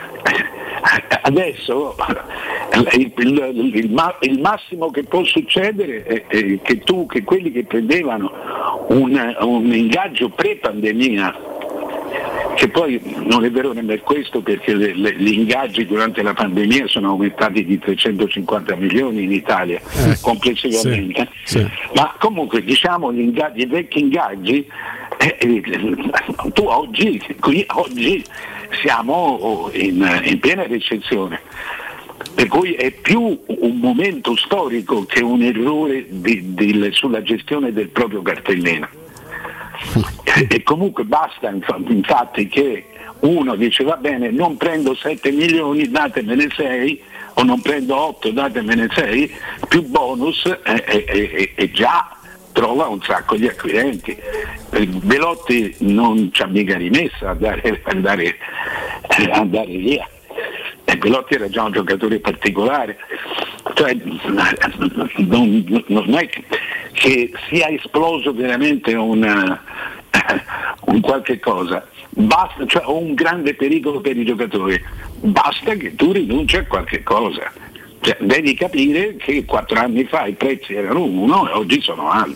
Adesso il, il- il ma- il massimo che può succedere è, è che tu, che quelli che prendevano un, un ingaggio pre-pandemia, che poi non è vero nemmeno questo perché le- le- gli ingaggi durante la pandemia sono aumentati di trecentocinquanta milioni in Italia complessivamente, sì, sì. ma comunque diciamo gli, ingaggi, i vecchi ingaggi, eh, eh, tu oggi, qui oggi siamo in, in piena recessione, per cui è più un momento storico che un errore di- di- sulla gestione del proprio cartellino. E comunque basta infa- infatti che uno dice va bene, non prendo sette milioni, datemene sei, o non prendo otto, datemene sei, più bonus, e, e- e- e già trova un sacco di acquirenti. Eh, Belotti non ci ha mica rimessa a andare, andare, eh, andare via. E Belotti era già un giocatore particolare, cioè, non, non è che, che sia esploso veramente un, un qualche cosa, basta, cioè un grande pericolo per i giocatori, basta che tu rinunci a qualche cosa, cioè, devi capire che quattro anni fa i prezzi erano uno e oggi sono altri.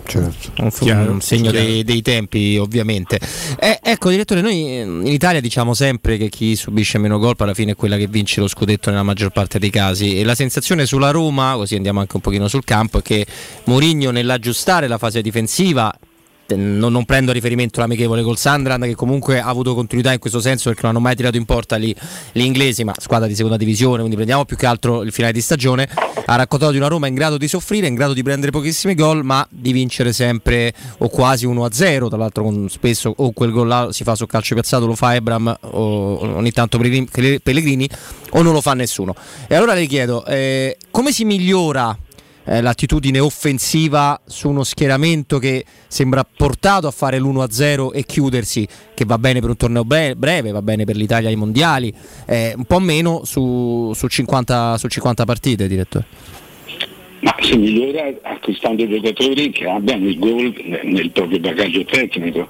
certo. un, Chiaro, un segno dei, dei tempi, ovviamente. Eh, ecco, direttore, noi in Italia diciamo sempre che chi subisce meno gol alla fine è quella che vince lo scudetto nella maggior parte dei casi, e la sensazione sulla Roma, così andiamo anche un pochino sul campo, è che Mourinho nell'aggiustare la fase difensiva, non, non prendo a riferimento l'amichevole col Sunderland, che comunque ha avuto continuità in questo senso perché non hanno mai tirato in porta gli, gli inglesi, ma squadra di seconda divisione, quindi prendiamo più che altro il finale di stagione, ha raccontato di una Roma in grado di soffrire, in grado di prendere pochissimi gol, ma di vincere sempre o quasi uno a zero, tra l'altro con spesso o quel gol là si fa sul calcio piazzato, lo fa Ebram o ogni tanto Pellegrini, o non lo fa nessuno. E allora le chiedo, eh, come si migliora Eh, l'attitudine offensiva su uno schieramento che sembra portato a fare l'uno a zero e chiudersi, che va bene per un torneo bre- breve, va bene per l'Italia ai mondiali, eh, un po' meno su, su, cinquanta, su cinquanta partite, direttore? Ma si migliora acquistando giocatori che abbiano il gol nel proprio bagaglio tecnico.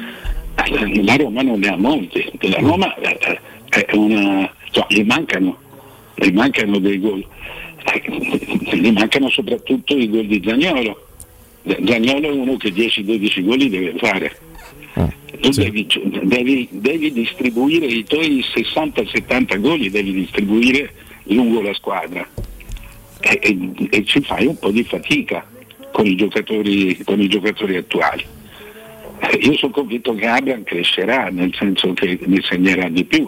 La Roma non ne ha molti, la Roma è una, cioè, gli mancano, gli mancano dei gol. Gli mancano soprattutto i gol di Zaniolo. Zaniolo è uno che dieci dodici gol li deve fare. Tu sì. devi, devi, devi distribuire i tuoi sessanta settanta gol, li devi distribuire lungo la squadra e, e, e ci fai un po' di fatica con i giocatori, con i giocatori attuali. Io sono convinto che Abraham crescerà, nel senso che ne segnerà di più.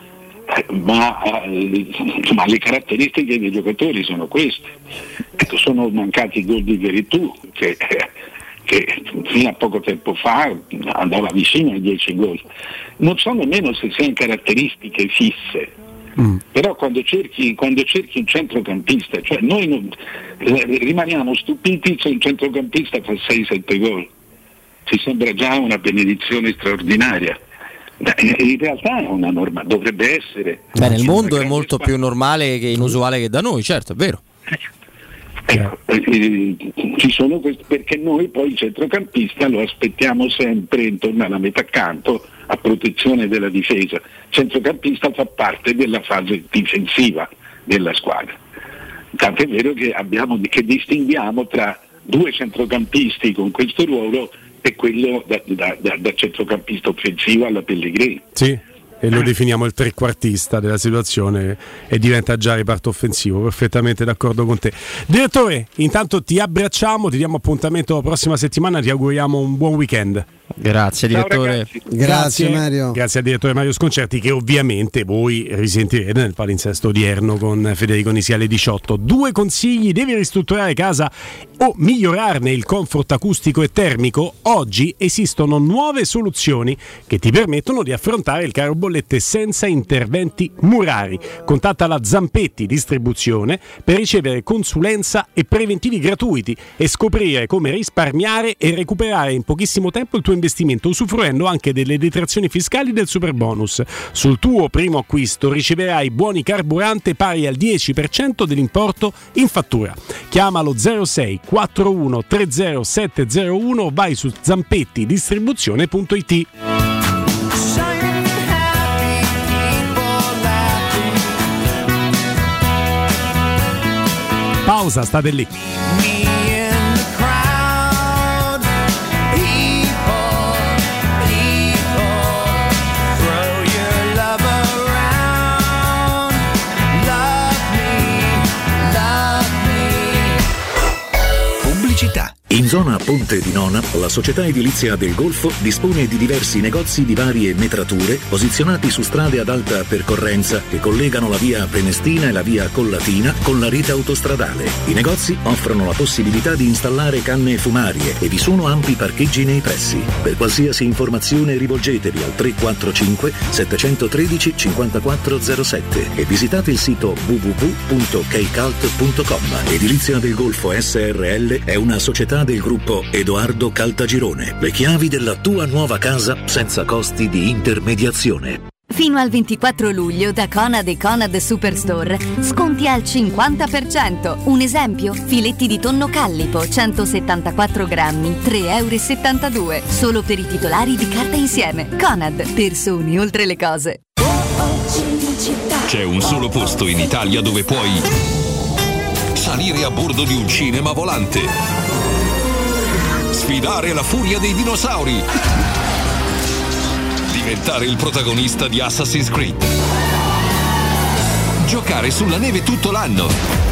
Ma insomma, le caratteristiche dei giocatori sono queste. Ecco, sono mancati i gol di Veretù che, che fino a poco tempo fa andava vicino ai dieci gol. Non so nemmeno se siano caratteristiche fisse, mm. però quando cerchi, quando cerchi un centrocampista, cioè noi non, rimaniamo stupiti se un centrocampista fa sei sette gol, ci sembra già una benedizione straordinaria. In realtà è una norma, dovrebbe essere. Beh, nel mondo è molto più normale che inusuale che da noi, certo, è vero. Ecco, eh, ci sono questi, perché noi poi il centrocampista lo aspettiamo sempre intorno alla metà campo a protezione della difesa. Il centrocampista fa parte della fase difensiva della squadra. Tanto è vero che abbiamo che distinguiamo tra due centrocampisti con questo ruolo e quello da, da, da, da centrocampista offensivo alla Pellegrini. Sì, e lo definiamo il trequartista della situazione e diventa già reparto offensivo. Perfettamente d'accordo con te, direttore. Intanto ti abbracciamo, ti diamo appuntamento la prossima settimana, ti auguriamo un buon weekend. Grazie direttore. Ciao, grazie. grazie Mario. Grazie al direttore Mario Sconcerti, che ovviamente voi risentirete nel palinsesto odierno con Federico Nisi alle diciotto. Due consigli: devi ristrutturare casa o migliorarne il comfort acustico e termico? Oggi esistono nuove soluzioni che ti permettono di affrontare il caro bollette senza interventi murari. Contatta la Zampetti Distribuzione per ricevere consulenza e preventivi gratuiti e scoprire come risparmiare e recuperare in pochissimo tempo il tuo investimento, usufruendo anche delle detrazioni fiscali del Superbonus. Sul tuo primo acquisto riceverai buoni carburante pari al dieci per cento dell'importo in fattura. Chiamalo zero sei quarantuno trenta sette zero uno o vai su zampetti distribuzione punto it. Pausa, state lì. In zona Ponte di Nona, la società edilizia del Golfo dispone di diversi negozi di varie metrature posizionati su strade ad alta percorrenza che collegano la via Prenestina e la via Collatina con la rete autostradale. I negozi offrono la possibilità di installare canne fumarie e vi sono ampi parcheggi nei pressi. Per qualsiasi informazione rivolgetevi al tre quattro cinque sette uno tre cinque zero sette e visitate il sito w w w punto keycult punto com. Edilizia del Golfo S R L è una società del gruppo Edoardo Caltagirone. Le chiavi della tua nuova casa senza costi di intermediazione. Fino al ventiquattro luglio da Conad e Conad Superstore sconti al cinquanta per cento. Un esempio? Filetti di tonno callipo centosettantaquattro grammi, tre virgola settantadue euro. Solo per i titolari di Carta Insieme. Conad, persone oltre le cose. C'è un solo posto in Italia dove puoi salire a bordo di un cinema volante, Sfidare la furia dei dinosauri. Diventare il protagonista di Assassin's Creed. Giocare sulla neve tutto l'anno.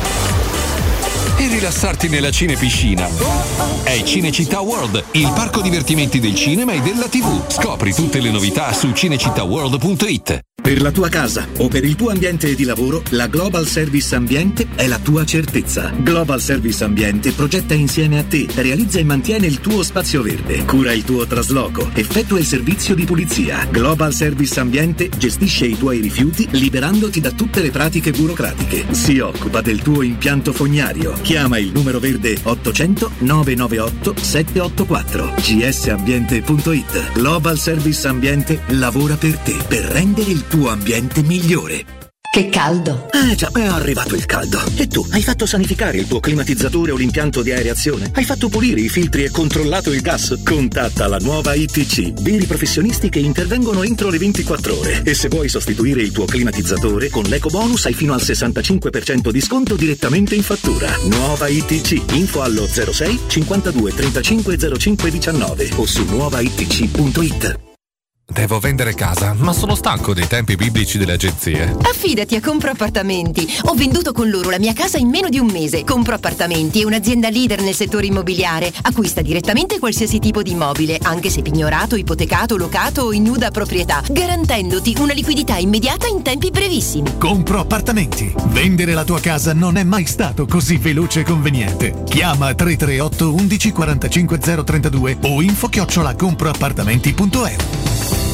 E rilassarti nella cinepiscina. È Cinecittà World, il parco divertimenti del cinema e della tivù. Scopri tutte le novità su cinecittàworld punto it. Per la tua casa o per il tuo ambiente di lavoro, la Global Service Ambiente è la tua certezza. Global Service Ambiente progetta insieme a te, realizza e mantiene il tuo spazio verde, cura il tuo trasloco, effettua il servizio di pulizia. Global Service Ambiente gestisce i tuoi rifiuti liberandoti da tutte le pratiche burocratiche. Si occupa del tuo impianto fognario. Chiama il numero verde ottocento nove nove otto sette otto quattro g s ambiente punto it. Global Service Ambiente lavora per te, per rendere il tuo ambiente migliore. Che caldo! Eh già, è arrivato il caldo. E tu, hai fatto sanificare il tuo climatizzatore o l'impianto di aerazione? Hai fatto pulire i filtri e controllato il gas? Contatta la nuova I T C, veri professionisti che intervengono entro le ventiquattro ore. E se vuoi sostituire il tuo climatizzatore, con l'EcoBonus hai fino al sessantacinque per cento di sconto direttamente in fattura. Nuova I T C, info allo zero sei cinquantadue trentacinque zero cinque diciannove o su nuova i t c punto it. Devo vendere casa, ma sono stanco dei tempi biblici delle agenzie. Affidati a Compro Appartamenti. Ho venduto con loro la mia casa in meno di un mese. Compro Appartamenti è un'azienda leader nel settore immobiliare. Acquista direttamente qualsiasi tipo di immobile, anche se pignorato, ipotecato, locato o in nuda proprietà, garantendoti una liquidità immediata in tempi brevissimi. Compro Appartamenti. Vendere la tua casa non è mai stato così veloce e conveniente. Chiama tre tre otto undici quarantacinque zero trentadue o info chiocciola comproappartamenti punto e u.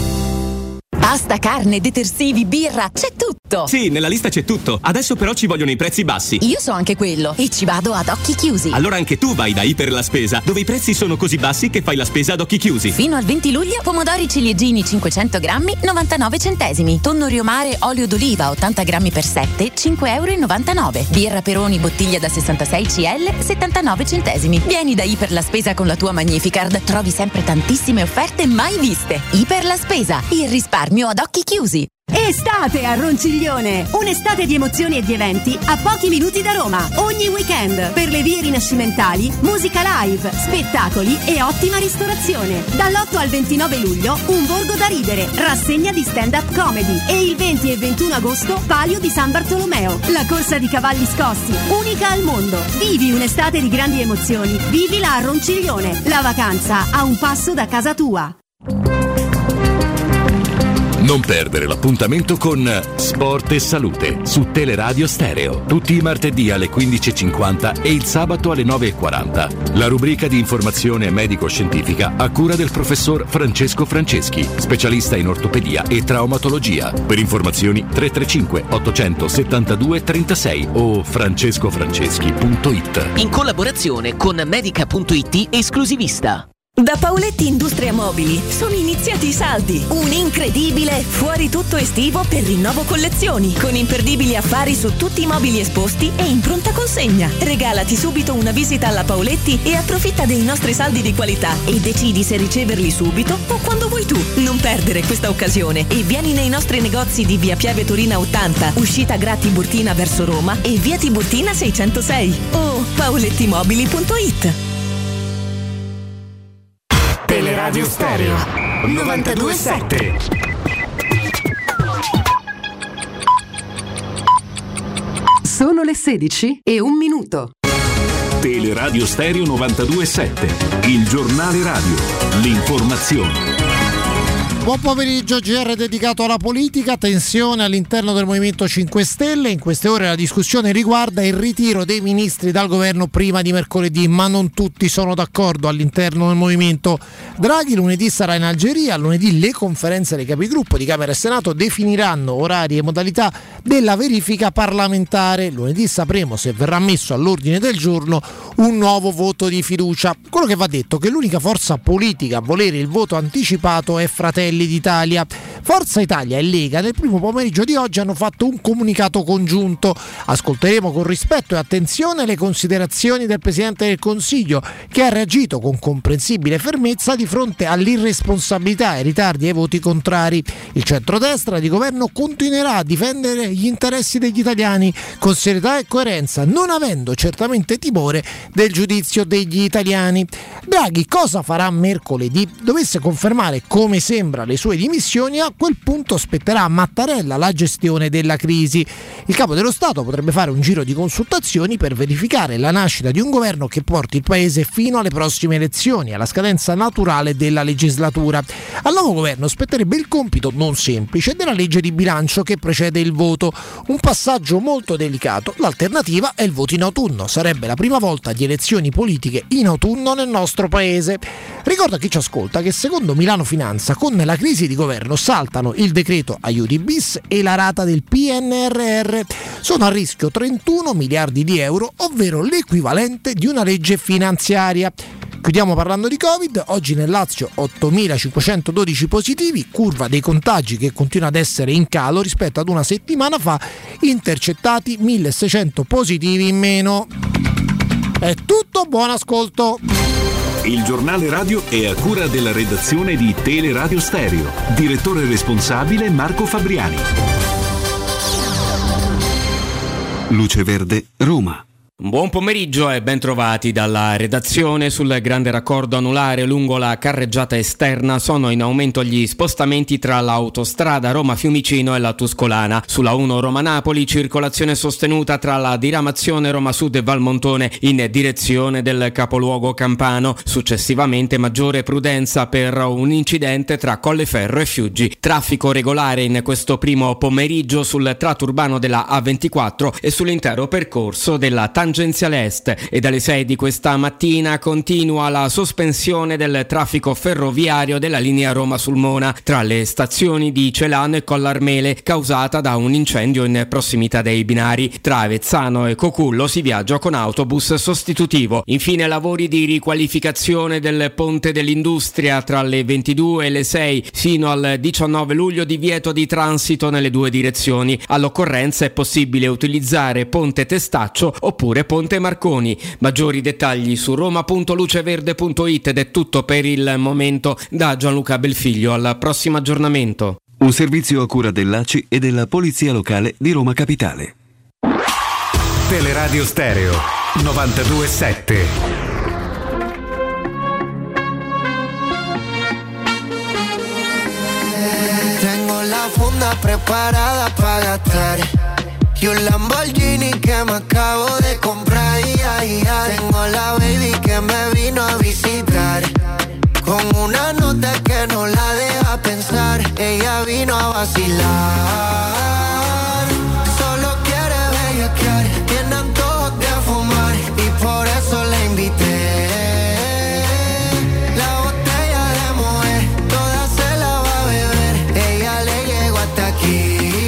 Pasta, carne, detersivi, birra, c'è tutto! Sì, nella lista c'è tutto. Adesso però ci vogliono i prezzi bassi. Io so anche quello e ci vado ad occhi chiusi. Allora anche tu vai da Iper la Spesa, dove i prezzi sono così bassi che fai la spesa ad occhi chiusi. Fino al venti luglio, pomodori ciliegini cinquecento grammi, novantanove centesimi. Tonno riomare, olio d'oliva, ottanta grammi per sette, cinque e novantanove euro. Birra Peroni, bottiglia da sessantasei centilitri, settantanove centesimi. Vieni da Iper la Spesa con la tua Magnificard. Trovi sempre tantissime offerte mai viste. Iper la Spesa, il risparmio ad occhi chiusi. Estate a Ronciglione! Un'estate di emozioni e di eventi a pochi minuti da Roma. Ogni weekend per le vie rinascimentali, musica live, spettacoli e ottima ristorazione. Dall'otto al ventinove luglio un borgo da ridere, rassegna di stand-up comedy e il venti e ventuno agosto Palio di San Bartolomeo. La corsa di cavalli scossi, unica al mondo. Vivi un'estate di grandi emozioni. Vivila a Ronciglione. La vacanza a un passo da casa tua. Non perdere l'appuntamento con Sport e Salute su Teleradio Stereo. Tutti i martedì alle quindici e cinquanta e il sabato alle nove e quaranta. La rubrica di informazione medico-scientifica a cura del professor Francesco Franceschi, specialista in ortopedia e traumatologia. Per informazioni tre tre cinque ottocentosettantadue trentasei o francescofranceschi punto it. In collaborazione con medica punto it esclusivista. Da Paoletti Industria Mobili sono iniziati i saldi. Un incredibile fuori tutto estivo per rinnovo collezioni, con imperdibili affari su tutti i mobili esposti e in pronta consegna. Regalati subito una visita alla Paoletti e approfitta dei nostri saldi di qualità e decidi se riceverli subito o quando vuoi tu. Non perdere questa occasione e vieni nei nostri negozi di via Piave Torina ottanta, uscita Gra Tiburtina verso Roma e via Tiburtina seicentosei o paolettimobili punto it. Teleradio Stereo novantadue sette. Sono le sedici e un minuto. Teleradio Stereo novantadue sette, il giornale radio, l'informazione. Buon pomeriggio, G R dedicato alla politica, tensione all'interno del Movimento cinque Stelle. In queste ore la discussione riguarda il ritiro dei ministri dal governo prima di mercoledì, ma non tutti sono d'accordo all'interno del Movimento. Draghi lunedì sarà in Algeria, lunedì le conferenze dei capigruppo di Camera e Senato definiranno orari e modalità della verifica parlamentare. Lunedì sapremo se verrà messo all'ordine del giorno un nuovo voto di fiducia. Quello che va detto è che l'unica forza politica a volere il voto anticipato è Fratelli d'Italia. Forza Italia e Lega nel primo pomeriggio di oggi hanno fatto un comunicato congiunto. Ascolteremo con rispetto e attenzione le considerazioni del Presidente del Consiglio, che ha reagito con comprensibile fermezza di fronte all'irresponsabilità, ai ritardi e ai voti contrari. Il centrodestra di governo continuerà a difendere gli interessi degli italiani con serietà e coerenza, non avendo certamente timore del giudizio degli italiani. Draghi cosa farà mercoledì? Dovesse confermare come sembra le sue dimissioni, a quel punto spetterà a Mattarella la gestione della crisi. Il capo dello Stato potrebbe fare un giro di consultazioni per verificare la nascita di un governo che porti il paese fino alle prossime elezioni, alla scadenza naturale della legislatura. Al nuovo governo spetterebbe il compito non semplice della legge di bilancio che precede il voto, un passaggio molto delicato. L'alternativa è il voto in autunno, sarebbe la prima volta di elezioni politiche in autunno nel nostro paese. Ricordo a chi ci ascolta che secondo Milano Finanza con la crisi di governo saltano il decreto aiuti bis e la rata del P N R R. Sono a rischio trentuno miliardi di euro, ovvero l'equivalente di una legge finanziaria. Chiudiamo parlando di Covid. Oggi nel Lazio ottomilacinquecentododici positivi, curva dei contagi che continua ad essere in calo rispetto ad una settimana fa, intercettati milleseicento positivi in meno. È tutto, buon ascolto. Il giornale radio è a cura della redazione di Teleradio Stereo. Direttore responsabile Marco Fabriani. Luce Verde, Roma. Buon pomeriggio e ben trovati dalla redazione. Sul grande raccordo anulare lungo la carreggiata esterna sono in aumento gli spostamenti tra l'autostrada Roma-Fiumicino e la Tuscolana. Sulla uno Roma-Napoli circolazione sostenuta tra la diramazione Roma Sud e Valmontone in direzione del capoluogo campano. Successivamente maggiore prudenza per un incidente tra Colleferro e Fiuggi. Traffico regolare in questo primo pomeriggio sul tratto urbano della A ventiquattro e sull'intero percorso della tangenziale est, e dalle sei di questa mattina continua la sospensione del traffico ferroviario della linea Roma-Sulmona tra le stazioni di Celano e Collarmele, causata da un incendio in prossimità dei binari. Tra Avezzano e Cocullo si viaggia con autobus sostitutivo. Infine lavori di riqualificazione del Ponte dell'Industria tra le ventidue e le sei fino al diciannove luglio, divieto di transito nelle due direzioni. All'occorrenza è possibile utilizzare Ponte Testaccio oppure Ponte Marconi. Maggiori dettagli su roma punto luceverde punto it. ed è tutto per il momento da Gianluca Belfiglio. Al prossimo aggiornamento. Un servizio a cura dell'A C I e della Polizia Locale di Roma Capitale. Teleradio Stereo novantadue sette. Tengo la funda preparada para gastar y un Lamborghini que me acabo de comprar. Y ay, ay. Tengo la baby que me vino a visitar con una nota que no la deja pensar. Ella vino a vacilar, solo quiere bellaquear, tiene antojos de fumar y por eso la invité. La botella de Moët, toda se la va a beber. Ella le llegó hasta aquí.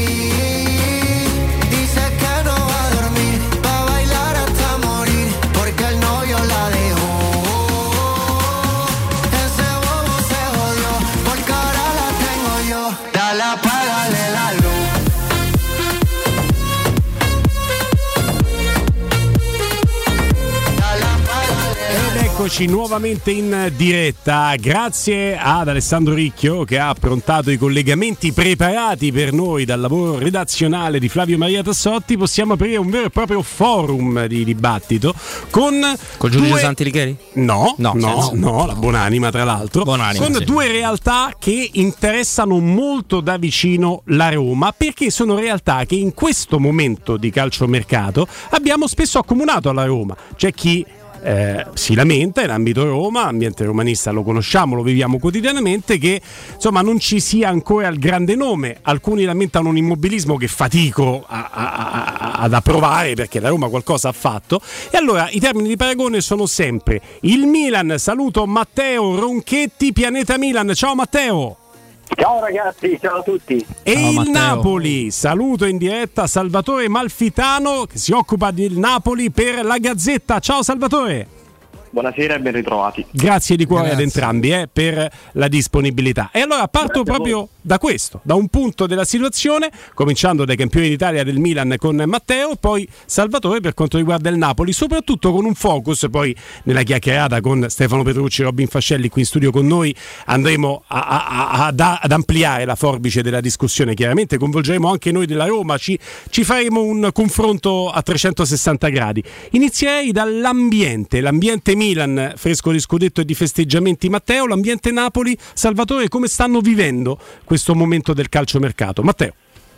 Eccoci nuovamente in diretta, grazie ad Alessandro Ricchio che ha approntato i collegamenti preparati per noi dal lavoro redazionale di Flavio Maria Tassotti. Possiamo aprire un vero e proprio forum di dibattito con Col giudice due... Santi Licheri? No, no, no, no, no, la Buonanima tra l'altro, Buonanima, con sì. due realtà che interessano molto da vicino la Roma, perché sono realtà che in questo momento di calciomercato abbiamo spesso accomunato alla Roma. C'è chi Eh, si lamenta in ambito Roma, ambiente romanista lo conosciamo, lo viviamo quotidianamente, che insomma non ci sia ancora il grande nome. Alcuni lamentano un immobilismo che fatico a, a, a, ad approvare, perché la Roma qualcosa ha fatto, e allora i termini di paragone sono sempre il Milan. Saluto Matteo Ronchetti, Pianeta Milan. Ciao Matteo. Ciao ragazzi, ciao a tutti. E ciao, il Matteo. Napoli, saluto in diretta Salvatore Malfitano che si occupa del Napoli per la Gazzetta. Ciao Salvatore. buonasera e ben ritrovati. Grazie di cuore Grazie. ad entrambi eh, per la disponibilità. E allora parto Grazie proprio da questo, da un punto della situazione, cominciando dai campioni d'Italia del Milan con Matteo, poi Salvatore per quanto riguarda il Napoli, soprattutto con un focus, poi nella chiacchierata con Stefano Petrucci e Robin Fascelli qui in studio con noi andremo a, a, a, ad, ad ampliare la forbice della discussione, chiaramente coinvolgeremo anche noi della Roma, ci, ci faremo un confronto a trecentosessanta gradi. Inizierei dall'ambiente, l'ambiente Milan, fresco di scudetto e di festeggiamenti Matteo, l'ambiente Napoli, Salvatore, come stanno vivendo questo momento del calciomercato? Matteo.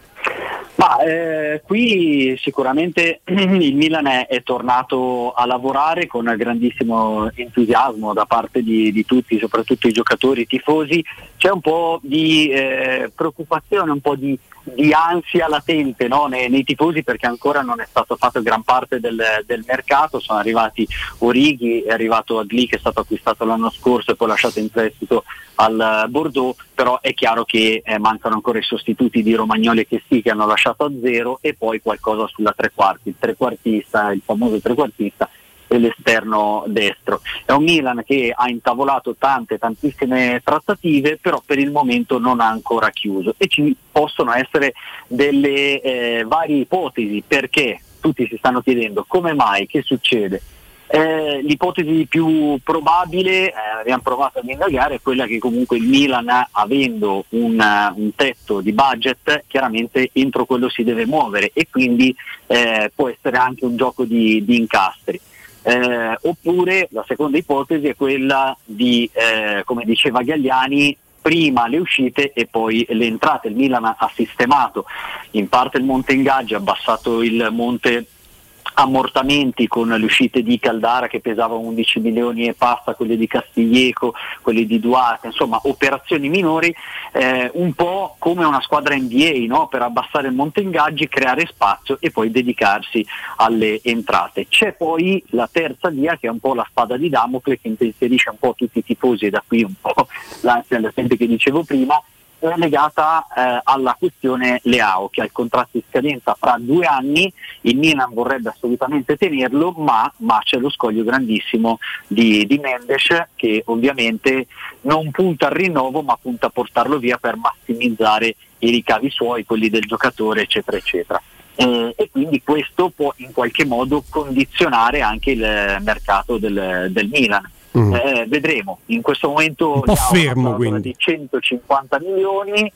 Ma eh, qui sicuramente il Milan è, è tornato a lavorare con grandissimo entusiasmo da parte di, di tutti, soprattutto i giocatori, i tifosi. C'è un po' di eh, preoccupazione, un po' di, di ansia latente, no? nei, nei tifosi, perché ancora non è stato fatto gran parte del, del mercato. Sono arrivati Orighi, è arrivato Adli che è stato acquistato l'anno scorso e poi lasciato in prestito al Bordeaux, però è chiaro che eh, mancano ancora i sostituti di Romagnoli e Chessy che hanno lasciato a zero, e poi qualcosa sulla tre quarti, il trequartista, il famoso trequartista e l'esterno destro. È un Milan che ha intavolato tante, tantissime trattative, però per il momento non ha ancora chiuso, e ci possono essere delle eh, varie ipotesi, perché tutti si stanno chiedendo come mai, che succede. Eh, l'ipotesi più probabile, eh, abbiamo provato ad indagare, è quella che comunque il Milan, avendo un, un tetto di budget, chiaramente entro quello si deve muovere, e quindi eh, può essere anche un gioco di, di incastri. Eh, oppure la seconda ipotesi è quella di, eh, come diceva Galliani, prima le uscite e poi le entrate. Il Milan ha sistemato in parte il monte ingaggi, ha abbassato il monte ammortamenti con le uscite di Caldara che pesava undici milioni e passa, quelle di Castiglieco, quelle di Duarte, insomma operazioni minori, eh, un po' come una squadra N B A, no? Per abbassare il monte ingaggi, creare spazio e poi dedicarsi alle entrate. C'è poi la terza via, che è un po' la spada di Damocle, che impensierisce un po' tutti i tifosi, e da qui un po' l'ansia latente che dicevo prima, è legata eh, alla questione Leao, che ha il contratto in scadenza fra due anni. Il Milan vorrebbe assolutamente tenerlo, ma, ma c'è lo scoglio grandissimo di, di Mendes, che ovviamente non punta al rinnovo, ma punta a portarlo via per massimizzare i ricavi suoi, quelli del giocatore, eccetera eccetera. Eh, e quindi questo può in qualche modo condizionare anche il mercato del, del Milan. Mm. Eh, vedremo, in questo momento un po' fermo, quindi di centocinquanta milioni,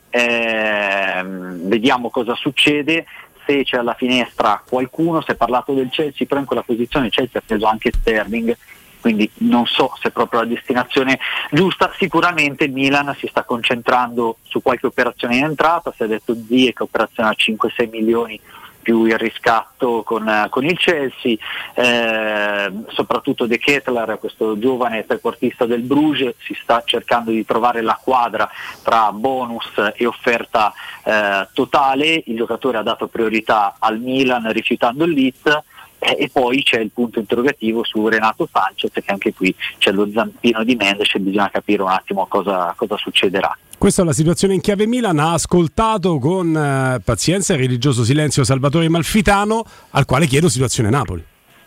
eh, vediamo cosa succede, se c'è alla finestra qualcuno. Si è parlato del Chelsea, però in quella posizione il Chelsea ha preso anche Sterling, quindi non so se è proprio la destinazione giusta. Sicuramente il Milan si sta concentrando su qualche operazione in entrata, si è detto Zie che operazione a cinque sei milioni più il riscatto con, con il Chelsea, eh, soprattutto De Ketelaere, questo giovane trequartista del Bruges, si sta cercando di trovare la quadra tra bonus e offerta eh, totale. Il giocatore ha dato priorità al Milan rifiutando il Leeds, eh, e poi c'è il punto interrogativo su Renato Sanchez, che anche qui c'è lo zampino di Mendes e bisogna capire un attimo cosa, cosa succederà. Questa è la situazione in chiave Milan. Ha ascoltato con eh, pazienza e religioso silenzio Salvatore Malfitano, al quale chiedo situazione Napoli.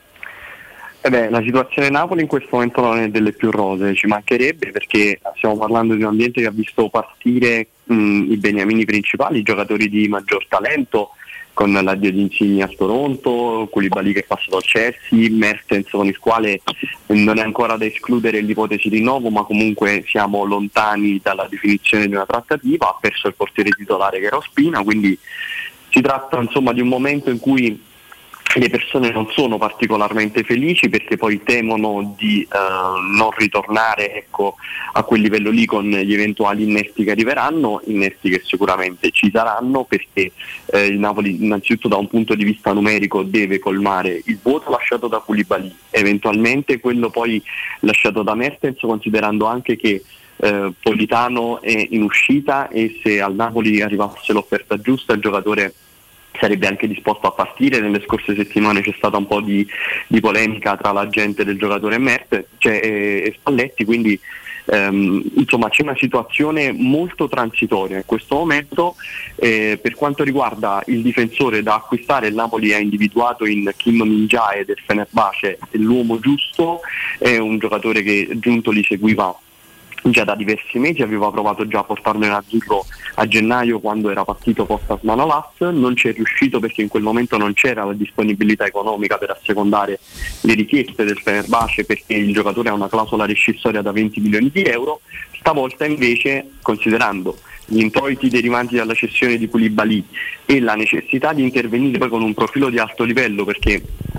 Eh beh, la situazione Napoli in questo momento non è delle più rosee, ci mancherebbe, perché stiamo parlando di un ambiente che ha visto partire mh, i beniamini principali, i giocatori di maggior talento, con l'addio di Insigne a Toronto, Koulibaly che è passato al Chelsea, Mertens con il quale non è ancora da escludere l'ipotesi di rinnovo, ma comunque siamo lontani dalla definizione di una trattativa. Ha perso il portiere titolare che era Ospina, quindi si tratta insomma di un momento in cui le persone non sono particolarmente felici, perché poi temono di uh, non ritornare ecco, a quel livello lì con gli eventuali innesti che arriveranno, innesti che sicuramente ci saranno, perché eh, il Napoli innanzitutto da un punto di vista numerico deve colmare il vuoto lasciato da Koulibaly, eventualmente quello poi lasciato da Mertens, considerando anche che eh, Politano è in uscita, e se al Napoli arrivasse l'offerta giusta il giocatore sarebbe anche disposto a partire. Nelle scorse settimane c'è stata un po' di, di polemica tra la gente del giocatore e Mert, cioè, e, e Spalletti, quindi ehm, insomma c'è una situazione molto transitoria in questo momento. Eh, per quanto riguarda il difensore da acquistare, il Napoli ha individuato in Kim Min-jae del Fenerbahce l'uomo giusto, è un giocatore che Giuntoli seguiva già da diversi mesi, aveva provato già a portarlo in azzurro a gennaio quando era partito post Manolas, non ci è riuscito perché in quel momento non c'era la disponibilità economica per assecondare le richieste del Fenerbahce, perché il giocatore ha una clausola rescissoria da venti milioni di euro. Stavolta invece, considerando gli introiti derivanti dalla cessione di Koulibaly e la necessità di intervenire poi con un profilo di alto livello, perché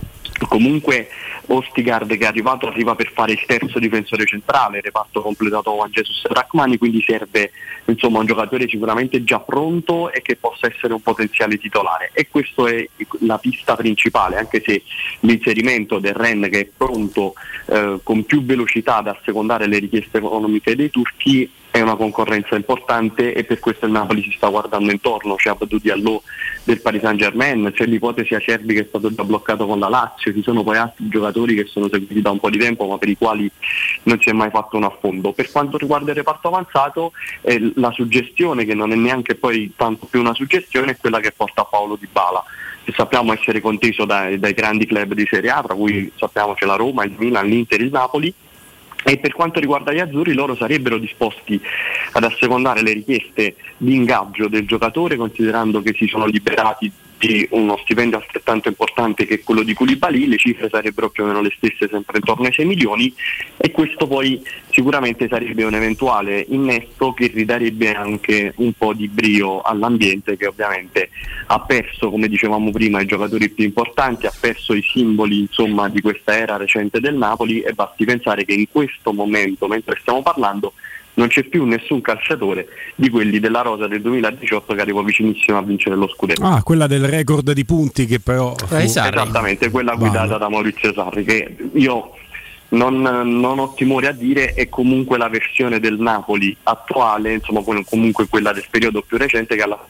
comunque Ostigard che è arrivato arriva per fare il terzo difensore centrale, il reparto completato con Jesus Rachmani, quindi serve insomma un giocatore sicuramente già pronto e che possa essere un potenziale titolare, e questa è la pista principale, anche se l'inserimento del Rennes, che è pronto eh, con più velocità ad assecondare le richieste economiche dei turchi, è una concorrenza importante, e per questo il Napoli si sta guardando intorno. C'è Abdou Diallo del Paris Saint-Germain, c'è l'ipotesi Acerbi che è stato già bloccato con la Lazio, ci sono poi altri giocatori che sono seguiti da un po' di tempo ma per i quali non si è mai fatto un affondo. Per quanto riguarda il reparto avanzato, eh, la suggestione, che non è neanche poi tanto più una suggestione, è quella che porta Paolo Dybala, che sappiamo essere conteso dai, dai grandi club di Serie A, tra cui sappiamo c'è la Roma, il Milan, l'Inter, il Napoli. E per quanto riguarda gli azzurri, loro sarebbero disposti ad assecondare le richieste di ingaggio del giocatore, considerando che si sono liberati di uno stipendio altrettanto importante che quello di Koulibaly. Le cifre sarebbero più o meno le stesse, sempre intorno ai sei milioni, e questo poi sicuramente sarebbe un eventuale innesto che ridarebbe anche un po' di brio all'ambiente, che ovviamente ha perso, come dicevamo prima, i giocatori più importanti, ha perso i simboli insomma di questa era recente del Napoli, e basti pensare che in questo momento, mentre stiamo parlando, non c'è più nessun calciatore di quelli della rosa del duemiladiciotto che arrivò vicinissimo a vincere lo scudetto. Ah, quella del record di punti che però fu... Esattamente, quella guidata vale. da Maurizio Sarri, che io non, non ho timore a dire è comunque la versione del Napoli attuale, insomma comunque quella del periodo più recente, che alla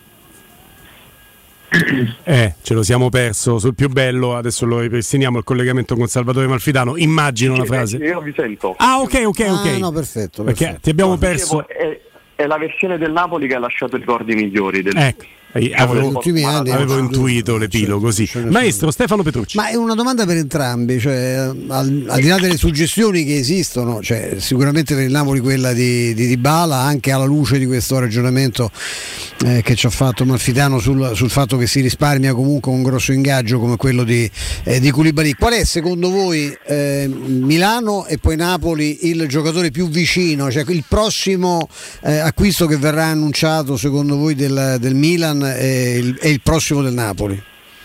Eh, ce lo siamo perso sul più bello, adesso lo ripristiniamo il collegamento con Salvatore Malfitano. Immagino una frase. Io vi sento. Ah, ok, ok, ok. Ah, no, perfetto, Perché perfetto. ti abbiamo no, perso. È, è la versione del Napoli che ha lasciato i ricordi migliori del... Ecco. Avevo, anni, avevo intuito l'epilogo, sì. Maestro Stefano Petrucci. Ma è una domanda per entrambi, cioè, al, al di là delle suggestioni che esistono, cioè, sicuramente per il Napoli quella di, di Dybala, anche alla luce di questo ragionamento eh, che ci ha fatto Malfitano sul, sul fatto che si risparmia comunque un grosso ingaggio come quello di, eh, di Koulibaly. Qual è secondo voi eh, Milano e poi Napoli il giocatore più vicino, cioè il prossimo eh, acquisto che verrà annunciato secondo voi del, del Milan e il, e il prossimo del Napoli?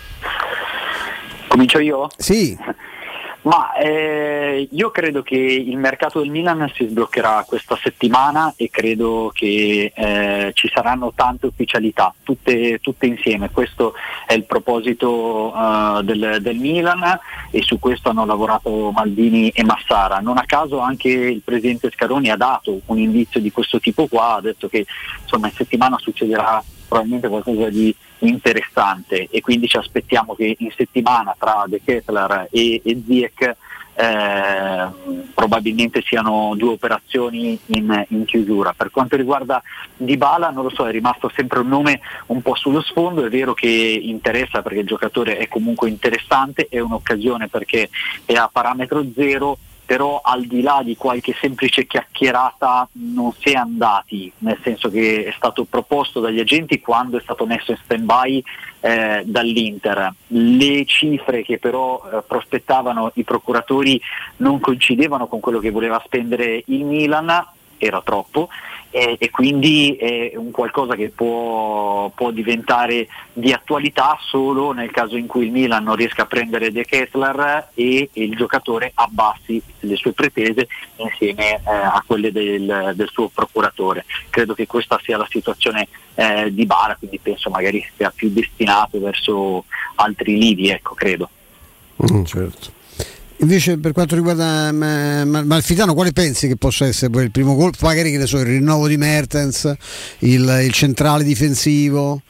Comincio io? Sì. Ma eh, io credo che il mercato del Milan si sbloccherà questa settimana, e credo che eh, ci saranno tante ufficialità, tutte, tutte insieme. Questo è il proposito uh, del, del Milan, e su questo hanno lavorato Maldini e Massara. Non a caso anche il presidente Scaroni ha dato un indizio di questo tipo qua, ha detto che insomma in settimana succederà probabilmente qualcosa di interessante, e quindi ci aspettiamo che in settimana tra De Ketelaere e, e Ziyech eh, probabilmente siano due operazioni in, in chiusura. Per quanto riguarda Dybala, non lo so, è rimasto sempre un nome un po' sullo sfondo. È vero che interessa perché il giocatore è comunque interessante, è un'occasione perché è a parametro zero, però al di là di qualche semplice chiacchierata non si è andati, nel senso che è stato proposto dagli agenti quando è stato messo in stand-by eh, dall'Inter. Le cifre che però eh, prospettavano i procuratori non coincidevano con quello che voleva spendere il Milan, era troppo, e, e quindi è un qualcosa che può, può diventare di attualità solo nel caso in cui il Milan non riesca a prendere De Ketelaere e, e il giocatore abbassi le sue pretese insieme eh, a quelle del, del suo procuratore. Credo che questa sia la situazione eh, di Dybala, quindi penso magari sia più destinato verso altri lidi, ecco, credo. Mm, certo. Invece per quanto riguarda Malfitano, quale pensi che possa essere poi il primo colpo? Magari, che ne so, il rinnovo di Mertens, il, il centrale difensivo?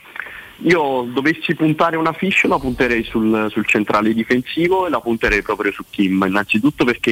Io dovessi puntare una fish la punterei sul, sul centrale difensivo, e la punterei proprio su Kim, innanzitutto perché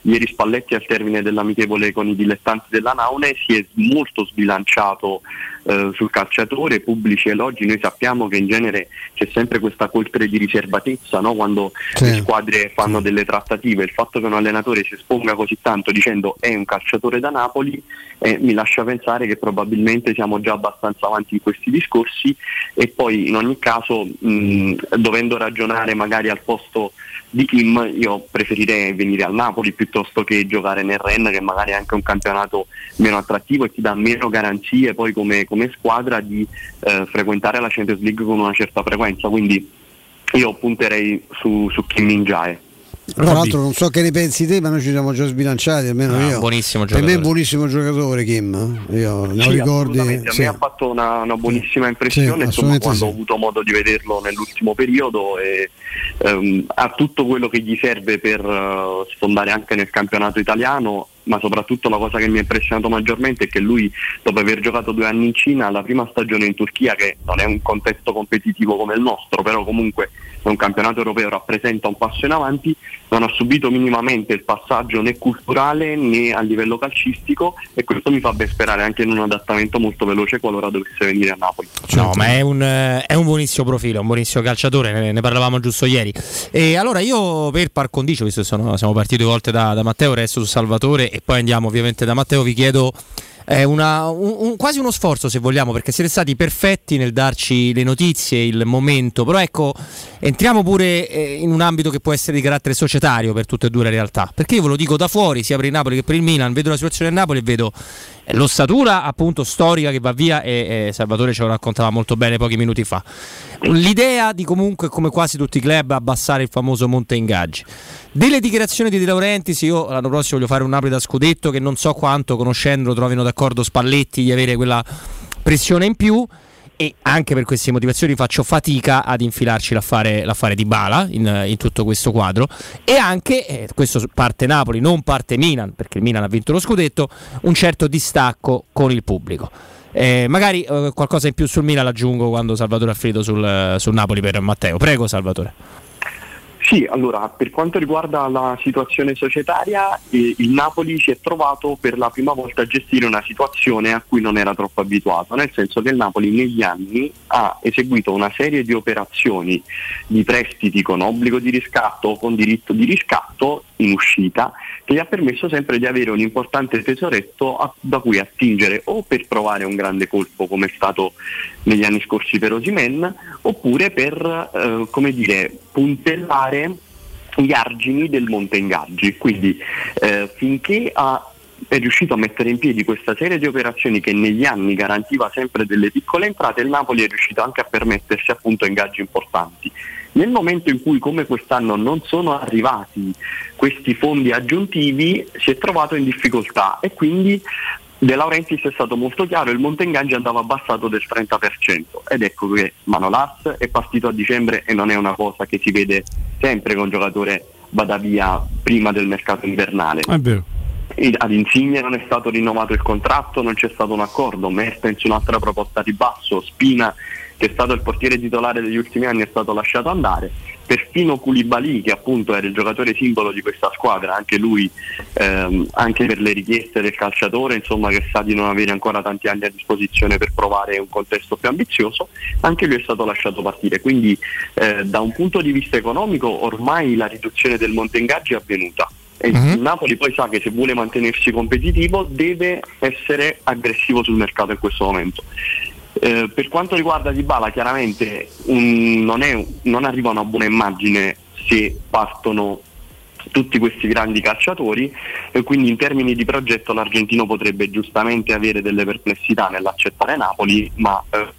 ieri Spalletti al termine dell'amichevole con i dilettanti della Naune si è molto sbilanciato eh, sul calciatore, pubblici elogi. Noi sappiamo che in genere c'è sempre questa coltre di riservatezza, no? Quando sì. le squadre fanno delle trattative, il fatto che un allenatore si esponga così tanto dicendo è un calciatore da Napoli eh, mi lascia pensare che probabilmente siamo già abbastanza avanti in questi discorsi, e poi in ogni caso mh, dovendo ragionare magari al posto di Kim, io preferirei venire al Napoli piuttosto che giocare nel Rennes, che magari è anche un campionato meno attrattivo e ti dà meno garanzie poi come, come squadra di eh, frequentare la Champions League con una certa frequenza, quindi io punterei su, su Kim Min-jae. Tra l'altro non so che ne pensi te, ma noi ci siamo già sbilanciati, almeno ah, io. Buonissimo per me è un buonissimo giocatore Kim, io ne sì, ho ricordi. A sì. me ha fatto una, una buonissima impressione, sì, insomma, quando sì. ho avuto modo di vederlo nell'ultimo periodo, e um, ha tutto quello che gli serve per uh, sfondare anche nel campionato italiano. Ma soprattutto la cosa che mi ha impressionato maggiormente è che lui, dopo aver giocato due anni in Cina, la prima stagione in Turchia, che non è un contesto competitivo come il nostro, però comunque è un campionato europeo, rappresenta un passo in avanti, non ha subito minimamente il passaggio né culturale né a livello calcistico, e questo mi fa ben sperare anche in un adattamento molto veloce qualora dovesse venire a Napoli. No, ma è un, è un buonissimo profilo, un buonissimo calciatore, ne, ne parlavamo giusto ieri. E allora io per par condicio, visto che sono, siamo partiti due volte da, da Matteo, resto su Salvatore e poi andiamo ovviamente da Matteo, vi chiedo eh, una, un, un, quasi uno sforzo, se vogliamo, perché siete stati perfetti nel darci le notizie, il momento, però ecco, entriamo pure eh, in un ambito che può essere di carattere societario per tutte e due le realtà, perché io ve lo dico da fuori, sia per il Napoli che per il Milan, vedo la situazione del Napoli e vedo eh, l'ossatura appunto storica che va via, e eh, Salvatore ce lo raccontava molto bene pochi minuti fa, l'idea di comunque, come quasi tutti i club, abbassare il famoso monte ingaggi. Delle dichiarazioni di De Laurentiis, io l'anno prossimo voglio fare un Napoli da scudetto, che non so quanto, conoscendolo, trovino d'accordo Spalletti di avere quella pressione in più, e anche per queste motivazioni faccio fatica ad infilarci l'affare, l'affare Dybala in, in tutto questo quadro, e anche, eh, questo parte Napoli, non parte Milan, perché il Milan ha vinto lo scudetto, un certo distacco con il pubblico. Eh, magari eh, qualcosa in più sul Milan l'aggiungo quando Salvatore ha finito sul, sul Napoli per Matteo. Prego Salvatore. Sì, allora, per quanto riguarda la situazione societaria, eh, il Napoli si è trovato per la prima volta a gestire una situazione a cui non era troppo abituato, nel senso che il Napoli negli anni ha eseguito una serie di operazioni di prestiti con obbligo di riscatto o con diritto di riscatto in uscita, che gli ha permesso sempre di avere un importante tesoretto a, da cui attingere, o per provare un grande colpo come è stato negli anni scorsi per Osimhen, oppure per eh, come dire, puntellare gli argini del monte ingaggi. Quindi eh, finché ha è riuscito a mettere in piedi questa serie di operazioni che negli anni garantiva sempre delle piccole entrate, il Napoli è riuscito anche a permettersi appunto ingaggi importanti. Nel momento in cui, come quest'anno, non sono arrivati questi fondi aggiuntivi, si è trovato in difficoltà, e quindi De Laurentiis è stato molto chiaro: il monte ingaggi andava abbassato del trenta per cento, ed ecco che Manolas è partito a dicembre, e non è una cosa che si vede sempre che un giocatore vada via prima del mercato invernale. È vero. Ad Insigne non è stato rinnovato il contratto, non c'è stato un accordo, Mertens un'altra proposta di basso, Spina, che è stato il portiere titolare degli ultimi anni, è stato lasciato andare, perfino Koulibaly, che appunto era il giocatore simbolo di questa squadra, anche lui ehm, anche per le richieste del calciatore, insomma, che sa di non avere ancora tanti anni a disposizione per provare un contesto più ambizioso, anche lui è stato lasciato partire. Quindi eh, da un punto di vista economico ormai la riduzione del monte ingaggi è avvenuta. E il uh-huh. Napoli poi sa che se vuole mantenersi competitivo deve essere aggressivo sul mercato in questo momento. Eh, per quanto riguarda Dybala, chiaramente un, non, è, non arriva una buona immagine se partono tutti questi grandi calciatori, e quindi in termini di progetto l'argentino potrebbe giustamente avere delle perplessità nell'accettare Napoli, ma eh,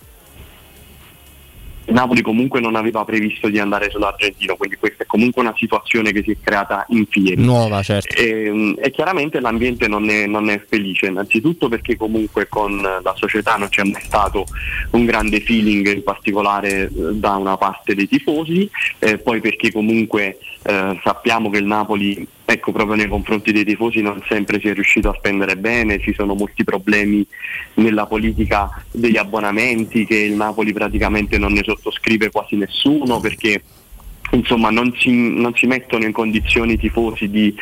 Napoli comunque non aveva previsto di andare sull'argentino, quindi questa è comunque una situazione che si è creata in piedi. Nuova, certo. E, e chiaramente l'ambiente non è, non è felice, innanzitutto perché comunque con la società non c'è mai stato un grande feeling, in particolare da una parte dei tifosi, eh, poi perché comunque eh, sappiamo che il Napoli, ecco, proprio nei confronti dei tifosi non sempre si è riuscito a spendere bene, ci sono molti problemi nella politica degli abbonamenti che il Napoli praticamente non ne sottoscrive quasi nessuno, perché insomma non si, non si mettono in condizioni i tifosi di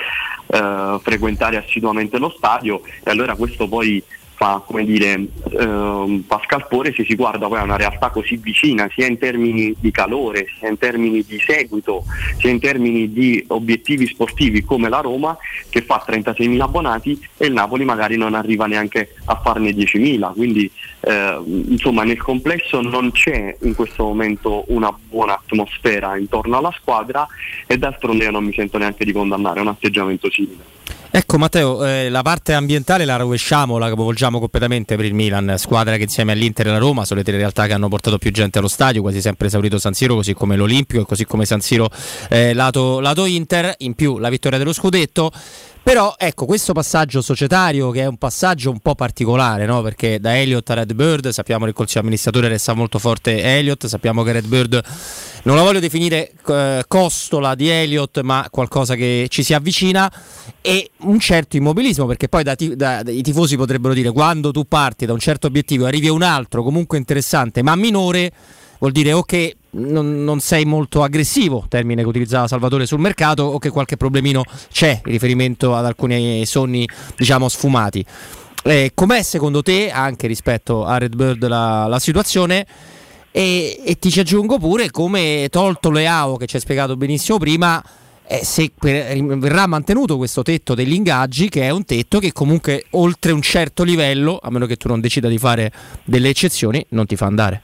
eh, frequentare assiduamente lo stadio, e allora questo poi fa, come dire, eh, fa scalpore se si guarda poi a una realtà così vicina, sia in termini di calore, sia in termini di seguito, sia in termini di obiettivi sportivi, come la Roma che fa trentaseimila abbonati e il Napoli magari non arriva neanche a farne diecimila, quindi eh, insomma nel complesso non c'è in questo momento una buona atmosfera intorno alla squadra, e d'altronde io non mi sento neanche di condannare un atteggiamento simile. Ecco Matteo, eh, la parte ambientale la rovesciamo, la capovolgiamo completamente per il Milan, squadra che insieme all'Inter e alla Roma sono le tre realtà che hanno portato più gente allo stadio, quasi sempre esaurito San Siro, così come l'Olimpico e così come San Siro eh, lato, lato Inter, in più la vittoria dello scudetto. Però ecco, questo passaggio societario, che è un passaggio un po' particolare, no? Perché da Elliott a Redbird sappiamo che il consiglio amministratore resta molto forte Elliott, sappiamo che Redbird non la voglio definire eh, costola di Elliott, ma qualcosa che ci si avvicina, e un certo immobilismo, perché poi da, da, da, i tifosi potrebbero dire, quando tu parti da un certo obiettivo e arrivi a un altro comunque interessante ma minore, vuol dire o che non, non sei molto aggressivo, termine che utilizzava Salvatore, sul mercato, o che qualche problemino c'è in riferimento ad alcuni sogni, diciamo, sfumati. Eh, com'è secondo te, anche rispetto a Redbird, la, la situazione? E, e ti ci aggiungo pure come, tolto Leao che ci hai spiegato benissimo prima, eh, se per, verrà mantenuto questo tetto degli ingaggi, che è un tetto che comunque oltre un certo livello, a meno che tu non decida di fare delle eccezioni, non ti fa andare.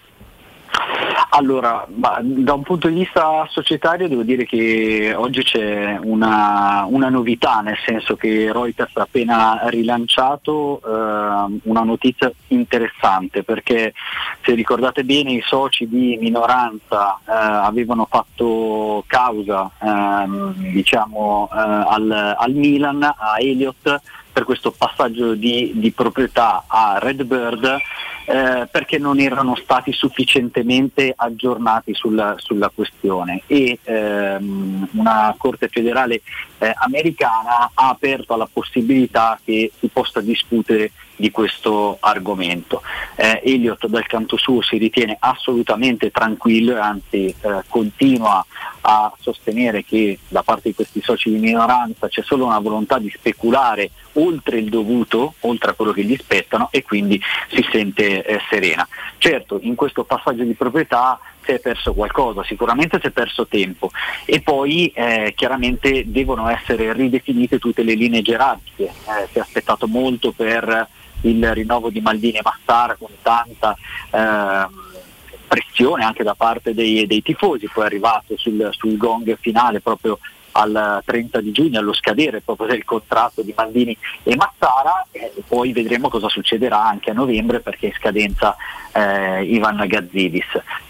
Allora, bah, da un punto di vista societario devo dire che oggi c'è una, una novità, nel senso che Reuters ha appena rilanciato eh, una notizia interessante, perché se ricordate bene i soci di minoranza eh, avevano fatto causa eh, diciamo eh, al, al Milan, a Elliott, per questo passaggio di, di proprietà a Redbird, eh, perché non erano stati sufficientemente aggiornati sulla, sulla questione, e ehm, una corte federale eh, americana ha aperto alla possibilità che si possa discutere di questo argomento. Eh, Elliott dal canto suo si ritiene assolutamente tranquillo e anzi eh, continua a sostenere che da parte di questi soci di minoranza c'è solo una volontà di speculare oltre il dovuto, oltre a quello che gli spettano, e quindi si sente eh, serena. Certo, in questo passaggio di proprietà si è perso qualcosa, sicuramente si è perso tempo, e poi eh, chiaramente devono essere ridefinite tutte le linee gerarchiche. Eh, si è aspettato molto per il rinnovo di Maldini e Massara, con tanta eh, pressione anche da parte dei, dei tifosi, poi è arrivato sul, sul gong finale proprio al trenta di giugno, allo scadere proprio del contratto di Maldini e Massara, e poi vedremo cosa succederà anche a novembre, perché è in scadenza eh, Ivan Gazidis.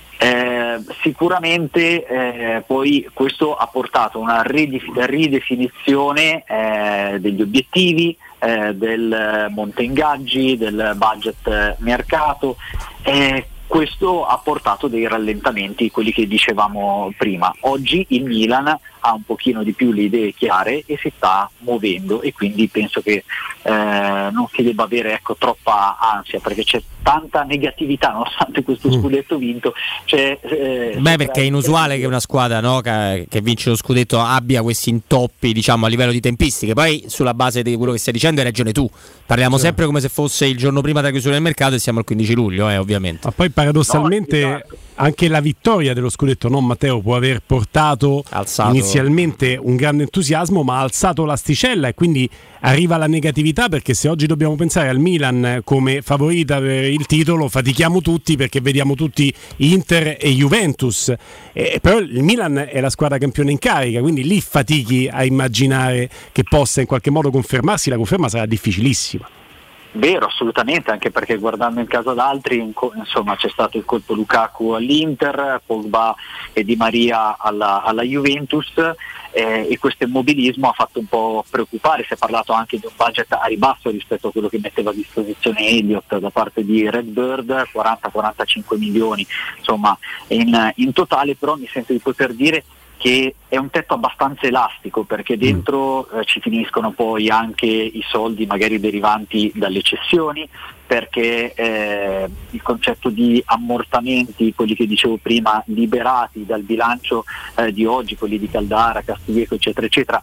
Eh, sicuramente eh, poi questo ha portato a una ridef- ridefinizione eh, degli obiettivi, eh, del monte ingaggi, del budget mercato. Eh, questo ha portato dei rallentamenti, quelli che dicevamo prima. Oggi il Milan ha un pochino di più le idee chiare e si sta muovendo, e quindi penso che eh, non si debba avere ecco, troppa ansia, perché c'è tanta negatività nonostante questo scudetto vinto. C'è, eh, Beh, perché è inusuale che una squadra, no, che, che vince lo scudetto abbia questi intoppi, diciamo, a livello di tempistiche. Poi sulla base di quello che stai dicendo hai ragione tu, parliamo sì. sempre come se fosse il giorno prima della chiusura del mercato, e siamo al quindici luglio, eh, ovviamente. Ma poi paradossalmente no, esatto. anche la vittoria dello scudetto, no, Matteo, può aver portato alzato. inizialmente un grande entusiasmo, ma ha alzato l'asticella, e quindi arriva la negatività, perché se oggi dobbiamo pensare al Milan come favorita per il titolo fatichiamo tutti, perché vediamo tutti Inter e Juventus, e però il Milan è la squadra campione in carica, quindi lì fatichi a immaginare che possa in qualche modo confermarsi. La conferma sarà difficilissima. Vero, assolutamente, anche perché guardando in caso ad altri, insomma, c'è stato il colpo Lukaku all'Inter, Pogba e Di Maria alla, alla Juventus, eh, e questo immobilismo ha fatto un po' preoccupare. Si è parlato anche di un budget a ribasso rispetto a quello che metteva a disposizione Elliott da parte di Redbird, quaranta quarantacinque milioni insomma in, in totale, però mi sento di poter dire che è un tetto abbastanza elastico, perché dentro eh, ci finiscono poi anche i soldi magari derivanti dalle cessioni, perché eh, il concetto di ammortamenti, quelli che dicevo prima, liberati dal bilancio eh, di oggi, quelli di Caldara, Castiglieco eccetera eccetera,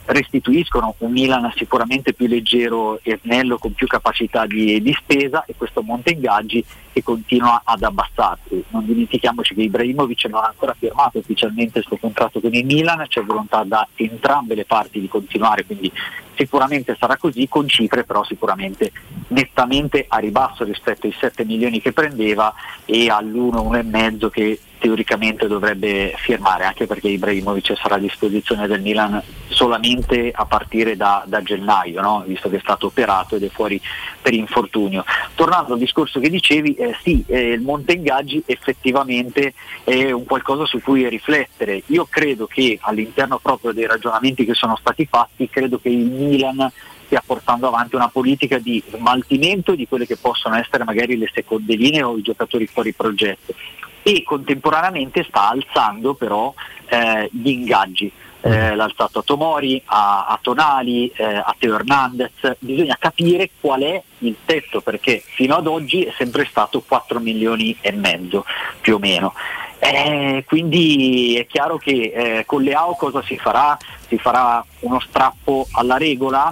restituiscono un Milan sicuramente più leggero e snello, con più capacità di, di spesa, e questo monte ingaggi che continua ad abbassarsi. Non dimentichiamoci che Ibrahimovic non ha ancora firmato ufficialmente il suo contratto con il Milan, c'è volontà da entrambe le parti di continuare, quindi sicuramente sarà così, con cifre però sicuramente nettamente a ribasso rispetto ai sette milioni che prendeva e all'uno, uno e mezzo che teoricamente dovrebbe firmare, anche perché Ibrahimovic sarà a disposizione del Milan solamente a partire da, da gennaio, no? Visto che è stato operato ed è fuori per infortunio. Tornando al discorso che dicevi, eh, sì, eh, il monte ingaggi effettivamente è un qualcosa su cui riflettere. Io credo che all'interno proprio dei ragionamenti che sono stati fatti, credo che il Milan stia portando avanti una politica di smaltimento di quelle che possono essere magari le seconde linee o i giocatori fuori progetto, e contemporaneamente sta alzando però eh, gli ingaggi. Eh, l'ha alzato a Tomori, a, a Tonali, eh, a Teo Hernandez. Bisogna capire qual è il tetto, perché fino ad oggi è sempre stato quattro milioni e mezzo più o meno. Eh, quindi è chiaro che eh, con Leao cosa si farà? Si farà uno strappo alla regola?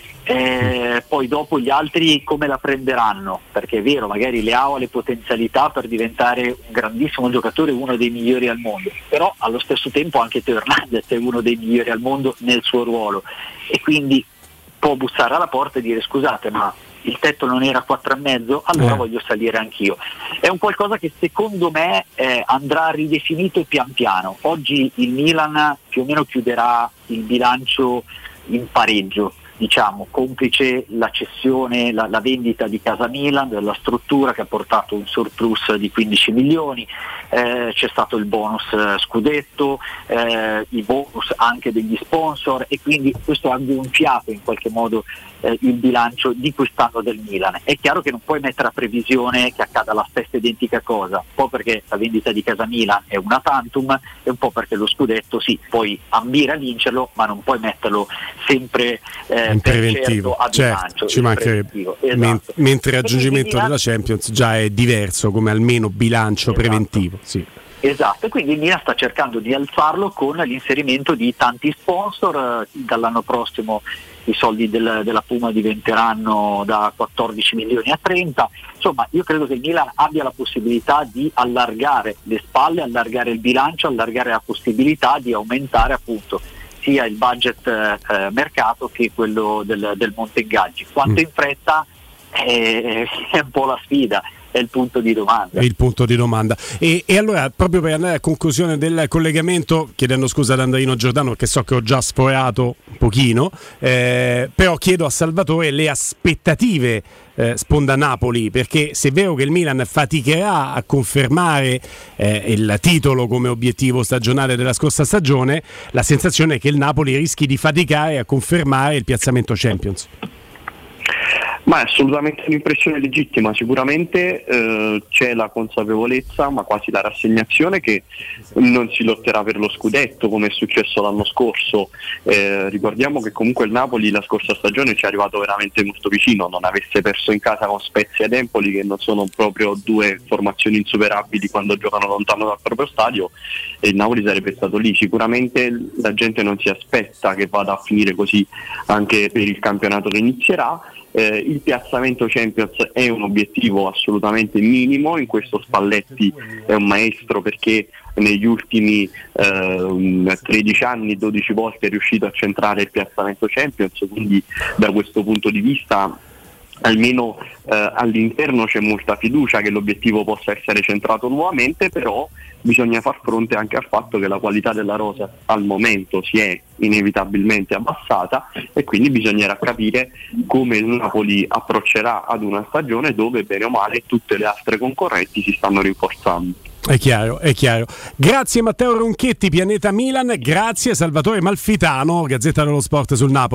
Eh, poi dopo gli altri come la prenderanno, perché è vero, magari Leao ha le potenzialità per diventare un grandissimo giocatore, uno dei migliori al mondo, però allo stesso tempo anche Teo Hernandez è uno dei migliori al mondo nel suo ruolo, e quindi può bussare alla porta e dire: scusate, ma il tetto non era quattro e mezzo, allora eh. voglio salire anch'io. È un qualcosa che secondo me eh, andrà ridefinito pian piano. Oggi il Milan più o meno chiuderà il bilancio in pareggio, diciamo, complice la cessione, la, la vendita di Casa Milan, della struttura che ha portato un surplus di quindici milioni, eh, c'è stato il bonus scudetto, eh, i bonus anche degli sponsor, e quindi questo ha gonfiato in qualche modo eh, il bilancio di quest'anno del Milan. È chiaro che non puoi mettere a previsione che accada la stessa identica cosa, un po' perché la vendita di Casa Milan è una tantum e un po' perché lo scudetto sì, puoi ambire a vincerlo, ma non puoi metterlo sempre eh, in preventivo, certo, certo, ci mancherebbe. Esatto. Men- mentre il raggiungimento Milan... della Champions già è diverso come almeno bilancio esatto. preventivo, sì. Esatto, e quindi il Milan sta cercando di alzarlo con l'inserimento di tanti sponsor. Dall'anno prossimo i soldi del, della Puma diventeranno da quattordici milioni a trenta. Insomma, io credo che il Milan abbia la possibilità di allargare le spalle, allargare il bilancio, allargare la possibilità di aumentare appunto sia il budget eh, mercato che quello del, del monte ingaggi. Quanto in fretta è, è un po' la sfida. È il punto di domanda. È il punto di domanda. E, e allora, proprio per andare a conclusione del collegamento, chiedendo scusa ad Andreino Giordano perché so che ho già sforato un pochino, eh, però chiedo a Salvatore le aspettative eh, sponda Napoli, perché se è vero che il Milan faticherà a confermare eh, il titolo come obiettivo stagionale della scorsa stagione, la sensazione è che il Napoli rischi di faticare a confermare il piazzamento Champions. Ma è assolutamente un'impressione legittima, sicuramente eh, c'è la consapevolezza, ma quasi la rassegnazione, che non si lotterà per lo scudetto come è successo l'anno scorso. Eh, ricordiamo che comunque il Napoli la scorsa stagione ci è arrivato veramente molto vicino, non avesse perso in casa con Spezia ed Empoli, che non sono proprio due formazioni insuperabili quando giocano lontano dal proprio stadio, e il Napoli sarebbe stato lì. Sicuramente la gente non si aspetta che vada a finire così anche per il campionato che inizierà. Eh, il piazzamento Champions è un obiettivo assolutamente minimo, in questo Spalletti è un maestro, perché negli ultimi eh, tredici anni dodici volte è riuscito a centrare il piazzamento Champions, quindi da questo punto di vista almeno eh, all'interno c'è molta fiducia che l'obiettivo possa essere centrato nuovamente, però bisogna far fronte anche al fatto che la qualità della rosa al momento si è inevitabilmente abbassata, e quindi bisognerà capire come il Napoli approccerà ad una stagione dove bene o male tutte le altre concorrenti si stanno rinforzando. È chiaro, è chiaro. Grazie Matteo Ronchetti, Pianeta Milan, grazie Salvatore Malfitano, Gazzetta dello Sport sul Napoli.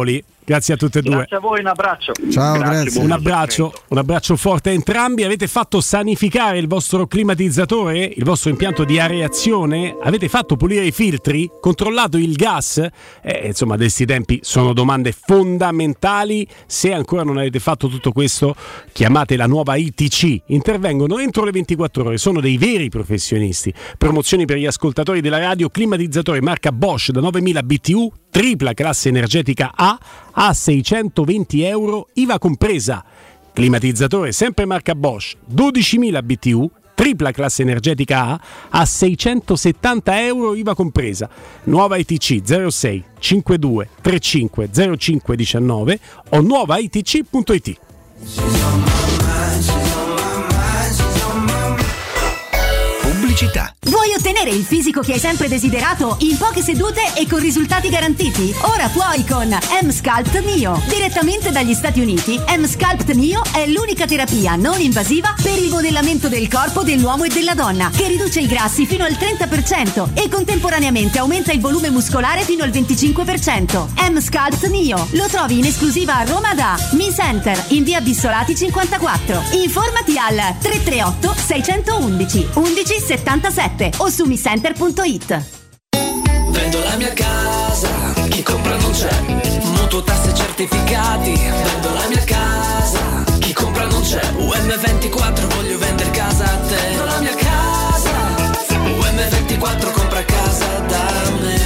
Grazie a tutte e due. Grazie a voi, un abbraccio. Ciao, grazie, grazie. Un abbraccio, un abbraccio forte a entrambi. Avete fatto sanificare il vostro climatizzatore, il vostro impianto di areazione? Avete fatto pulire i filtri? Controllato il gas? Eh, insomma, a questi tempi sono domande fondamentali. Se ancora non avete fatto tutto questo, chiamate la nuova I T C. Intervengono entro le ventiquattro ore, sono dei veri professionisti. Promozioni per gli ascoltatori della radio: climatizzatore marca Bosch da novemila B T U, tripla classe energetica A, a seicentoventi euro I V A compresa. Climatizzatore sempre marca Bosch, dodicimila B T U, tripla classe energetica A, a seicentosettanta euro I V A compresa. Nuova I T C zero sei cinquantadue trentacinque zero cinque diciannove o nuova I T C punto it. Pubblicità. Vuoi ottenere il fisico che hai sempre desiderato in poche sedute e con risultati garantiti? Ora puoi con M-Sculpt Neo. Direttamente dagli Stati Uniti, M-Sculpt Neo è l'unica terapia non invasiva per il modellamento del corpo dell'uomo e della donna, che riduce i grassi fino al trenta per cento e contemporaneamente aumenta il volume muscolare fino al venticinque per cento. M-Sculpt Neo lo trovi in esclusiva a Roma da Mi Center in via Bissolati cinquantaquattro. Informati al tre tre otto sei uno uno undici settantasette o su mi center punto it. Vendo la mia casa, chi compra non c'è. Mutuo, tasse, certificati. Vendo la mia casa, chi compra non c'è. U M ventiquattro, voglio vendere casa a te. Vendo la mia casa, U M ventiquattro, compra casa da me.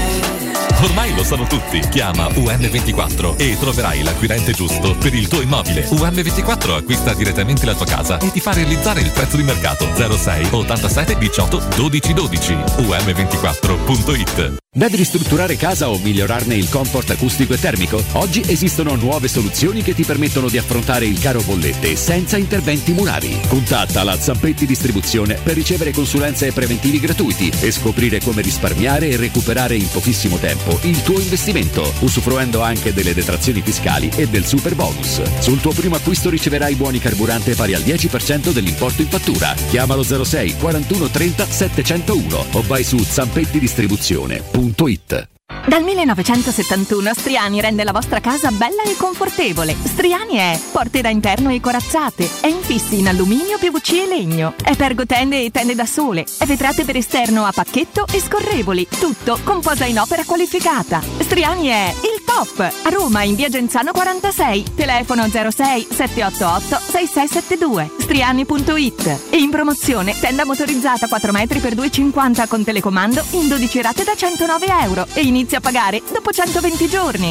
Ormai lo sanno tutti. Chiama U M ventiquattro e troverai l'acquirente giusto per il tuo immobile. U M ventiquattro acquista direttamente la tua casa e ti fa realizzare il prezzo di mercato. zero sei ottantasette diciotto dodici dodici. U M ventiquattro punto it. Devi ristrutturare casa o migliorarne il comfort acustico e termico? Oggi esistono nuove soluzioni che ti permettono di affrontare il caro bollette senza interventi murari. Contatta la Zampetti Distribuzione per ricevere consulenze e preventivi gratuiti e scoprire come risparmiare e recuperare in pochissimo tempo il tuo investimento, usufruendo anche delle detrazioni fiscali e del super bonus. Sul tuo primo acquisto riceverai buoni carburante pari al dieci per cento dell'importo in fattura. Chiamalo zero sei quarantuno trenta settecentouno o vai su zampettidistribuzione punto it. Dal millenovecentosettantuno Striani rende la vostra casa bella e confortevole. Striani è porte da interno e corazzate, è infissi in alluminio, P V C e legno, è pergotende e tende da sole, è vetrate per esterno a pacchetto e scorrevoli, tutto con posa in opera qualificata. Striani è il top! A Roma in via Genzano quarantasei, telefono zero sei sette otto otto sei sei sette due, striani punto it. E in promozione tenda motorizzata quattro metri per due e cinquanta con telecomando in dodici rate da centonove euro e inizia a pagare dopo centoventi giorni.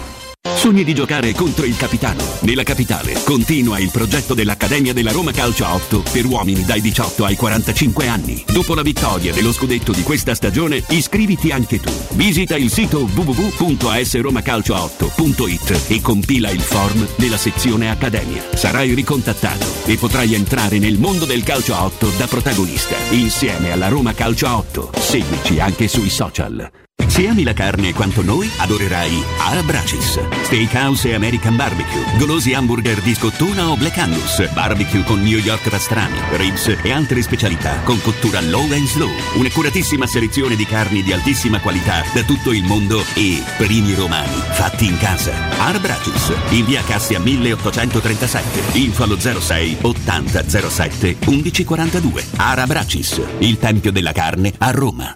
Sogni di giocare contro il capitano? Nella capitale continua il progetto dell'Accademia della Roma Calcio a otto per uomini dai diciotto ai quarantacinque anni. Dopo la vittoria dello scudetto di questa stagione, iscriviti anche tu. Visita il sito w w w punto a s roma calcio a otto punto it e compila il form nella sezione Accademia. Sarai ricontattato e potrai entrare nel mondo del calcio a otto da protagonista, insieme alla Roma Calcio a otto. Seguici anche sui social. Se ami la carne quanto noi, adorerai Arabracis, Steakhouse e American Barbecue, golosi hamburger di scottuna o Black Angus, barbecue con New York pastrami, ribs e altre specialità con cottura low and slow, un'accuratissima selezione di carni di altissima qualità da tutto il mondo e primi romani fatti in casa. Arabracis, in via Cassia milleottocentotrentasette, info allo zero sei ottanta zero sette undici quarantadue. Arabracis, il tempio della carne a Roma.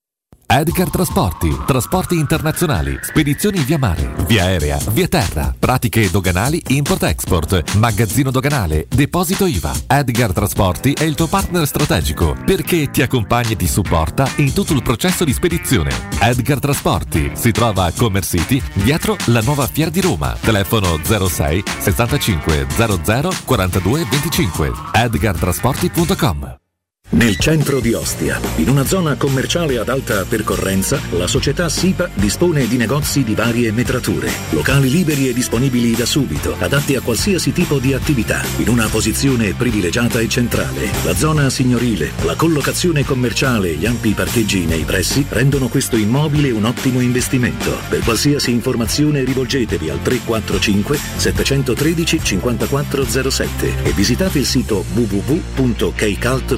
Edgar Trasporti, trasporti internazionali, spedizioni via mare, via aerea, via terra, pratiche doganali import-export, magazzino doganale, deposito I V A. Edgar Trasporti è il tuo partner strategico perché ti accompagna e ti supporta in tutto il processo di spedizione. Edgar Trasporti si trova a Commerce City, dietro la nuova Fiera di Roma. Telefono zero sei sessantacinque zero zero quarantadue venticinque. edgar trasporti punto com. Nel centro di Ostia, in una zona commerciale ad alta percorrenza, la società SIPA dispone di negozi di varie metrature, locali liberi e disponibili da subito, adatti a qualsiasi tipo di attività, in una posizione privilegiata e centrale. La zona signorile, la collocazione commerciale e gli ampi parcheggi nei pressi rendono questo immobile un ottimo investimento. Per qualsiasi informazione rivolgetevi al tre quattro cinque sette uno tre cinque quattro zero sette e visitate il sito w w w punto k cult punto com.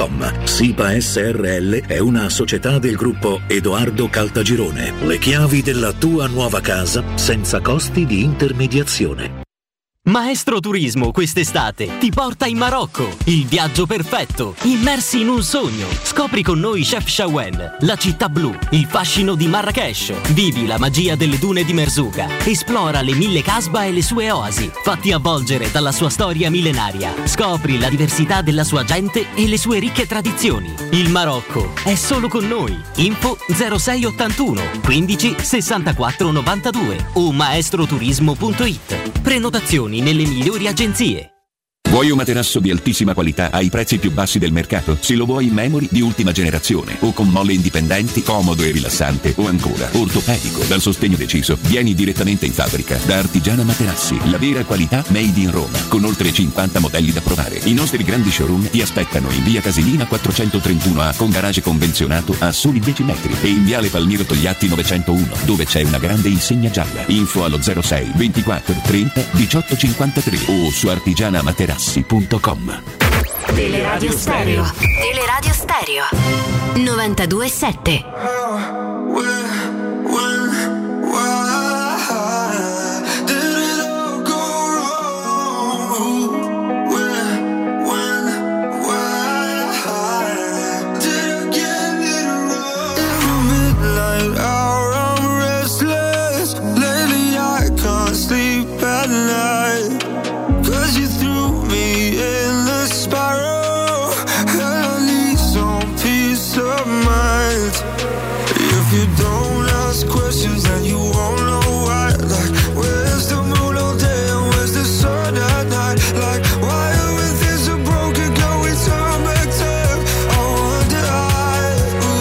com. SIPA S R L è una società del gruppo Edoardo Caltagirone. Le chiavi della tua nuova casa senza costi di intermediazione. Maestro Turismo quest'estate ti porta in Marocco, il viaggio perfetto, immersi in un sogno. Scopri con noi Chef Shawen, la città blu, il fascino di Marrakesh, vivi la magia delle dune di Merzouga, esplora le mille casba e le sue oasi, fatti avvolgere dalla sua storia millenaria, scopri la diversità della sua gente e le sue ricche tradizioni. Il Marocco è solo con noi. Info zero sei ottantuno quindici sessantaquattro novantadue o maestroturismo punto it. Prenotazioni nelle migliori agenzie. Vuoi un materasso di altissima qualità ai prezzi più bassi del mercato? Se lo vuoi in memory di ultima generazione o con molle indipendenti, comodo e rilassante, o ancora ortopedico dal sostegno deciso, vieni direttamente in fabbrica da Artigiana Materassi, la vera qualità made in Roma, con oltre cinquanta modelli da provare. I nostri grandi showroom ti aspettano in via Casilina quattrocentotrentuno A con garage convenzionato a soli dieci metri e in viale Palmiro Togliatti novecentouno dove c'è una grande insegna gialla. Info allo zero sei ventiquattro trenta diciotto cinquantatré o su artigiana materassi punto com. Teleradio Stereo. Teleradio Stereo novantadue sette. You don't ask questions and you won't know why. Like, where's the moon all day and where's the sun at night? Like, why are we things so broken? Can we turn back time? I wonder why.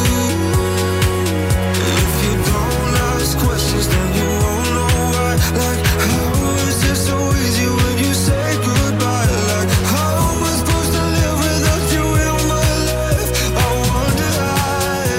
If you don't ask questions then you won't know why. Like, how is it so easy when you say goodbye? Like, how am I supposed to live without you in my life? I wonder why.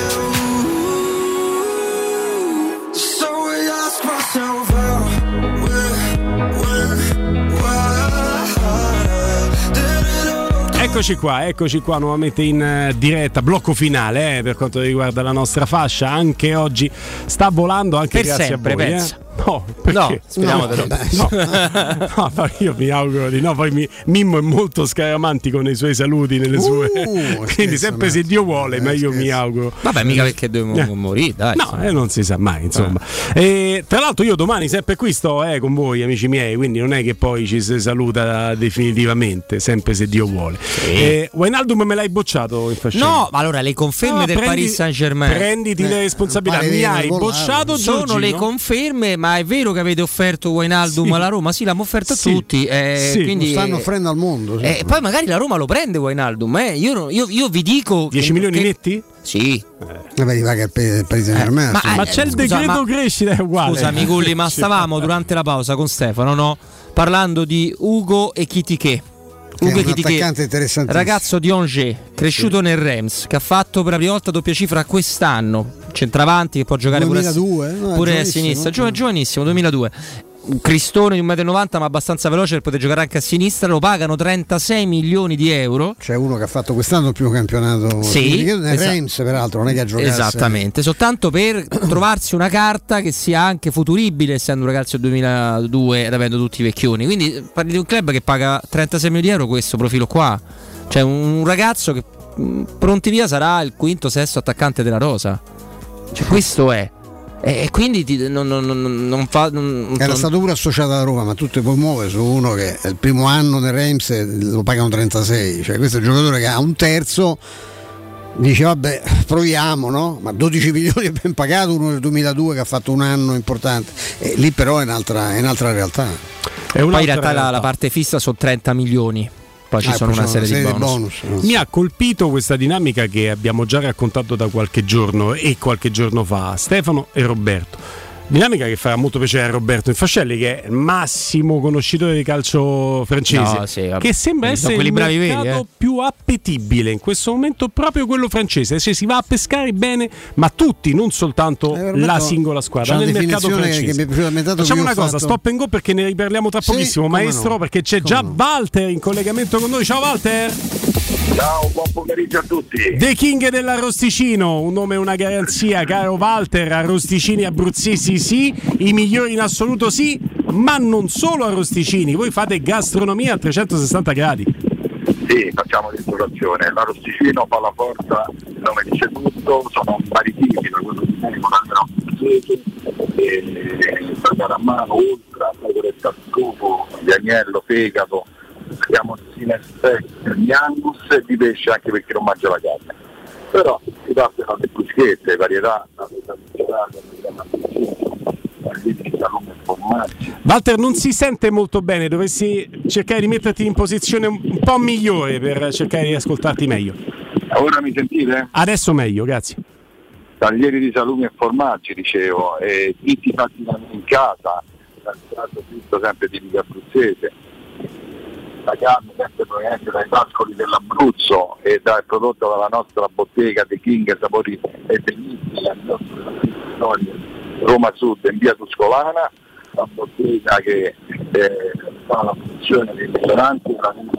Eccoci qua, eccoci qua nuovamente in uh, diretta, blocco finale eh, per quanto riguarda la nostra fascia. Anche oggi sta volando, anche per grazie sempre, a voi. penso. Eh? No, perché? No, speriamo no, di no. No, no, io mi auguro di no. Poi mi, Mimmo è molto scaramantico nei suoi saluti, nelle sue. Uh, quindi sempre se Dio vuole, ma io mi auguro. Vabbè, mica perché dobbiamo eh. morire, dai. No, eh, non si sa mai, insomma. Eh. E, tra l'altro io domani sempre qui sto eh, con voi, amici miei, quindi non è che poi ci si saluta definitivamente, sempre se Dio vuole. Sì. E, Wijnaldum me l'hai bocciato in fascina? No, ma allora le conferme no, del prendi, Paris Saint-Germain. Prenditi eh, le responsabilità, mi hai bocciato. Sono Giorgino? Le conferme, ma è vero che avete offerto Wijnaldum sì. alla Roma? Sì, l'hanno offerto a sì. tutti. Eh, sì. quindi, lo stanno offrendo al mondo. Sì. Eh, poi magari la Roma lo prende Wijnaldum. Eh. Io, io, io vi dico. dieci milioni che, netti? Sì. Eh. Vabbè, va che il Paris Saint-Germain. Eh, ma, ma c'è il decreto ma, crescita, è uguale. Scusami, Gulli, ma stavamo durante la pausa con Stefano, no? Parlando di Ugo Ekitike. Ugo Ekitike, ragazzo di Angers, cresciuto sì. nel Reims, che ha fatto per la prima volta doppia cifra quest'anno. Centravanti che può giocare duemiladue, pure, a, no, pure a sinistra. Gio- giovanissimo, duemiladue. Un cristone di un metro e novanta ma abbastanza veloce per poter giocare anche a sinistra. Lo pagano trentasei milioni di euro. C'è uno che ha fatto quest'anno il primo campionato sì, nel esa- Reims, peraltro non è che ha giocato esattamente, soltanto per trovarsi una carta che sia anche futuribile, essendo un ragazzo del duemiladue ed avendo tutti i vecchioni. Quindi parli di un club che paga trentasei milioni di euro questo profilo qua. Cioè un ragazzo che pronti via sarà il quinto, sesto attaccante della rosa. Cioè questo è. E quindi ti, non, non, non, non fa. Non, Era non... stato pure associato alla Roma, ma tu ti puoi muovere su uno che è il primo anno nel Reims lo pagano trentasei. Cioè questo è un giocatore che ha un terzo. Dice vabbè proviamo, no? Ma dodici milioni è ben pagato uno del duemiladue che ha fatto un anno importante. E lì però è un'altra, è un'altra realtà. È Poi in realtà la, la parte fissa sono trenta milioni. Poi ci ah, sono una serie, una serie di bonus. di bonus. Mi ha colpito questa dinamica che abbiamo già raccontato da qualche giorno e qualche giorno fa Stefano e Roberto. Dinamica che farà molto piacere a Roberto Infascelli, che è il massimo conoscitore di calcio francese, no, sì, che sembra essere il mercato veri, eh. più appetibile in questo momento, proprio quello francese. Cioè, si va a pescare bene, ma tutti, non soltanto eh, la singola squadra nel mercato francese. Che mi Facciamo una cosa, fatto... stop and go perché ne riparliamo tra sì, pochissimo, maestro, no. perché c'è come già no. Walter in collegamento con noi. Ciao Walter. Ciao, buon pomeriggio a tutti. The King dell'Arrosticino, un nome e una garanzia, caro Walter. Arrosticini abruzzesi sì, i migliori in assoluto sì, ma non solo arrosticini, voi fate gastronomia a trecentosessanta gradi. Sì, facciamo ristorazione. L'arrosticino fa la forza, il nome dice tutto, sono vari tipi, da quello di me, con almeno abruzzese, e tagliare a mano, ultra, pecoretta al scopo, di agnello, fegato. Abbiamo sinestek di Angus e di pesce anche per chi non mangia la carne, però si parte dalle bruschette, varietà, Walter, non si sente molto bene, dovresti cercare di metterti in posizione un po' migliore per cercare di ascoltarti meglio. Ora mi sentite? Adesso meglio, grazie. Taglieri di salumi e formaggi, dicevo, e tutti fatti in casa, sempre tipico abruzzese. La carne sempre proveniente dai pascoli dell'Abruzzo e da, è prodotta dalla nostra bottega The King Sapori e Delizie, la nostra storia Roma Sud in via Tuscolana, la bottega che eh, fa la produzione dei ristoranti,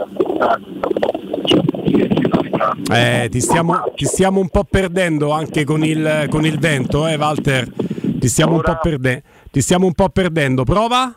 la eh, ti, stiamo, ti stiamo un po' perdendo anche con il, con il vento, eh Walter? Ti stiamo, ora, un po' perde- ti stiamo un po' perdendo, prova?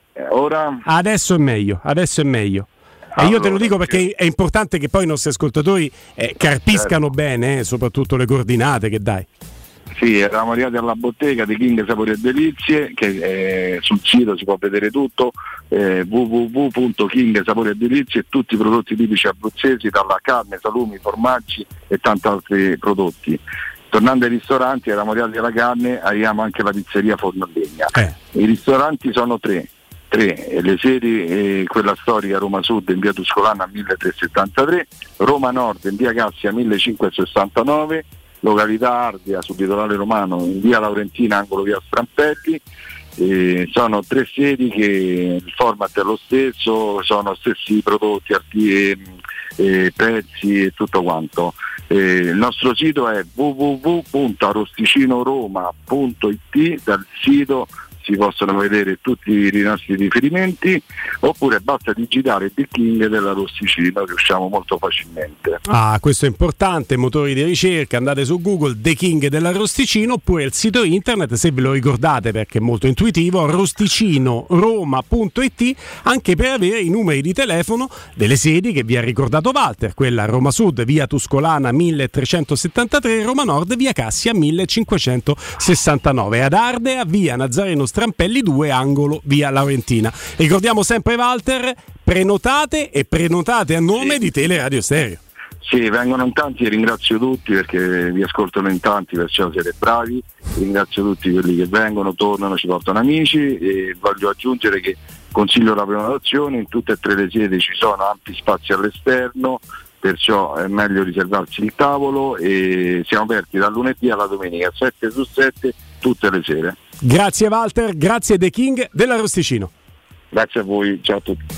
Ora? Adesso è meglio, adesso è meglio. E io te lo dico perché è importante che poi i nostri ascoltatori eh, carpiscano certo. bene, eh, soprattutto le coordinate che dai. Sì, eravamo arrivati alla bottega di King Sapori e Delizie, che eh, sul sito si può vedere tutto, eh, w w w punto king sapori e delizie, e tutti i prodotti tipici abruzzesi, dalla carne, salumi, formaggi e tanti altri prodotti. Tornando ai ristoranti, eravamo arrivati alla carne, arriviamo anche alla pizzeria Forno a Legna. Eh. I ristoranti sono tre. Tre, le sedi, eh, quella storica Roma Sud in via Tuscolana milletrecentosettantatré, Roma Nord in via Cassia millecinquecentosessantanove, località Ardea sul litorale romano in via Laurentina angolo via Strampelli. Eh, sono tre sedi che il format è lo stesso, sono stessi prodotti, arti, eh, prezzi e tutto quanto. Eh, il nostro sito è w w w punto arrosticinoroma punto i t, dal sito si possono vedere tutti i nostri riferimenti, oppure basta digitare The King dell'Arrosticino, che usciamo molto facilmente. Ah, questo è importante, motori di ricerca, andate su Google The King dell'Arrosticino, oppure il sito internet, se ve lo ricordate perché è molto intuitivo, arrosticinoroma punto i t, anche per avere i numeri di telefono delle sedi che vi ha ricordato Walter, quella a Roma Sud via Tuscolana milletrecentosettantatré, Roma Nord via Cassia millecinquecentosessantanove, ad Ardea via Nazareno Strampelli due angolo via Laurentina. Ricordiamo sempre Walter, prenotate e prenotate a nome sì. di Teleradio Stereo. Sì, vengono in tanti e ringrazio tutti perché vi ascoltano in tanti, perciò siete bravi. Ringrazio tutti quelli che vengono, tornano, ci portano amici, e voglio aggiungere che consiglio la prenotazione, in tutte e tre le sedi ci sono ampi spazi all'esterno, perciò è meglio riservarsi il tavolo, e siamo aperti dal lunedì alla domenica, sette su sette, tutte le sere. Grazie Walter, grazie The King dell'Arrosticino. Grazie a voi, ciao a tutti.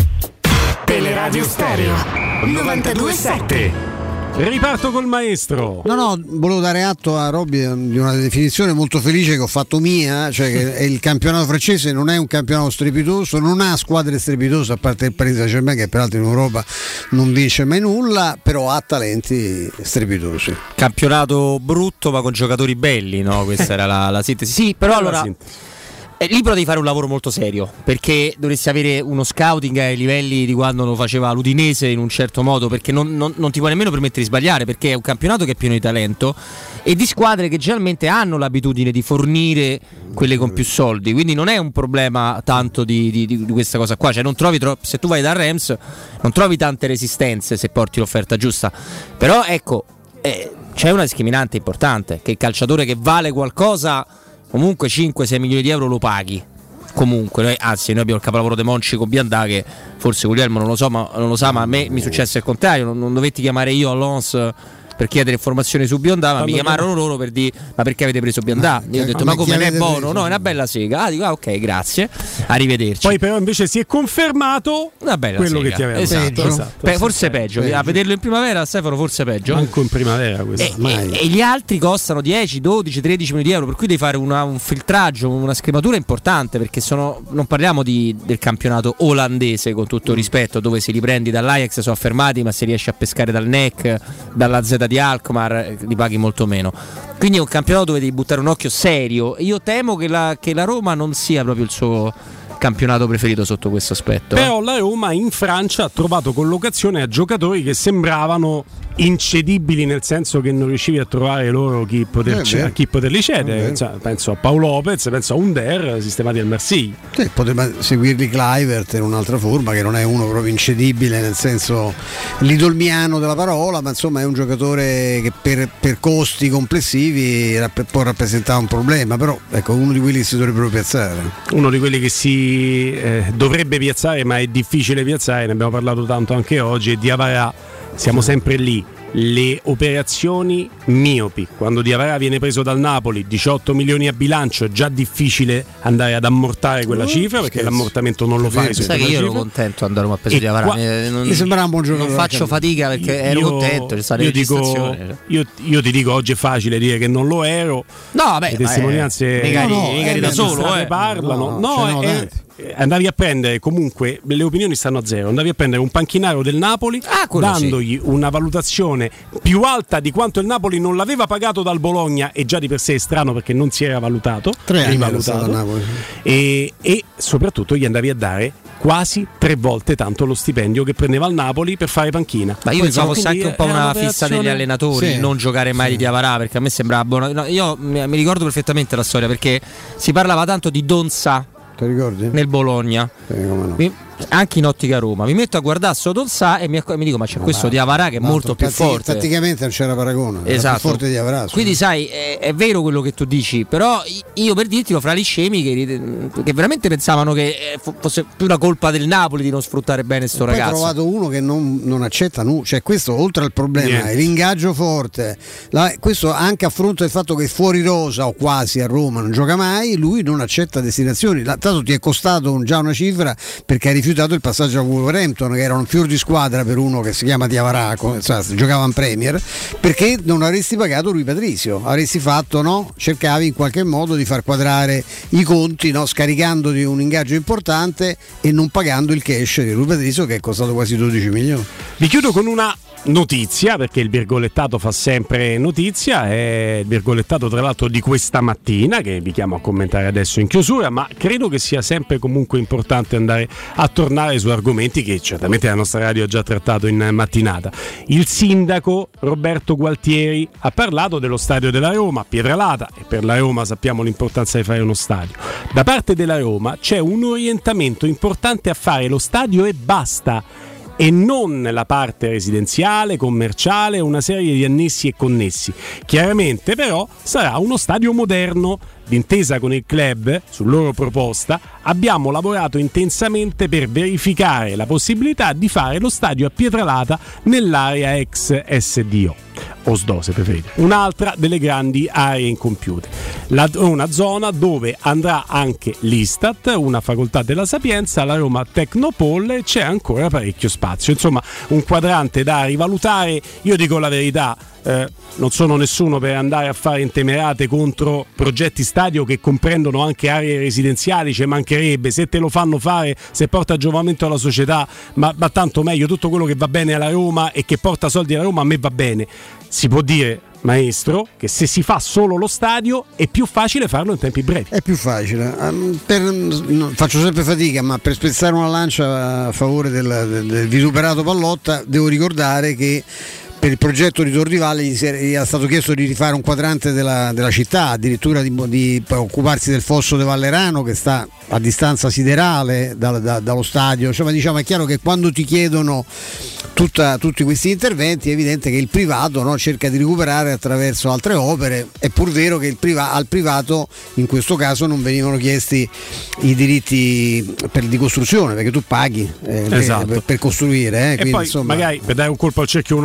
Teleradio Stereo novantadue sette. Riparto col maestro. No, no, volevo dare atto a Robby di una definizione molto felice che ho fatto mia, cioè che il campionato francese non è un campionato strepitoso, non ha squadre strepitose a parte il Paris Saint-Germain, che peraltro in Europa non vince mai nulla, però ha talenti strepitosi. Campionato brutto ma con giocatori belli, no? Questa era la, la sintesi. Sì, però allora è libero di fare un lavoro molto serio, perché dovresti avere uno scouting ai livelli di quando lo faceva l'Udinese in un certo modo, perché non, non, non ti puoi nemmeno permettere di sbagliare, perché è un campionato che è pieno di talento e di squadre che generalmente hanno l'abitudine di fornire quelle con più soldi, quindi non è un problema tanto di, di, di questa cosa qua, cioè non trovi tro- se tu vai da Reims non trovi tante resistenze se porti l'offerta giusta, però ecco eh, c'è una discriminante importante, che il calciatore che vale qualcosa comunque cinque sei milioni di euro lo paghi comunque, noi, anzi noi abbiamo il capolavoro De Monci con Biandà, che forse Guglielmo non lo so, ma non lo sa, ma a me mi successe il contrario, non, non dovetti chiamare io a Lons per chiedere informazioni su Biondà, ma mi chiamarono loro per dire ma perché avete preso Biondà? Io ho detto ma come non è buono? No, è una bella sega. Ah, dico ah, ok, grazie, arrivederci. Poi però invece si è confermato una bella quello sega. che ti aveva Esatto, detto. esatto. Beh, forse peggio. peggio, a vederlo in primavera Stefano forse peggio. Anche in primavera questo. E, e, e gli altri costano dieci, dodici, tredici milioni di euro, per cui devi fare una, un filtraggio, una scrematura importante, perché sono, non parliamo di, del campionato olandese, con tutto il rispetto, dove se li prendi dall'Ajax sono affermati, ma se riesci a pescare dal N E C, dalla Z di Alkmaar li paghi molto meno. Quindi è un campionato dove devi buttare un occhio serio. Io temo che la, che la Roma non sia proprio il suo campionato preferito sotto questo aspetto. Però la Roma in Francia ha trovato collocazione a giocatori che sembravano incedibili, nel senso che non riuscivi a trovare loro chi, poter eh c- a chi poterli cedere. Cioè, penso a Paolo Lopez, penso a Under sistemati al Marsiglia. Sì, poteva seguirli Kluivert in un'altra forma, che non è uno proprio incedibile nel senso lidolmiano della parola, ma insomma è un giocatore che per, per costi complessivi rapp- può rappresentare un problema, però ecco, uno di quelli che si dovrebbero piazzare, uno di quelli che si eh, dovrebbe piazzare, ma è difficile piazzare, ne abbiamo parlato tanto anche oggi, e Diawara. Siamo sempre lì, le operazioni miopi. Quando Diawara viene preso dal Napoli, diciotto milioni a bilancio, è già difficile andare ad ammortare quella cifra, perché scherzo. L'ammortamento non lo fai. Sai che io ero contento andare a preso Diawara, qua- non, mi sembrava un buon giocatore, non faccio fatica perché ero io, contento, io, dico, io, io ti dico, oggi è facile dire che non lo ero. No, vabbè, le testimonianze magari, no, no, magari da solo eh. parlano. No, no, no è, andavi a prendere, comunque le opinioni stanno a zero, andavi a prendere un panchinaro del Napoli, ah, dandogli sì. una valutazione più alta di quanto il Napoli non l'aveva pagato dal Bologna, e già di per sé è strano perché non si era valutato, tre anni era stato a Napoli. E, e soprattutto gli andavi a dare quasi tre volte tanto lo stipendio che prendeva il Napoli per fare panchina. Ma io Poi pensavo fosse anche un po' una fissa degli allenatori, sì, non giocare mai sì. di Diawara, perché a me sembrava buono. No, io mi, mi ricordo perfettamente la storia, perché si parlava tanto di Donza. Ti ricordi? Nel Bologna, sì, come no. mi, anche in ottica Roma. Mi metto a guardare Sodonza e mi, mi dico: ma c'è no, questo Diawara che è molto più tatti, forte. Tatticamente non c'era paragone. Esatto. Era più forte di Diawara. Quindi, sai, è, è vero quello che tu dici, però io per dirtelo, fra gli scemi che, che veramente pensavano che fosse più una colpa del Napoli di non sfruttare bene sto ragazzo. Poi ho trovato uno che non, non accetta nulla, cioè questo oltre al problema Niente. è l'ingaggio forte, la, questo anche a fronte del fatto che fuori rosa o quasi a Roma non gioca mai, lui non accetta destinazioni. La, tanto ti è costato un, già una cifra perché hai rifiutato il passaggio a Wolverhampton, che era un fior di squadra per uno che si chiama Diawara, giocava in Premier, perché non avresti pagato Rui Patricio, avresti fatto, no? Cercavi in qualche modo di far quadrare i conti, no? Scaricando di un ingaggio importante e non pagando il cash di Rui Patricio, che è costato quasi dodici milioni. Vi chiudo con una notizia, perché il virgolettato fa sempre notizia, è il virgolettato tra l'altro di questa mattina che vi chiamo a commentare adesso in chiusura, ma credo che sia sempre comunque importante andare a tornare su argomenti che certamente la nostra radio ha già trattato in mattinata. Il sindaco Roberto Gualtieri ha parlato dello stadio della Roma a Pietralata, e per la Roma sappiamo l'importanza di fare uno stadio. Da parte della Roma c'è un orientamento importante a fare lo stadio e basta, e non la parte residenziale, commerciale, una serie di annessi e connessi. Chiaramente però sarà uno stadio moderno. D'intesa con il club, su loro proposta, abbiamo lavorato intensamente per verificare la possibilità di fare lo stadio a Pietralata nell'area ex S D O. O S D O se preferite, un'altra delle grandi aree incompiute, la, una zona dove andrà anche l'Istat, una facoltà della Sapienza, la Roma Tecnopole, e c'è ancora parecchio spazio, insomma un quadrante da rivalutare. Io dico la verità, eh, non sono nessuno per andare a fare intemerate contro progetti stadio che comprendono anche aree residenziali, ci mancherebbe, se te lo fanno fare, se porta giovamento alla società, ma, ma tanto meglio, tutto quello che va bene alla Roma e che porta soldi alla Roma a me va bene. Si può dire, maestro, che se si fa solo lo stadio è più facile farlo in tempi brevi. È più facile. Um, per, no, faccio sempre fatica, ma per spezzare una lancia a favore del, del, del vituperato Pallotta, devo ricordare che per il progetto di Tor di Valle gli era stato chiesto di rifare un quadrante della, della città, addirittura di, di occuparsi del fosso de Vallerano, che sta a distanza siderale da, da, dallo stadio. Cioè, ma diciamo, è chiaro che quando ti chiedono tutta, tutti questi interventi è evidente che il privato, no, cerca di recuperare attraverso altre opere. È pur vero che il priva, al privato in questo caso non venivano chiesti i diritti per, di costruzione, perché tu paghi eh, esatto. per, per costruire eh, e quindi, poi insomma, magari per dare un colpo al cerchio uno a botte, ma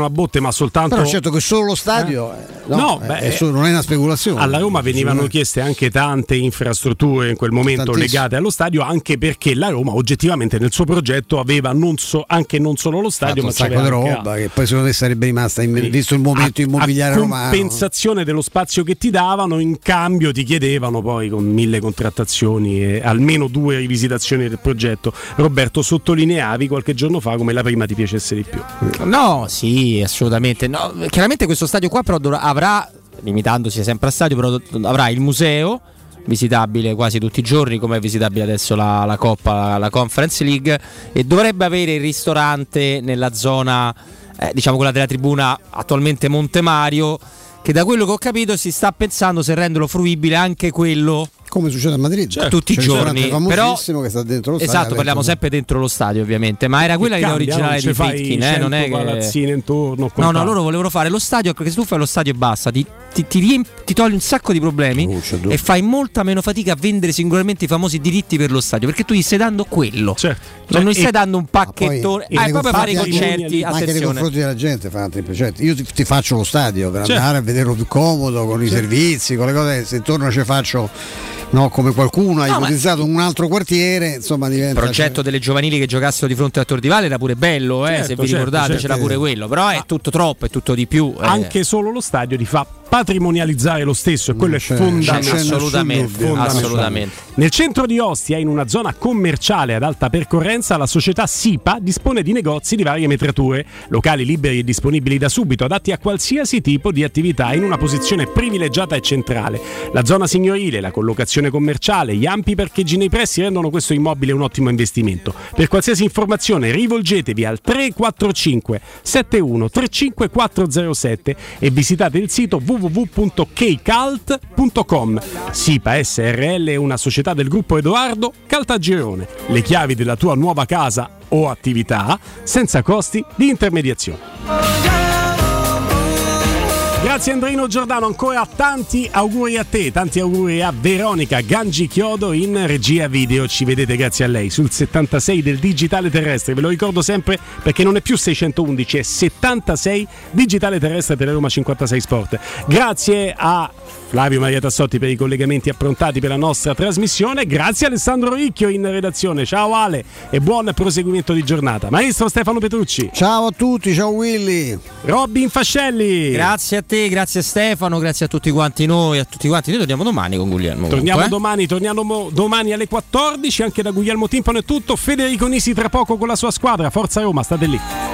ma soltanto. Però certo che solo lo stadio eh? no, no è, beh, è solo, non è una speculazione. Alla Roma venivano chieste anche tante infrastrutture in quel momento legate allo stadio, anche perché la Roma oggettivamente nel suo progetto aveva non so, anche non solo lo stadio, fatto ma un sacco di roba altro. Che poi secondo me sarebbe rimasta in, Quindi, visto il momento a, immobiliare a romano. compensazione dello spazio che ti davano, in cambio ti chiedevano poi con mille contrattazioni e almeno due rivisitazioni del progetto. Roberto, sottolineavi qualche giorno fa come la prima ti piacesse di più. No, sì, assolutamente. No, chiaramente questo stadio qua però dovrà, avrà, limitandosi sempre a stadio, però avrà il museo visitabile quasi tutti i giorni, come è visitabile adesso la, la Coppa, la, la Conference League, e dovrebbe avere il ristorante nella zona, eh, diciamo quella della tribuna attualmente Monte Mario, che da quello che ho capito si sta pensando se renderlo fruibile anche quello, come succede a Madrid, cioè, tutti i giorni, però che sta dentro lo esatto, stadio, parliamo sempre dentro lo stadio ovviamente, ma era quella l'idea originale di Friedkin, eh, non è che palazzine intorno, no no, loro volevano fare lo stadio, perché se tu fai lo stadio e basta ti, ti, ti, riempi, ti togli un sacco di problemi oh, e fai molta meno fatica a vendere singolarmente i famosi diritti per lo stadio, perché tu gli stai dando quello, cioè, non gli stai e, dando un pacchettone, ah, e poi per fare i concerti, anche nei confronti della gente fa cioè, io ti, ti faccio lo stadio per certo. andare a vederlo più comodo, con certo. i servizi, con le cose, se intorno ci faccio. No, come qualcuno ha no, ipotizzato un altro quartiere, insomma diventa. Il progetto cioè... delle giovanili che giocassero di fronte a Tor di Valle era pure bello, eh, certo, se vi certo, ricordate certo. c'era pure quello, però è tutto troppo, è tutto di più. Eh. Anche solo lo stadio ti fa patrimonializzare lo stesso e quello è fondamentale. Assolutamente, assolutamente. Nel centro di Ostia, in una zona commerciale ad alta percorrenza, la società SIPA dispone di negozi di varie metrature, locali liberi e disponibili da subito, adatti a qualsiasi tipo di attività, in una posizione privilegiata e centrale. La zona signorile, la collocazione commerciale, gli ampi parcheggi nei pressi rendono questo immobile un ottimo investimento. Per qualsiasi informazione rivolgetevi al tre quattro cinque sette uno tre cinque quattro zero sette e visitate il sito w w w punto keycult punto com. SIPA S R L è una società del gruppo Edoardo Caltagirone. Le chiavi della tua nuova casa o attività senza costi di intermediazione. Grazie Andrino Giordano, ancora tanti auguri a te, tanti auguri a Veronica Gangi Chiodo in regia video, ci vedete grazie a lei sul settantasei del digitale terrestre, ve lo ricordo sempre perché non è più seicentoundici, è settantasei digitale terrestre Teleroma cinquantasei Sport. Grazie a Flavio Maria Tassotti per i collegamenti approntati per la nostra trasmissione, grazie a Alessandro Ricchio in redazione, ciao Ale e buon proseguimento di giornata. Maestro Stefano Petrucci. Ciao a tutti, ciao Willy. Robin Fascelli. Grazie a te, grazie Stefano, grazie a tutti quanti noi, a tutti quanti. Noi torniamo domani con Guglielmo. Torniamo comunque, eh? domani, torniamo domani alle quattordici, anche da Guglielmo Timpano è tutto. Federico Nisi tra poco con la sua squadra, Forza Roma, state lì.